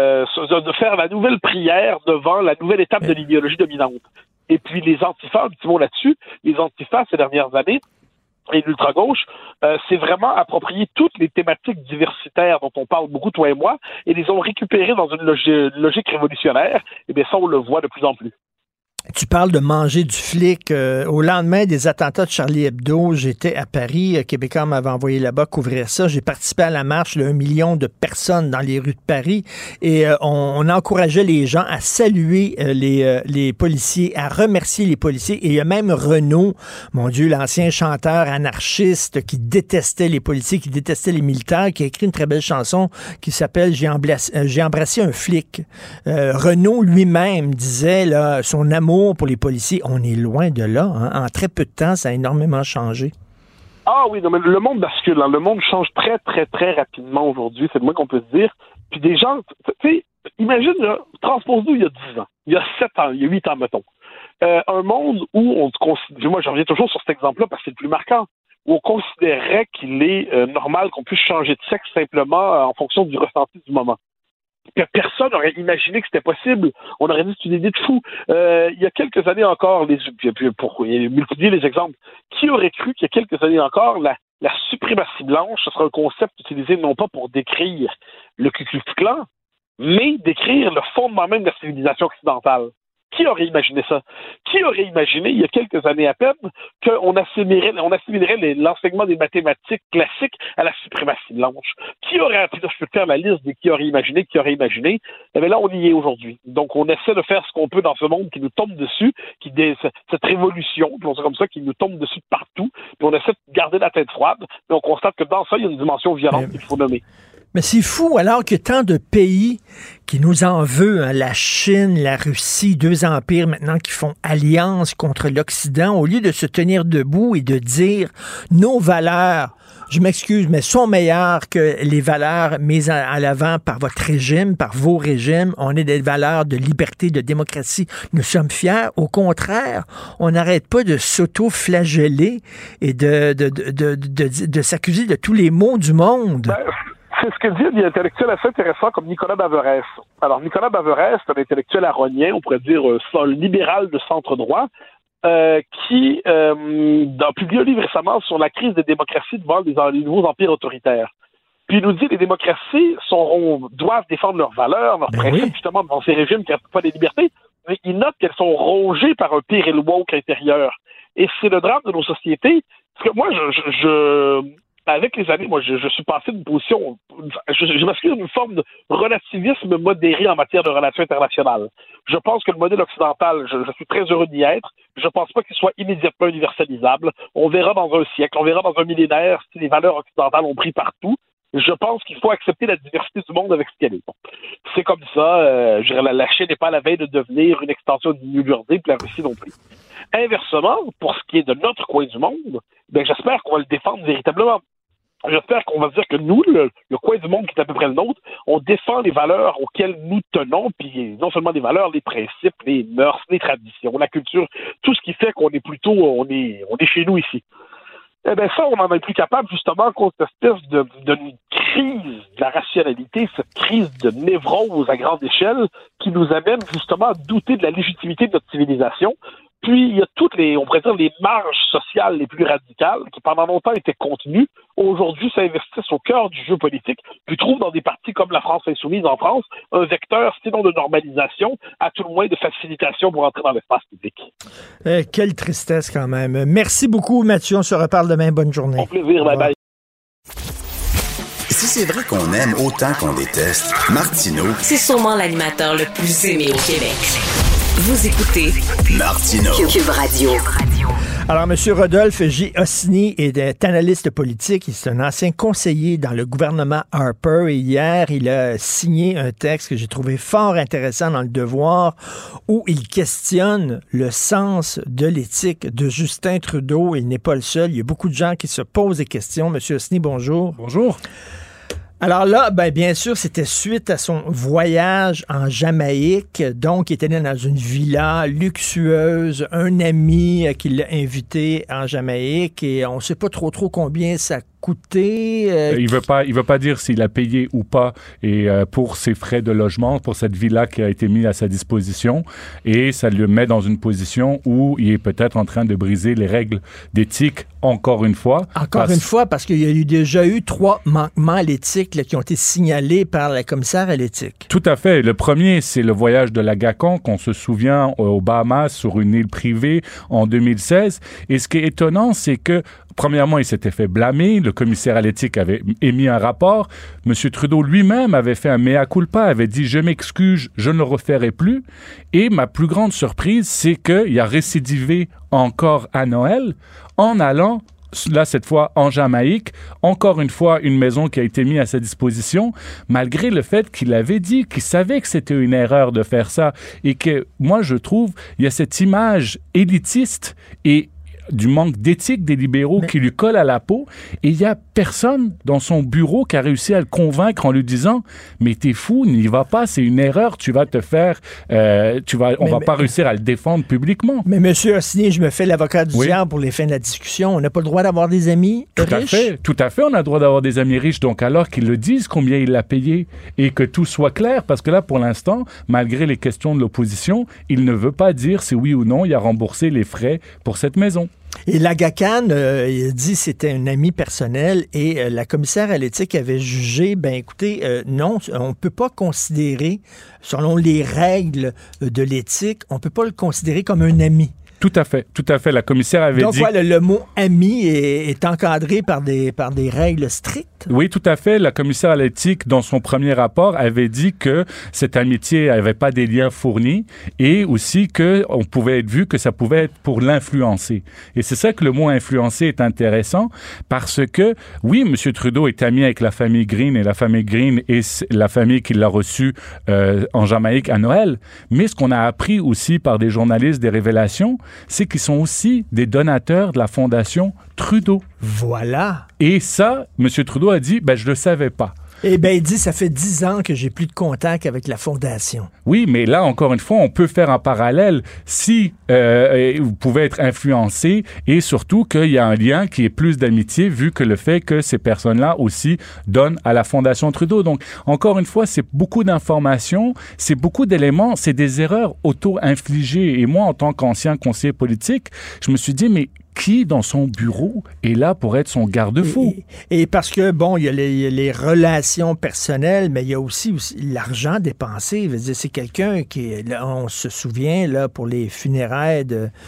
de faire la nouvelle prière devant la nouvelle étape de l'idéologie dominante. Et puis les antifas, un petit mot là-dessus, les antifas ces dernières années, et l'ultra-gauche, c'est vraiment approprier toutes les thématiques diversitaires dont on parle beaucoup, toi et moi, et les ont récupérées dans une logique révolutionnaire. Et bien ça, on le voit de plus en plus. Tu parles de manger du flic. Au lendemain des attentats de Charlie Hebdo, j'étais à Paris. Québécois m'avait envoyé là-bas couvrir ça. J'ai participé à la marche, 1 million de personnes dans les rues de Paris. Et on encourageait les gens à saluer les policiers, à remercier les policiers. Et il y a même Renaud, mon Dieu, l'ancien chanteur anarchiste qui détestait les policiers, qui détestait les militaires, qui a écrit une très belle chanson qui s'appelle « J'ai embrassé un flic ». Renaud lui-même disait là, son amour pour les policiers. On est loin de là. Hein? En très peu de temps, ça a énormément changé. Ah oui, non, mais le monde bascule. Hein. Le monde change très, très, très rapidement aujourd'hui. C'est le moins qu'on peut se dire. Puis des gens, tu sais, imagine, là, transpose-nous il y a 10 ans, il y a 7 ans, il y a 8 ans, mettons. Un monde où on considère, moi je reviens toujours sur cet exemple-là parce que c'est le plus marquant, où on considérait qu'il est normal qu'on puisse changer de sexe simplement en fonction du ressenti du moment. Personne n'aurait imaginé que c'était possible. On aurait dit que c'est une idée de fou. Il y a quelques années encore, pour multiplier les exemples, qui aurait cru qu'il y a quelques années encore, la suprématie blanche, ce sera un concept utilisé non pas pour décrire le Ku Klux Klan, mais décrire le fondement même de la civilisation occidentale. Qui aurait imaginé ça? Qui aurait imaginé, il y a quelques années à peine, qu'on assimilerait l'enseignement des mathématiques classiques à la suprématie blanche? Qui aurait appris ça? Je peux te faire la liste de qui aurait imaginé. Eh bien là, on y est aujourd'hui. Donc, on essaie de faire ce qu'on peut dans ce monde qui nous tombe dessus, cette révolution, on sait comme ça, qui nous tombe dessus partout, puis on essaie de garder la tête froide, mais on constate que dans ça, il y a une dimension violente qu'il faut nommer. Mais c'est fou, alors que tant de pays qui nous en veulent, hein, la Chine, la Russie, 2 empires maintenant qui font alliance contre l'Occident, au lieu de se tenir debout et de dire nos valeurs, je m'excuse, mais sont meilleures que les valeurs mises à l'avant par votre régime, par vos régimes. On est des valeurs de liberté, de démocratie. Nous sommes fiers. Au contraire, on n'arrête pas de s'auto-flageller et de s'accuser de tous les maux du monde. C'est ce que dit un intellectuel assez intéressant comme Nicolas Baverès. Alors, Nicolas Baverès, c'est un intellectuel aronien, on pourrait dire un libéral de centre-droit, qui a publié un livre récemment sur la crise des démocraties devant les nouveaux empires autoritaires. Puis il nous dit que les démocraties doivent défendre leurs valeurs, leurs principes, justement, devant ces régimes qui n'ont pas des libertés, mais il note qu'elles sont rongées par un péril woke intérieur. Et c'est le drame de nos sociétés. Parce que moi, avec les années, moi, je suis passé d'une position, je m'excuse, une forme de relativisme modéré en matière de relations internationales. Je pense que le modèle occidental, je suis très heureux d'y être. Je pense pas qu'il soit immédiatement universalisable. On verra dans un siècle, on verra dans un millénaire si les valeurs occidentales ont pris partout. Je pense qu'il faut accepter la diversité du monde avec ce qu'elle est. Bon. C'est comme ça. La Chine n'est pas à la veille de devenir une extension du New Jersey, puis la Russie non plus. Inversement, pour ce qui est de notre coin du monde, ben j'espère qu'on va le défendre véritablement. J'espère qu'on va dire que nous, le coin du monde qui est à peu près le nôtre, on défend les valeurs auxquelles nous tenons, puis non seulement les valeurs, les principes, les mœurs, les traditions, la culture, tout ce qui fait qu'on est plutôt, on est chez nous ici. Eh bien ça, on n'en est plus capable justement à cause de cette espèce de crise de la rationalité, cette crise de névrose à grande échelle qui nous amène justement à douter de la légitimité de notre civilisation. Puis, il y a toutes les marges sociales les plus radicales qui, pendant longtemps, étaient contenues. Aujourd'hui, s'investissent au cœur du jeu politique, puis trouvent dans des partis comme la France insoumise en France un vecteur, sinon de normalisation, à tout le moins de facilitation pour entrer dans l'espace public. Quelle tristesse quand même. Merci beaucoup, Mathieu. On se reparle demain. Bonne journée. Au plaisir. Bye-bye. Si c'est vrai qu'on aime autant qu'on déteste, Martineau, c'est sûrement l'animateur le plus aimé au Québec. Vous écoutez Martineau. Cube Radio. Alors, M. Rodolphe J. Osni est analyste politique. Il est un ancien conseiller dans le gouvernement Harper. Et hier, il a signé un texte que j'ai trouvé fort intéressant dans Le Devoir où il questionne le sens de l'éthique de Justin Trudeau. Il n'est pas le seul. Il y a beaucoup de gens qui se posent des questions. M. Osni, bonjour. Bonjour. Alors là, bien sûr, c'était suite à son voyage en Jamaïque. Donc, il était dans une villa luxueuse, un ami qui l'a invité en Jamaïque et on ne sait pas trop combien ça coûté. Il veut pas dire s'il a payé ou pas et pour ses frais de logement, pour cette villa qui a été mise à sa disposition, et ça le met dans une position où il est peut-être en train de briser les règles d'éthique encore une fois. Parce qu'il y a déjà eu 3 manquements à l'éthique qui ont été signalés par la commissaire à l'éthique. Tout à fait. Le premier, c'est le voyage de la GACAN, qu'on se souvient aux Bahamas sur une île privée en 2016. Et ce qui est étonnant, c'est que premièrement, il s'était fait blâmer. Le commissaire à l'éthique avait émis un rapport. M. Trudeau lui-même avait fait un mea culpa, avait dit « Je m'excuse, je ne le referai plus ». Et ma plus grande surprise, c'est qu'il a récidivé encore à Noël en allant, là, cette fois, en Jamaïque, encore une fois, une maison qui a été mise à sa disposition, malgré le fait qu'il avait dit qu'il savait que c'était une erreur de faire ça et que, moi, je trouve, il y a cette image élitiste et du manque d'éthique des libéraux qui lui colle à la peau, et il y a personne dans son bureau qui a réussi à le convaincre en lui disant « Mais t'es fou, n'y va pas, c'est une erreur, tu vas te faire... on va pas réussir à le défendre publiquement. » Mais M. Osni, je me fais l'avocat du diable pour les fins de la discussion. On n'a pas le droit d'avoir des amis riches? Tout à fait, on a le droit d'avoir des amis riches. Donc alors qu'ils le disent combien il l'a payé et que tout soit clair, parce que là, pour l'instant, malgré les questions de l'opposition, il ne veut pas dire si oui ou non il a remboursé les frais pour cette maison. Et l'Agacan, il dit que c'était un ami personnel et la commissaire à l'éthique avait jugé, écoutez, non, on ne peut pas considérer, selon les règles de l'éthique, on ne peut pas le considérer comme un ami. Tout à fait. La commissaire avait dit... Donc, voilà, le mot « ami » est encadré par des règles strictes? Oui, tout à fait. La commissaire à l'éthique, dans son premier rapport, avait dit que cette amitié n'avait pas des liens fournis et aussi qu'on pouvait être vu que ça pouvait être pour l'influencer. Et c'est ça que le mot « influencer » est intéressant parce que, oui, M. Trudeau est ami avec la famille Green et la famille Green est la famille qui l'a reçu en Jamaïque à Noël. Mais ce qu'on a appris aussi par des journalistes, des révélations, c'est qu'ils sont aussi des donateurs de la Fondation Trudeau. Voilà. Et ça, M. Trudeau a dit, je le savais pas. Eh bien, il dit, ça fait 10 ans que j'ai plus de contact avec la Fondation. Oui, mais là, encore une fois, on peut faire un parallèle si vous pouvez être influencé et surtout qu'il y a un lien qui est plus d'amitié vu que le fait que ces personnes-là aussi donnent à la Fondation Trudeau. Donc, encore une fois, c'est beaucoup d'informations, c'est beaucoup d'éléments, c'est des erreurs auto-infligées. Et moi, en tant qu'ancien conseiller politique, je me suis dit, mais qui, dans son bureau, est là pour être son garde-fou? Et parce que, il y a les relations personnelles, mais il y a aussi l'argent dépensé. C'est quelqu'un qui, on se souvient, là, pour les funérailles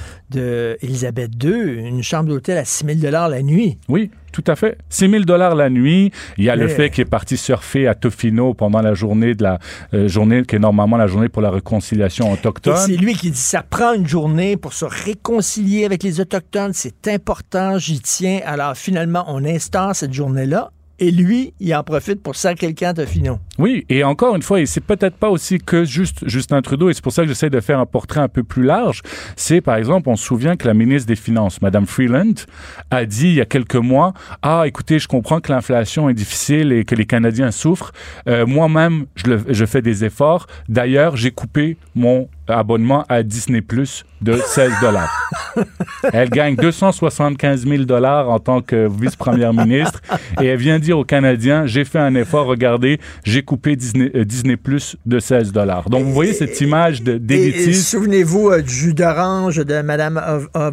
de Élisabeth II, une chambre d'hôtel à 6 000 $ la nuit. Oui. Tout à fait. 6 000 $ la nuit. Il y a le fait qu'il est parti surfer à Tofino pendant la journée de la journée qui est normalement la journée pour la réconciliation autochtone. Et c'est lui qui dit ça prend une journée pour se réconcilier avec les Autochtones. C'est important, j'y tiens. Alors finalement, on instaure cette journée-là. Et lui, il en profite pour sacrer le camp de Tofino. Oui, et encore une fois, et c'est peut-être pas aussi que juste Justin Trudeau, et c'est pour ça que j'essaie de faire un portrait un peu plus large. C'est, par exemple, on se souvient que la ministre des Finances, Mme Freeland, a dit il y a quelques mois, écoutez, je comprends que l'inflation est difficile et que les Canadiens souffrent. Moi-même, je fais des efforts. D'ailleurs, j'ai coupé mon abonnement à Disney Plus de 16 $. Elle gagne 275 000 $ en tant que vice-première ministre et elle vient dire aux Canadiens, j'ai fait un effort, regardez, j'ai coupé Disney Plus de 16 $. Donc, vous voyez cette image d'élitisme. Et souvenez-vous du jus d'orange de Mme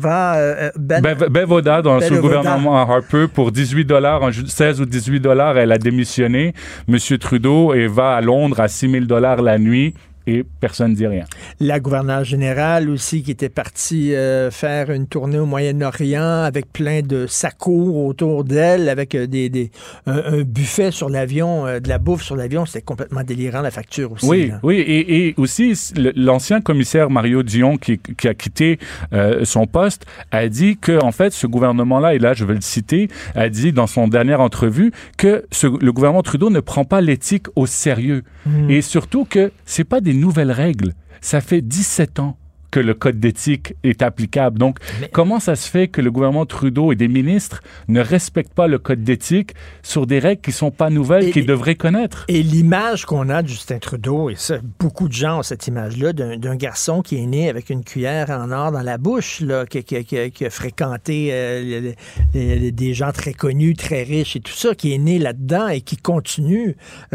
Bevoda, sous le gouvernement Harper, pour 18 $, 16 ou 18 $, elle a démissionné. M. Trudeau va à Londres à 6 000 $ la nuit. Et personne ne dit rien. La gouverneure générale aussi qui était partie faire une tournée au Moyen-Orient avec plein de saccours autour d'elle, avec un buffet sur l'avion, de la bouffe sur l'avion. C'était complètement délirant, la facture aussi. Oui, là. Oui, et aussi l'ancien commissaire Mario Dion qui a quitté son poste a dit que en fait ce gouvernement-là, et là je vais le citer, a dit dans son dernière entrevue que le gouvernement Trudeau ne prend pas l'éthique au sérieux. Et surtout que c'est pas des nouvelles règles. Ça fait 17 ans que le code d'éthique est applicable. Donc, comment ça se fait que le gouvernement Trudeau et des ministres ne respectent pas le code d'éthique sur des règles qui ne sont pas nouvelles, qu'ils devraient connaître? Et l'image qu'on a de Justin Trudeau, et ça, beaucoup de gens ont cette image-là, d'un garçon qui est né avec une cuillère en or dans la bouche, là, qui a fréquenté des gens très connus, très riches et tout ça, qui est né là-dedans et qui continue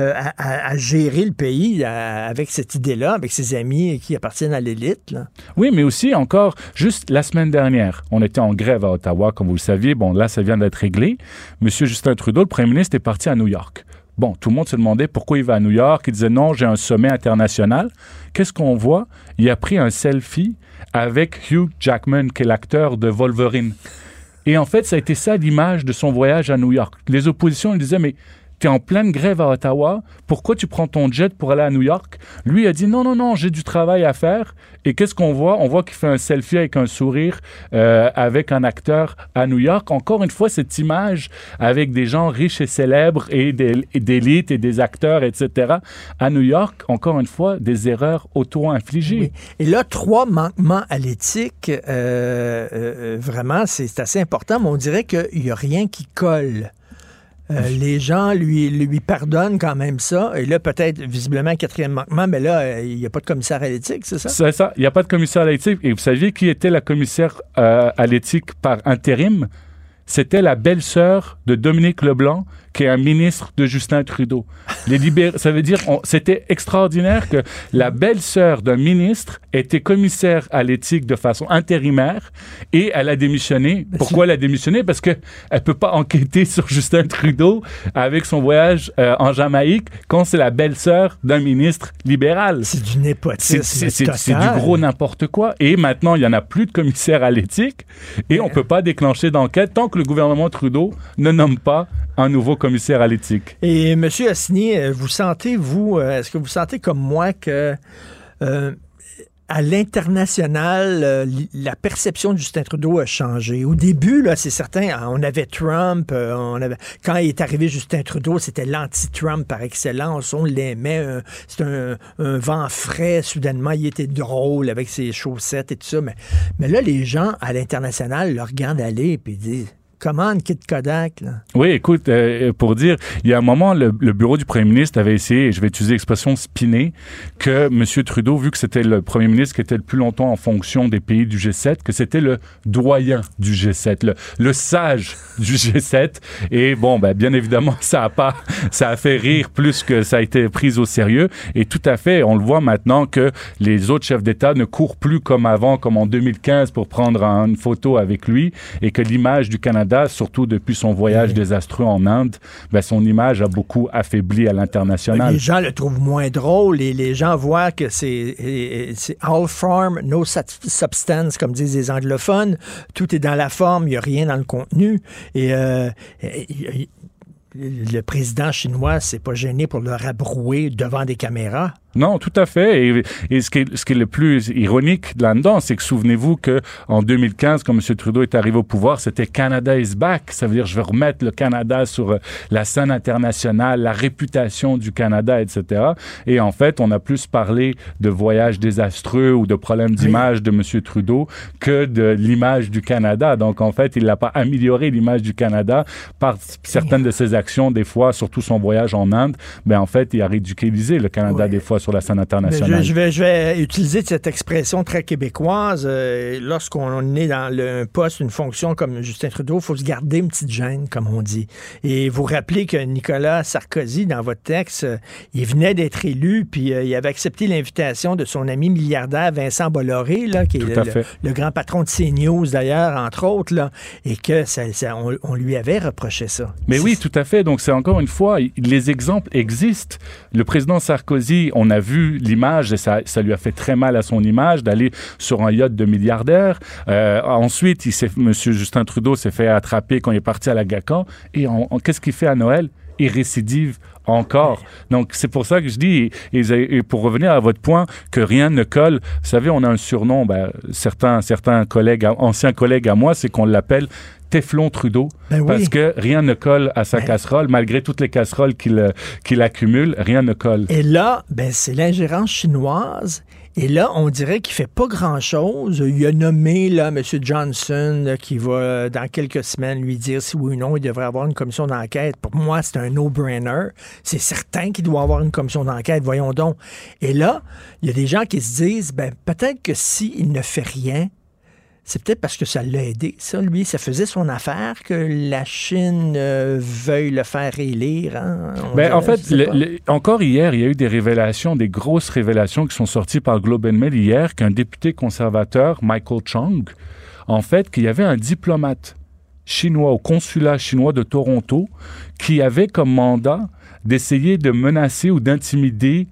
à gérer le pays avec cette idée-là, avec ses amis qui appartiennent à l'élite, là. Oui, mais aussi encore, juste la semaine dernière, on était en grève à Ottawa, comme vous le saviez. Bon, là, ça vient d'être réglé. Monsieur Justin Trudeau, le premier ministre, est parti à New York. Bon, tout le monde se demandait pourquoi il va à New York. Il disait non, j'ai un sommet international. Qu'est-ce qu'on voit? Il a pris un selfie avec Hugh Jackman, qui est l'acteur de Wolverine. Et en fait, ça a été ça l'image de son voyage à New York. Les oppositions, ils disaient, mais t'es en pleine grève à Ottawa, pourquoi tu prends ton jet pour aller à New York? Lui a dit non, j'ai du travail à faire. Et qu'est-ce qu'on voit? On voit qu'il fait un selfie avec un sourire avec un acteur à New York. Encore une fois, cette image avec des gens riches et célèbres et d'élite et des acteurs, etc. À New York, encore une fois, des erreurs auto-infligées. Oui. Et là, 3 manquements à l'éthique, vraiment, c'est assez important, mais on dirait qu'il n'y a rien qui colle. Les gens lui pardonnent quand même ça. Et là, peut-être, visiblement, 4e manquement, mais là, il n'y a pas de commissaire à l'éthique, c'est ça? C'est ça. Il n'y a pas de commissaire à l'éthique. Et vous saviez qui était la commissaire à l'éthique par intérim? C'était la belle-sœur de Dominique Leblanc, qui est un ministre de Justin Trudeau. Ça veut dire, c'était extraordinaire que la belle-sœur d'un ministre était commissaire à l'éthique de façon intérimaire et elle a démissionné. Pourquoi elle a démissionné? Parce qu'elle ne peut pas enquêter sur Justin Trudeau avec son voyage en Jamaïque quand c'est la belle-sœur d'un ministre libéral. C'est du népotisme. C'est du gros n'importe quoi. Et maintenant, il n'y en a plus de commissaire à l'éthique et on ne peut pas déclencher d'enquête tant que le gouvernement Trudeau ne nomme pas un nouveau commissaire à l'éthique. Et M. Assigny, est-ce que vous sentez comme moi que à l'international, la perception de Justin Trudeau a changé. Au début, là, c'est certain, on avait Trump, quand il est arrivé Justin Trudeau, c'était l'anti-Trump par excellence, on l'aimait, c'était un vent frais, soudainement, il était drôle avec ses chaussettes et tout ça, mais là, les gens à l'international le regardent aller et puis disent... Comment Kit Kodak, là? Oui, écoute, pour dire, il y a un moment, le bureau du premier ministre avait essayé, et je vais utiliser l'expression spinner, que M. Trudeau, vu que c'était le premier ministre qui était le plus longtemps en fonction des pays du G7, que c'était le doyen du G7, le sage du G7. Et bon, bien évidemment, ça a fait rire plus que ça a été pris au sérieux. Et tout à fait, on le voit maintenant que les autres chefs d'État ne courent plus comme avant, comme en 2015 pour prendre une photo avec lui, et que l'image du Canada, surtout depuis son voyage désastreux en Inde, son image a beaucoup affaibli à l'international. Les gens le trouvent moins drôle et les gens voient que c'est all form, no substance, comme disent les anglophones. Tout est dans la forme, il n'y a rien dans le contenu. Et le président chinois s'est pas gêné pour le rabrouer devant des caméras. Non, tout à fait. Et ce qui est le plus ironique là-dedans, c'est que souvenez-vous qu'en 2015, quand M. Trudeau est arrivé au pouvoir, c'était Canada is back. Ça veut dire je veux remettre le Canada sur la scène internationale, la réputation du Canada, etc. Et en fait, on a plus parlé de voyages désastreux ou de problèmes d'image de M. Trudeau que de l'image du Canada. Donc, en fait, il n'a pas amélioré l'image du Canada par certaines de ses actions, des fois, surtout son voyage en Inde. En fait, il a ridiculisé le Canada des fois sur la scène internationale. Je vais utiliser cette expression très québécoise. Lorsqu'on est dans un poste, une fonction comme Justin Trudeau, il faut se garder une petite gêne, comme on dit. Et vous rappelez que Nicolas Sarkozy, dans votre texte, il venait d'être élu, puis il avait accepté l'invitation de son ami milliardaire Vincent Bolloré, là, qui est le grand patron de CNews, d'ailleurs, entre autres, là, et que on lui avait reproché ça. Mais oui, tout à fait. Donc, c'est encore une fois, les exemples existent. Le président Sarkozy, on a vu l'image et ça lui a fait très mal à son image d'aller sur un yacht de milliardaire. Ensuite, M. Justin Trudeau s'est fait attraper quand il est parti à la GACAN. Et qu'est-ce qu'il fait à Noël? Il récidive encore. Donc, c'est pour ça que je dis, et pour revenir à votre point, que rien ne colle. Vous savez, on a un surnom, certains collègues, anciens collègues à moi, c'est qu'on l'appelle Téflon Trudeau, parce que rien ne colle à sa casserole, malgré toutes les casseroles qu'il accumule, rien ne colle. Et là, c'est l'ingérence chinoise. Et là, on dirait qu'il fait pas grand-chose. Il a nommé là, M. Johnson là, qui va, dans quelques semaines, lui dire si oui ou non il devrait avoir une commission d'enquête. Pour moi, c'est un no-brainer. C'est certain qu'il doit avoir une commission d'enquête, voyons donc. Et là, il y a des gens qui se disent, peut-être que s'il ne fait rien, c'est peut-être parce que ça l'a aidé. Ça, lui, ça faisait son affaire que la Chine veuille le faire élire. Hein? En fait, encore hier, il y a eu des révélations, des grosses révélations qui sont sorties par Globe and Mail hier, qu'un député conservateur, Michael Chong, en fait, qu'il y avait un diplomate chinois au consulat chinois de Toronto qui avait comme mandat d'essayer de menacer ou d'intimider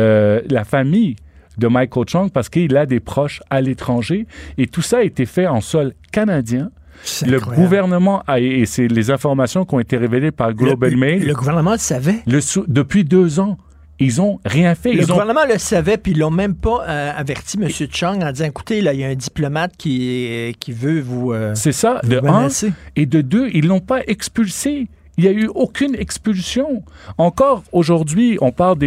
la famille de Michael Chong parce qu'il a des proches à l'étranger. Et tout ça a été fait en sol canadien. Le gouvernement et c'est les informations qui ont été révélées par Globe and Mail. Le gouvernement le savait. Depuis 2 ans. Ils n'ont rien fait. Le gouvernement le savait, puis ils l'ont même pas averti M. Chong en disant, écoutez, là, il y a un diplomate qui veut vous c'est ça, de menacer. 1. Et de 2, ils l'ont pas expulsé. Il n'y a eu aucune expulsion. Encore aujourd'hui,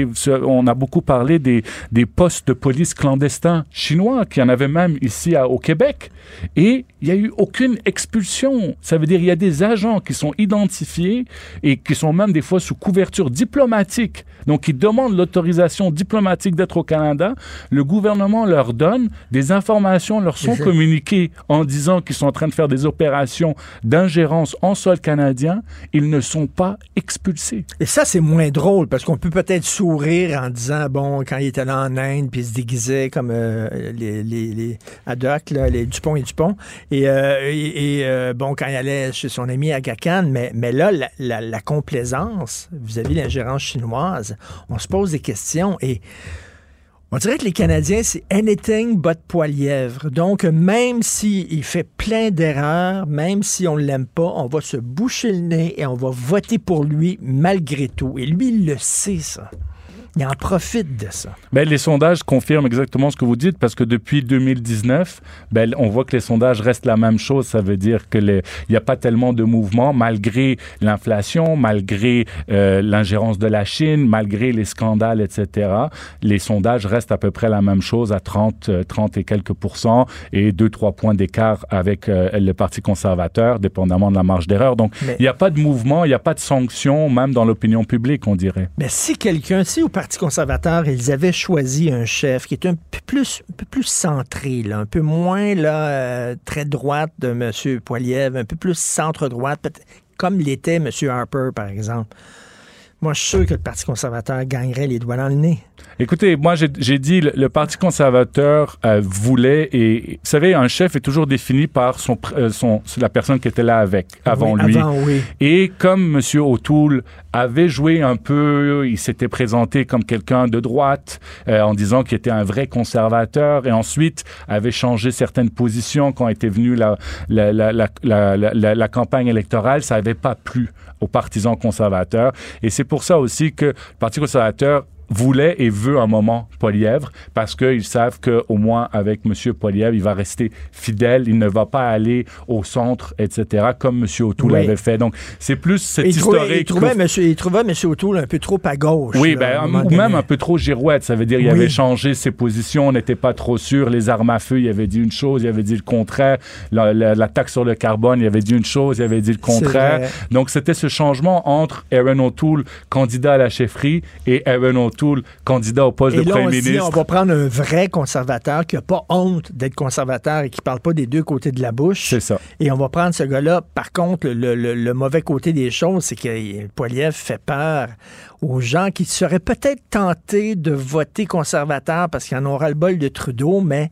on a beaucoup parlé des postes de police clandestins chinois, qu'il y en avait même ici au Québec. Et il n'y a eu aucune expulsion. Ça veut dire qu'il y a des agents qui sont identifiés et qui sont même des fois sous couverture diplomatique. Donc, ils demandent l'autorisation diplomatique d'être au Canada. Le gouvernement leur donne des informations, leur sont communiquées en disant qu'ils sont en train de faire des opérations d'ingérence en sol canadien. Ils ne ne sont pas expulsés. Et ça, c'est moins drôle, parce qu'on peut peut-être sourire en disant, bon, quand il était là en Inde, puis il se déguisait comme les Haddock, là, les Dupont et Dupont, et bon, quand il allait chez son ami Aga Khan, mais là, la complaisance vis-à-vis de l'ingérence chinoise, on se pose des questions, et on dirait que les Canadiens, c'est anything but Poilievre. Donc, même s'il fait plein d'erreurs, même si on ne l'aime pas, on va se boucher le nez et on va voter pour lui malgré tout. Et lui, il le sait, ça. Il en profite de ça. Ben, les sondages confirment exactement ce que vous dites, parce que depuis 2019, ben, on voit que les sondages restent la même chose. Ça veut dire que il n'y a pas tellement de mouvement, malgré l'inflation, malgré l'ingérence de la Chine, malgré les scandales, etc. Les sondages restent à peu près la même chose, à 30 et quelques %, et 2-3 points d'écart avec le Parti conservateur, dépendamment de la marge d'erreur. Donc, il n'y a pas de mouvement, il n'y a pas de sanction, même dans l'opinion publique, on dirait. Mais si au Parti conservateur, ils avaient choisi un chef qui est un peu plus centré, là, un peu moins là, très droite de M. Poilievre, un peu plus centre-droite, comme l'était M. Harper, par exemple. Moi, je suis sûr que le Parti conservateur gagnerait les doigts dans le nez. Écoutez, moi, j'ai dit, le Parti conservateur voulait, et vous savez, un chef est toujours défini par la personne qui était là avant lui. Oui. Et comme M. O'Toole avait joué un peu, il s'était présenté comme quelqu'un de droite, en disant qu'il était un vrai conservateur, et ensuite avait changé certaines positions quand était venue la campagne électorale, ça n'avait pas plu aux partisans conservateurs. Et c'est pour ça aussi que le Parti conservateur voulait et veut un moment Poilievre, parce qu'ils savent qu'au moins avec M. Poilievre, il va rester fidèle, il ne va pas aller au centre, etc., comme M. O'Toole l'avait fait. Donc, c'est plus cette historique. Il trouvait M. O'Toole un peu trop à gauche. Oui, ou même un peu trop girouette. Ça veut dire qu'il avait changé ses positions, on n'était pas trop sûr. Les armes à feu, il avait dit une chose, il avait dit le contraire. La taxe sur le carbone, il avait dit une chose, il avait dit le contraire. Donc, c'était ce changement entre Erin O'Toole, candidat à la chefferie, et Erin O'Toole, candidat au poste de premier ministre. On va prendre un vrai conservateur qui n'a pas honte d'être conservateur et qui ne parle pas des deux côtés de la bouche. C'est ça. Et on va prendre ce gars-là. Par contre, le mauvais côté des choses, c'est que Poilievre fait peur aux gens qui seraient peut-être tentés de voter conservateur parce qu'ils en aura le bol de Trudeau, mais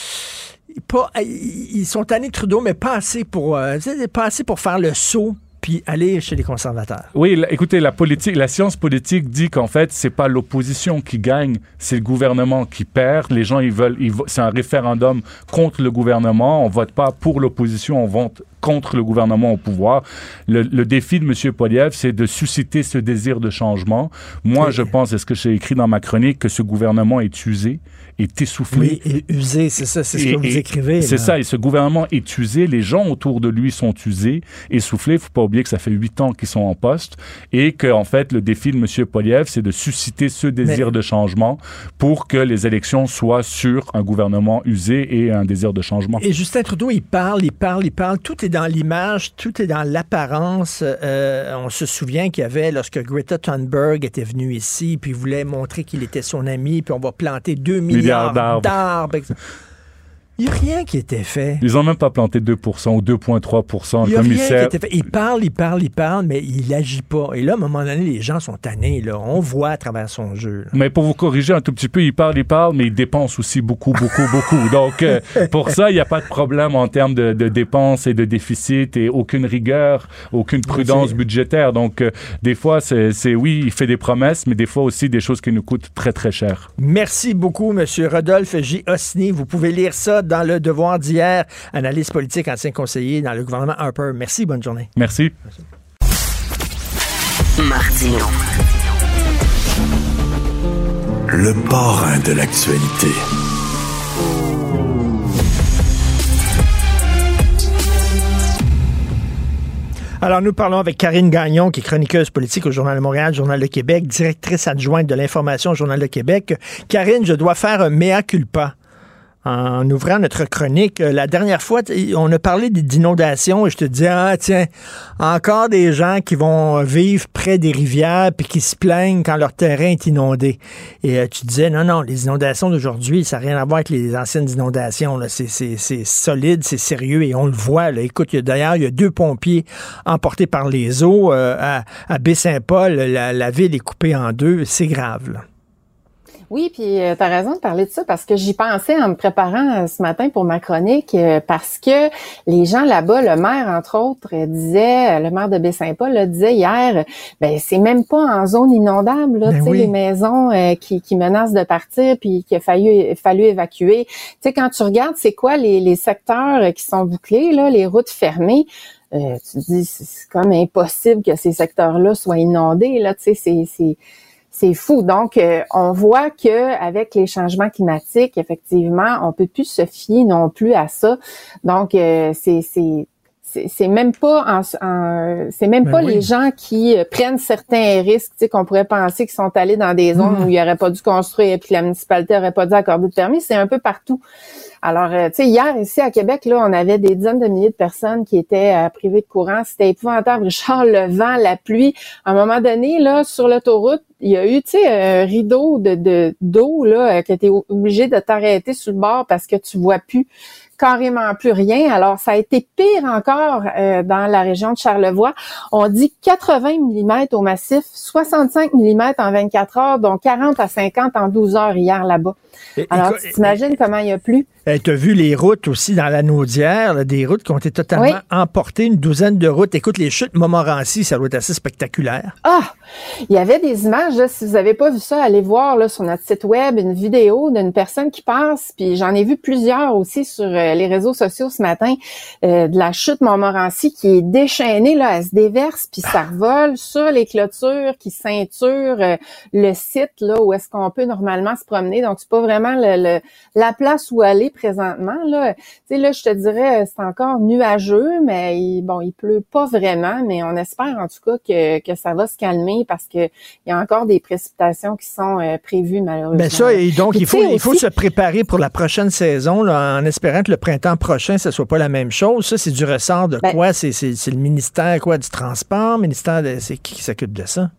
ils sont tannés de Trudeau, mais pas assez pour faire le saut puis aller chez les conservateurs. Oui, écoutez, la science politique dit qu'en fait, c'est pas l'opposition qui gagne, c'est le gouvernement qui perd. Les gens, c'est un référendum contre le gouvernement. On vote pas pour l'opposition, on vote contre le gouvernement au pouvoir. Le défi de M. Poilievre, c'est de susciter ce désir de changement. Moi, je pense, c'est ce que j'ai écrit dans ma chronique, que ce gouvernement est usé, est essoufflé. Oui, et usé, c'est ça, c'est ce que vous écrivez. C'est ça, et ce gouvernement est usé, les gens autour de lui sont usés, essoufflés. Il ne faut pas oublier que ça fait 8 ans qu'ils sont en poste, et que, en fait, le défi de M. Poilievre, c'est de susciter ce désir de changement pour que les élections soient sur un gouvernement usé et un désir de changement. Et Justin Trudeau, il parle, tout est dans l'image, tout est dans l'apparence. On se souvient qu'il y avait, lorsque Greta Thunberg était venue ici, puis voulait montrer qu'il était son ami, puis on va planter 2 milliards d'arbres. Il n'y a rien qui était fait. Ils n'ont même pas planté 2% ou 2,3%. Il n'y a rien qui était fait. Il parle, mais il n'agit pas. Et là, à un moment donné, les gens sont tannés. Là. On voit à travers son jeu. Là. Mais pour vous corriger un tout petit peu, il parle, mais il dépense aussi beaucoup. Donc, pour ça, il n'y a pas de problème en termes de dépenses et de déficit et aucune rigueur, aucune prudence budgétaire. Donc, des fois, oui, il fait des promesses, mais des fois aussi des choses qui nous coûtent très, très cher. Merci beaucoup, M. Rodolphe J. Osny. Vous pouvez lire ça dans Le Devoir d'hier, analyse politique, ancien conseiller dans le gouvernement Harper. Merci, bonne journée. Merci. Martino. Le parrain de l'actualité. Alors, nous parlons avec Karine Gagnon, qui est chroniqueuse politique au Journal de Montréal, Journal de Québec, directrice adjointe de l'information au Journal de Québec. Karine, je dois faire un mea culpa en ouvrant notre chronique. La dernière fois, on a parlé d'inondations et je te disais, tiens, encore des gens qui vont vivre près des rivières puis qui se plaignent quand leur terrain est inondé. Et tu disais, non, les inondations d'aujourd'hui, ça n'a rien à voir avec les anciennes inondations. Là. C'est solide, c'est sérieux et on le voit. Là. Écoute, d'ailleurs, il y a 2 pompiers emportés par les eaux à Baie-Saint-Paul. La ville est coupée en 2. C'est grave, là. Oui, puis tu as raison de parler de ça parce que j'y pensais en me préparant ce matin pour ma chronique parce que les gens là-bas, le maire entre autres disait, le maire de Baie-Saint-Paul disait hier, c'est même pas en zone inondable là, tu sais, les maisons qui menacent de partir puis qu'il a fallu évacuer. Tu sais, quand tu regardes c'est quoi les secteurs qui sont bouclés là, les routes fermées. Tu te dis c'est comme impossible que ces secteurs-là soient inondés là, tu sais, c'est fou. Donc, on voit que avec les changements climatiques, effectivement, on peut plus se fier non plus à ça. Donc, c'est même pas les gens qui prennent certains risques, tu sais, qu'on pourrait penser qu'ils sont allés dans des zones où il n'aurait pas dû construire et puis la municipalité n'aurait pas dû accorder de permis. C'est un peu partout. Alors, tu sais, hier, ici, à Québec, là, on avait des dizaines de milliers de personnes qui étaient privées de courant. C'était épouvantable. Richard, le vent, la pluie. À un moment donné, là, sur l'autoroute, il y a eu, tu sais, un rideau d'eau, là, que t'es obligé de t'arrêter sur le bord parce que tu vois carrément plus rien. Alors, ça a été pire encore dans la région de Charlevoix. On dit 80 mm au massif, 65 mm en 24 heures, dont 40 à 50 en 12 heures hier là-bas. Alors, tu t'imagines comment il y a plu? Tu as vu les routes aussi dans la Naudière, là, des routes qui ont été totalement emportées, une douzaine de routes. Écoute, les chutes Montmorency, ça doit être assez spectaculaire. Ah! Il y avait des images, là, si vous n'avez pas vu ça, allez voir là, sur notre site web une vidéo d'une personne qui passe, puis j'en ai vu plusieurs aussi sur les réseaux sociaux ce matin, de la chute Montmorency qui est déchaînée, là, elle se déverse, puis ça revole sur les clôtures qui ceinturent le site là où est-ce qu'on peut normalement se promener. Donc, c'est pas vraiment la place où aller présentement, là. Tu sais, là, je te dirais, c'est encore nuageux, mais il pleut pas vraiment, mais on espère en tout cas que ça va se calmer parce que il y a encore des précipitations qui sont prévues, malheureusement. Ben ça, et donc, il faut se préparer pour la prochaine saison, là, en espérant que le printemps prochain, ça soit pas la même chose. Ça, c'est du ressort de quoi? C'est le ministère, du transport? C'est qui s'occupe de ça?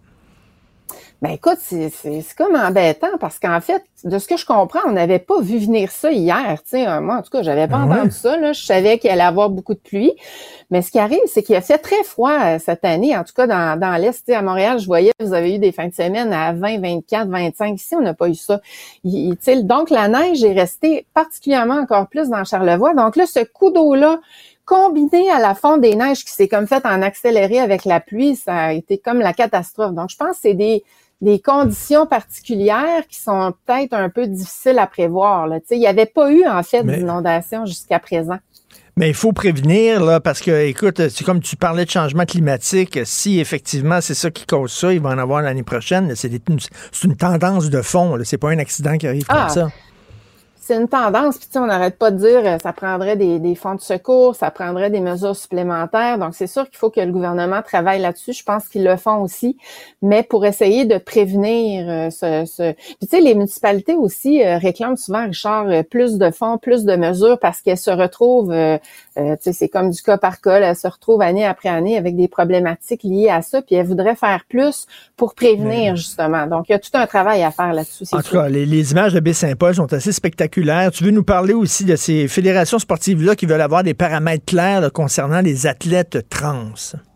Ben écoute, c'est comme embêtant parce qu'en fait, de ce que je comprends, on n'avait pas vu venir ça hier. Tu sais, moi, en tout cas, j'avais pas entendu ça. Là. Je savais qu'il allait avoir beaucoup de pluie. Mais ce qui arrive, c'est qu'il a fait très froid cette année, en tout cas dans l'Est. Tu sais, à Montréal, je voyais, vous avez eu des fins de semaine à 20, 24, 25. Ici, on n'a pas eu ça. Donc, la neige est restée particulièrement encore plus dans Charlevoix. Donc là, ce coup d'eau-là, combiné à la fonte des neiges qui s'est comme fait en accéléré avec la pluie, ça a été comme la catastrophe. Donc, je pense que c'est des conditions particulières qui sont peut-être un peu difficiles à prévoir. Là. Tu sais, il n'y avait pas eu, en fait, d'inondation jusqu'à présent. Mais il faut prévenir, là, parce que, écoute, c'est comme tu parlais de changement climatique. Si, effectivement, c'est ça qui cause ça, il va en avoir l'année prochaine. C'est une tendance de fond. Là. C'est pas un accident qui arrive comme ça. C'est une tendance, puis tu sais, on n'arrête pas de dire ça prendrait des fonds de secours, ça prendrait des mesures supplémentaires. Donc, c'est sûr qu'il faut que le gouvernement travaille là-dessus. Je pense qu'ils le font aussi, mais pour essayer de prévenir Puis tu sais, les municipalités aussi réclament souvent, Richard, plus de fonds, plus de mesures parce qu'elles se retrouvent, tu sais, c'est comme du cas par cas, elles se retrouvent année après année avec des problématiques liées à ça, puis elles voudraient faire plus pour prévenir, justement. Donc, il y a tout un travail à faire là-dessus. En tout cas, les images de Baie-Saint-Paul sont assez spectaculaires. Tu veux nous parler aussi de ces fédérations sportives-là qui veulent avoir des paramètres clairs là, concernant les athlètes trans?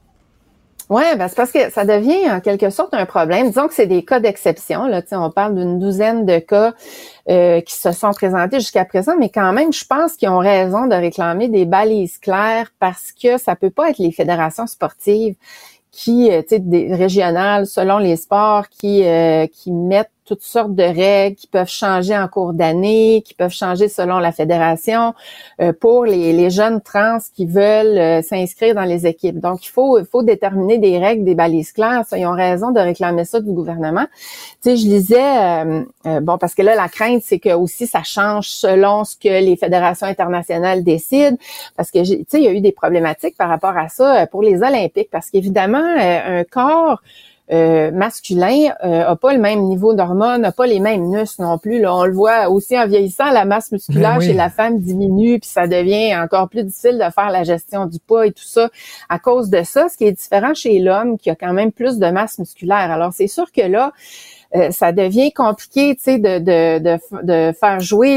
Oui, c'est parce que ça devient en quelque sorte un problème. Disons que c'est des cas d'exception. Là, on parle d'une douzaine de cas qui se sont présentés jusqu'à présent, mais quand même, je pense qu'ils ont raison de réclamer des balises claires parce que ça peut pas être les fédérations sportives qui, tu sais, des régionales selon les sports qui mettent toutes sortes de règles qui peuvent changer en cours d'année, qui peuvent changer selon la fédération pour les jeunes trans qui veulent s'inscrire dans les équipes. Donc, il faut déterminer des règles, des balises claires. Ça, ils ont raison de réclamer ça du gouvernement. Tu sais, je lisais, parce que là, la crainte, c'est que aussi ça change selon ce que les fédérations internationales décident. Parce que, tu sais, il y a eu des problématiques par rapport à ça pour les Olympiques. Parce qu'évidemment, un corps masculin a pas le même niveau d'hormones, n'a pas les mêmes muscles non plus. Là, on le voit aussi en vieillissant, la masse musculaire chez la femme diminue, puis ça devient encore plus difficile de faire la gestion du poids et tout ça à cause de ça, ce qui est différent chez l'homme qui a quand même plus de masse musculaire. Alors c'est sûr que là, ça devient compliqué, tu sais, de faire jouer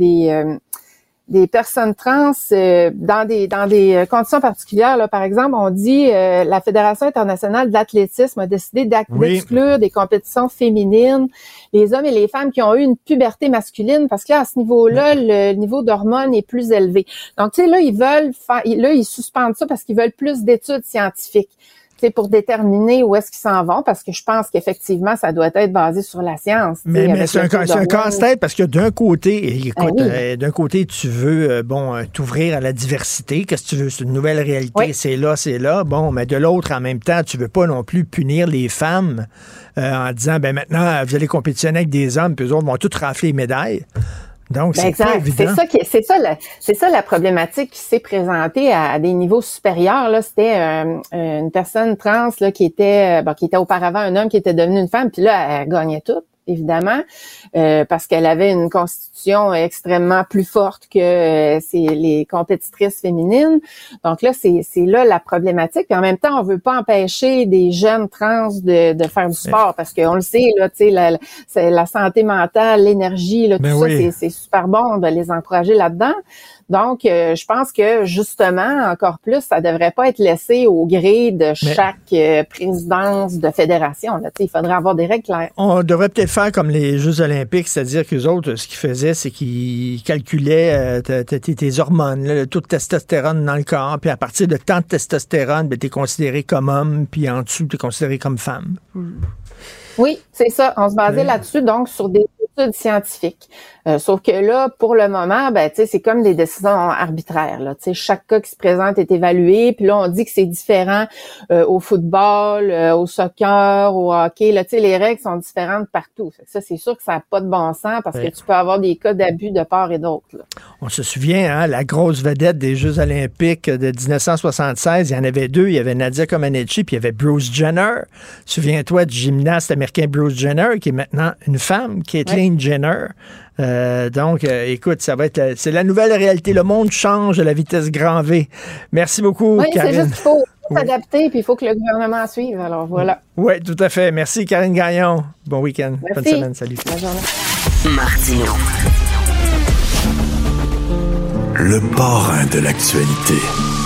des personnes trans dans des conditions particulières. Là, par exemple, on dit la Fédération internationale de l'athlétisme a décidé d'exclure des compétitions féminines les hommes et les femmes qui ont eu une puberté masculine parce que là, à ce niveau-là, le niveau d'hormones est plus élevé. Donc, tu sais, là, ils suspendent ça parce qu'ils veulent plus d'études scientifiques. C'est pour déterminer où est-ce qu'ils s'en vont, parce que je pense qu'effectivement, ça doit être basé sur la science. Mais c'est un casse-tête parce que d'un côté, écoute, d'un côté, tu veux, t'ouvrir à la diversité. Qu'est-ce que tu veux? C'est une nouvelle réalité, c'est là. Bon, mais de l'autre, en même temps, tu veux pas non plus punir les femmes en disant, maintenant, vous allez compétitionner avec des hommes, puis eux autres vont tous rafler les médailles. Donc, c'est pas évident. C'est ça la problématique qui s'est présentée à des niveaux supérieurs. Là, c'était une personne trans là qui était auparavant un homme qui était devenu une femme, puis là, elle gagnait tout, évidemment, parce qu'elle avait une constitution extrêmement plus forte que les compétitrices féminines. Donc là, c'est là la problématique. Puis en même temps, on veut pas empêcher des jeunes trans de faire du sport, parce qu'on le sait, là, tu sais, la santé mentale, l'énergie, là, tout ça, c'est super bon de les encourager là-dedans. Donc, je pense que, justement, encore plus, ça devrait pas être laissé au gré de chaque présidence de fédération. Là. Il faudrait avoir des règles claires. On devrait peut-être faire comme les Jeux olympiques, c'est-à-dire qu'eux autres, ce qu'ils faisaient, c'est qu'ils calculaient tes hormones, là, le taux de testostérone dans le corps, puis à partir de tant de testostérone, t'es considéré comme homme, puis en dessous, t'es considéré comme femme. Oui, c'est ça. On se basait là-dessus, donc, sur des études scientifiques. Sauf que là, pour le moment, c'est comme des décisions arbitraires. Là, chaque cas qui se présente est évalué. Puis là, on dit que c'est différent au football, au soccer, au hockey. Là, les règles sont différentes partout. Ça, c'est sûr que ça n'a pas de bon sens parce que tu peux avoir des cas d'abus de part et d'autre. Là. On se souvient, la grosse vedette des Jeux olympiques de 1976, il y en avait deux. Il y avait Nadia Comaneci puis il y avait Bruce Jenner. Souviens-toi du gymnaste américain Bruce Jenner, qui est maintenant une femme, Caitlyn Jenner. Donc, écoute, c'est la nouvelle réalité. Le monde change à la vitesse grand V. Merci beaucoup, Karine. C'est juste qu'il faut s'adapter, puis il faut que le gouvernement suive. Alors, voilà. Oui, tout à fait. Merci, Karine Gagnon. Bon week-end. Merci. Bonne semaine. Salut. Bonne journée. Martineau. Le parrain de l'actualité.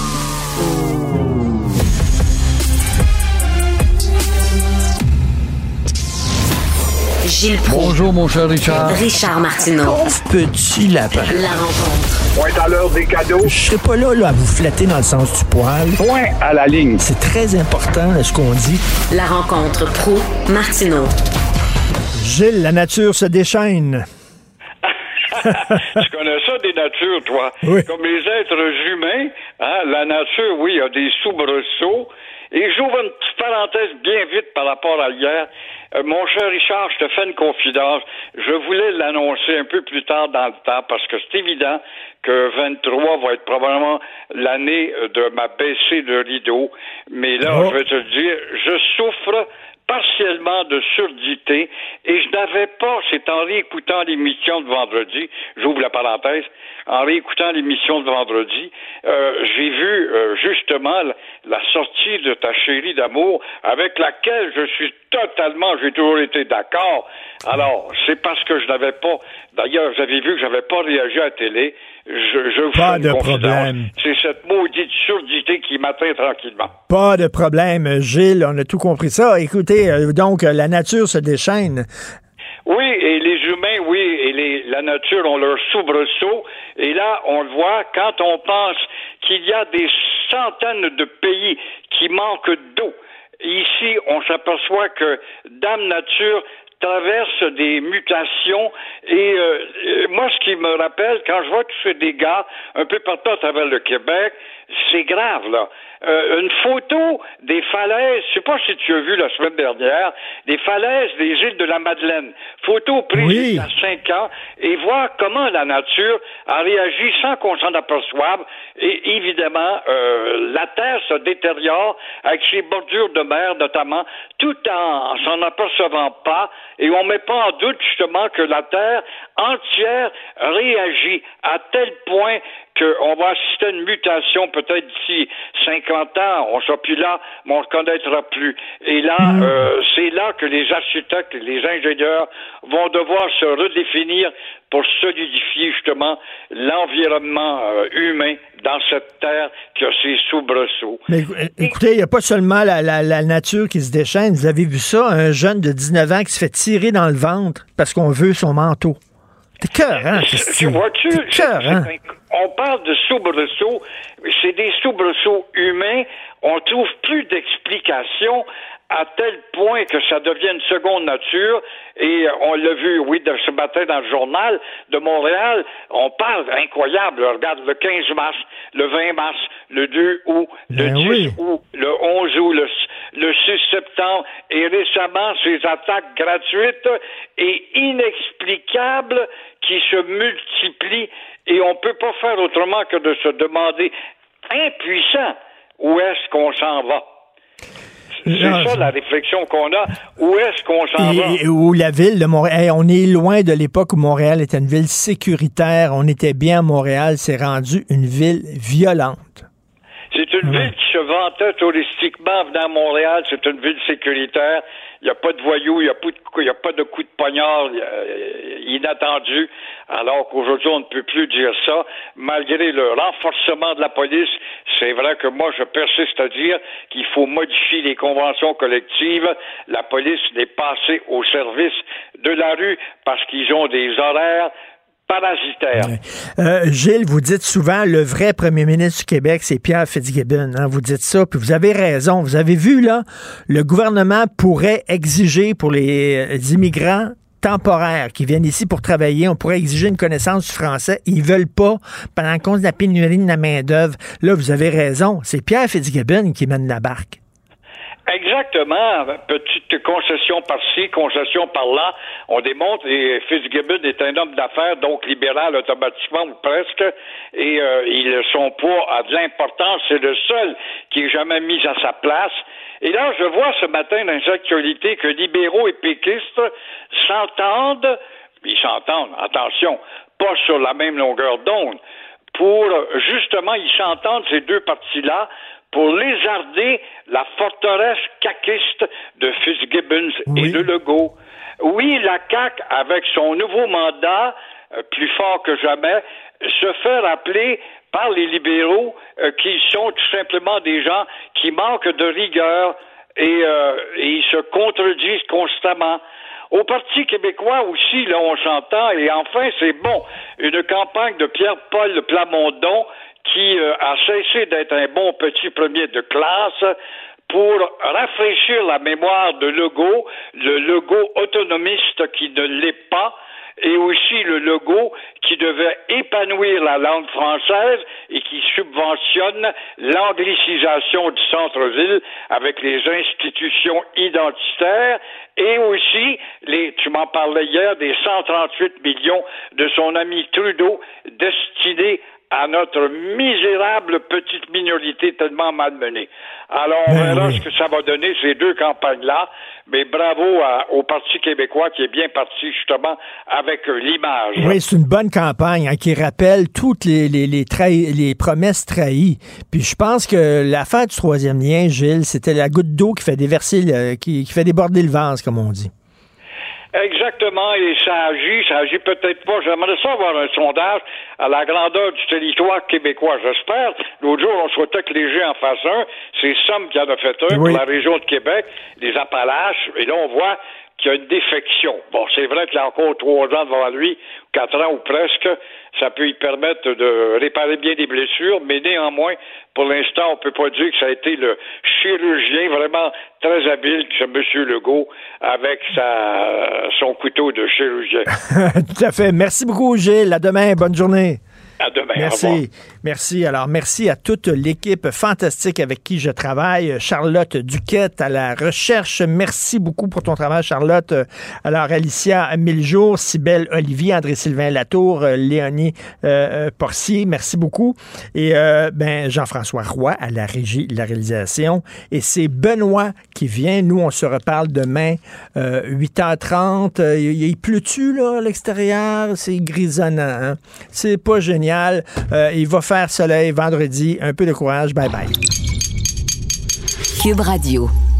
Gilles Proulx. Bonjour, mon cher Richard. Richard Martineau. Pauvre petit lapin. La rencontre. Point à l'heure des cadeaux. Je serai pas là à vous flatter dans le sens du poil. Point à la ligne. C'est très important, ce qu'on dit. La rencontre Proulx-Martineau. Gilles, la nature se déchaîne. Tu connais ça des natures, toi? Oui. Comme les êtres humains, la nature, oui, a des soubresauts. Et j'ouvre une petite parenthèse bien vite par rapport à hier. Mon cher Richard, je te fais une confidence. Je voulais l'annoncer un peu plus tard dans le temps parce que c'est évident que 23 va être probablement l'année de ma baissée de rideau. Mais là, je vais te le dire, je souffre partiellement de surdité et je n'avais pas, c'est en réécoutant l'émission de vendredi, j'ouvre la parenthèse, en réécoutant l'émission de vendredi, j'ai vu justement la sortie de Ta chérie d'amour avec laquelle j'ai toujours été d'accord. Alors, c'est parce que je n'avais pas, d'ailleurs, vous avez vu que j'avais pas réagi à la télé, je vous pas fais de une problème. C'est cette maudite surdité qui m'atteint tranquillement. Pas de problème, Gilles, on a tout compris ça. Écoutez, donc, la nature se déchaîne. Oui, et les humains, oui, et la nature ont leur soubresaut. Et là, on le voit, quand on pense qu'il y a des centaines de pays qui manquent d'eau, ici, on s'aperçoit que Dame Nature traverse des mutations et moi, ce qui me rappelle, quand je vois tous ces dégâts un peu partout à travers le Québec, c'est grave, là. une photo des falaises, je sais pas si tu as vu la semaine dernière, des falaises des îles de la Madeleine. Photo prise il y a 5 ans, et voir comment la nature a réagi sans qu'on s'en aperçoive. Et évidemment, la terre se détériore avec ses bordures de mer notamment, tout en s'en apercevant pas, et on met pas en doute justement que la terre entière réagit à tel point qu'on va assister à une mutation peut-être d'ici 50 ans, on sera plus là, mais on ne reconnaîtra plus. Et là, c'est là que les architectes et les ingénieurs vont devoir se redéfinir pour solidifier justement l'environnement humain dans cette terre qui a ses soubresauts. Mais écoutez, il n'y a pas seulement la nature qui se déchaîne. Vous avez vu ça, un jeune de 19 ans qui se fait tirer dans le ventre parce qu'on veut son manteau. C'est cœur, hein? Vois-tu, on parle de soubresauts, c'est des soubresauts humains, on trouve plus d'explications à tel point que ça devient une seconde nature, et on l'a vu, oui, de ce matin dans le journal de Montréal, on parle incroyable, regarde, le 15 mars, le 20 mars, le 2 août, le 10 août, le 11 août, le 6 septembre, et récemment, ces attaques gratuites et inexplicables qui se multiplient, et on peut pas faire autrement que de se demander, impuissant, où est-ce qu'on s'en va? C'est ça la réflexion qu'on a. Où est-ce qu'on s'en va? Où la ville de Montréal, on est loin de l'époque où Montréal était une ville sécuritaire. On était bien à Montréal. C'est rendu une ville violente. C'est une ville qui se vantait touristiquement venant à Montréal. C'est une ville sécuritaire. Il n'y a pas de voyous, il n'y a pas de coups de poignard inattendus, alors qu'aujourd'hui, on ne peut plus dire ça. Malgré le renforcement de la police, c'est vrai que moi, je persiste à dire qu'il faut modifier les conventions collectives. La police n'est pas assez au service de la rue parce qu'ils ont des horaires parasitaire. Gilles, vous dites souvent le vrai premier ministre du Québec, c'est Pierre Fitzgibbon. Hein? Vous dites ça, puis vous avez raison. Vous avez vu, là, le gouvernement pourrait exiger pour les immigrants temporaires qui viennent ici pour travailler, on pourrait exiger une connaissance du français. Ils veulent pas, pendant cause de la pénurie de la main-d'œuvre. Là, vous avez raison. C'est Pierre Fitzgibbon qui mène la barque. Exactement. Petite concession par-ci, concession par-là. On démontre que Fitzgibbon est un homme d'affaires, donc libéral automatiquement ou presque, et son poids a de l'importance. C'est le seul qui est jamais mis à sa place. Et là, je vois ce matin dans les actualités que libéraux et péquistes s'entendent, attention, pas sur la même longueur d'onde, pour justement, ils s'entendent, ces deux partis-là, pour lézarder la forteresse caquiste de Fitzgibbon et de Legault. Oui, la CAQ, avec son nouveau mandat, plus fort que jamais, se fait rappeler par les libéraux qui sont tout simplement des gens qui manquent de rigueur et ils se contredisent constamment. Au Parti québécois aussi, là, on s'entend, et enfin, c'est bon, une campagne de Pierre-Paul Plamondon qui a cessé d'être un bon petit premier de classe pour rafraîchir la mémoire de Legault, le Legault autonomiste qui ne l'est pas, et aussi le Legault qui devait épanouir la langue française et qui subventionne l'anglicisation du centre-ville avec les institutions identitaires et aussi, tu m'en parlais hier, des 138 millions de son ami Trudeau destinés à notre misérable petite minorité tellement malmenée. Alors, on verra ce que ça va donner, ces deux campagnes-là, mais bravo au Parti québécois qui est bien parti, justement, avec l'image. Oui, c'est une bonne campagne qui rappelle toutes les promesses trahies. Puis je pense que l'affaire du troisième lien, Gilles, c'était la goutte d'eau qui fait déverser, qui fait déborder le vase, comme on dit. Exactement, et ça agit peut-être pas. J'aimerais ça avoir un sondage à la grandeur du territoire québécois, j'espère. L'autre jour, on souhaitait que les gens en fassent un. C'est Somme qui en a fait un pour la région de Québec, les Appalaches, et là, on voit qu'il y a une défection. Bon, c'est vrai qu'il a encore 3 ans devant lui, 4 ans ou presque. Ça peut y permettre de réparer bien des blessures, mais néanmoins, pour l'instant, on peut pas dire que ça a été le chirurgien vraiment très habile, ce M. Legault, avec son couteau de chirurgien. Tout à fait. Merci beaucoup, Gilles. À demain. Bonne journée. À demain. Merci. Merci. Alors, merci à toute l'équipe fantastique avec qui je travaille. Charlotte Duquette à la recherche. Merci beaucoup pour ton travail, Charlotte. Alors, Alicia Miljour, Cybèle Olivier, André-Sylvain Latour, Léonie Porcier, merci beaucoup. Et Jean-François Roy à la régie, la réalisation. Et c'est Benoît qui vient. Nous, on se reparle demain, 8h30. Il pleut-tu, là, à l'extérieur? C'est grisonnant, hein? C'est pas génial. Il va faire soleil vendredi. Un peu de courage. Bye bye. Cube Radio.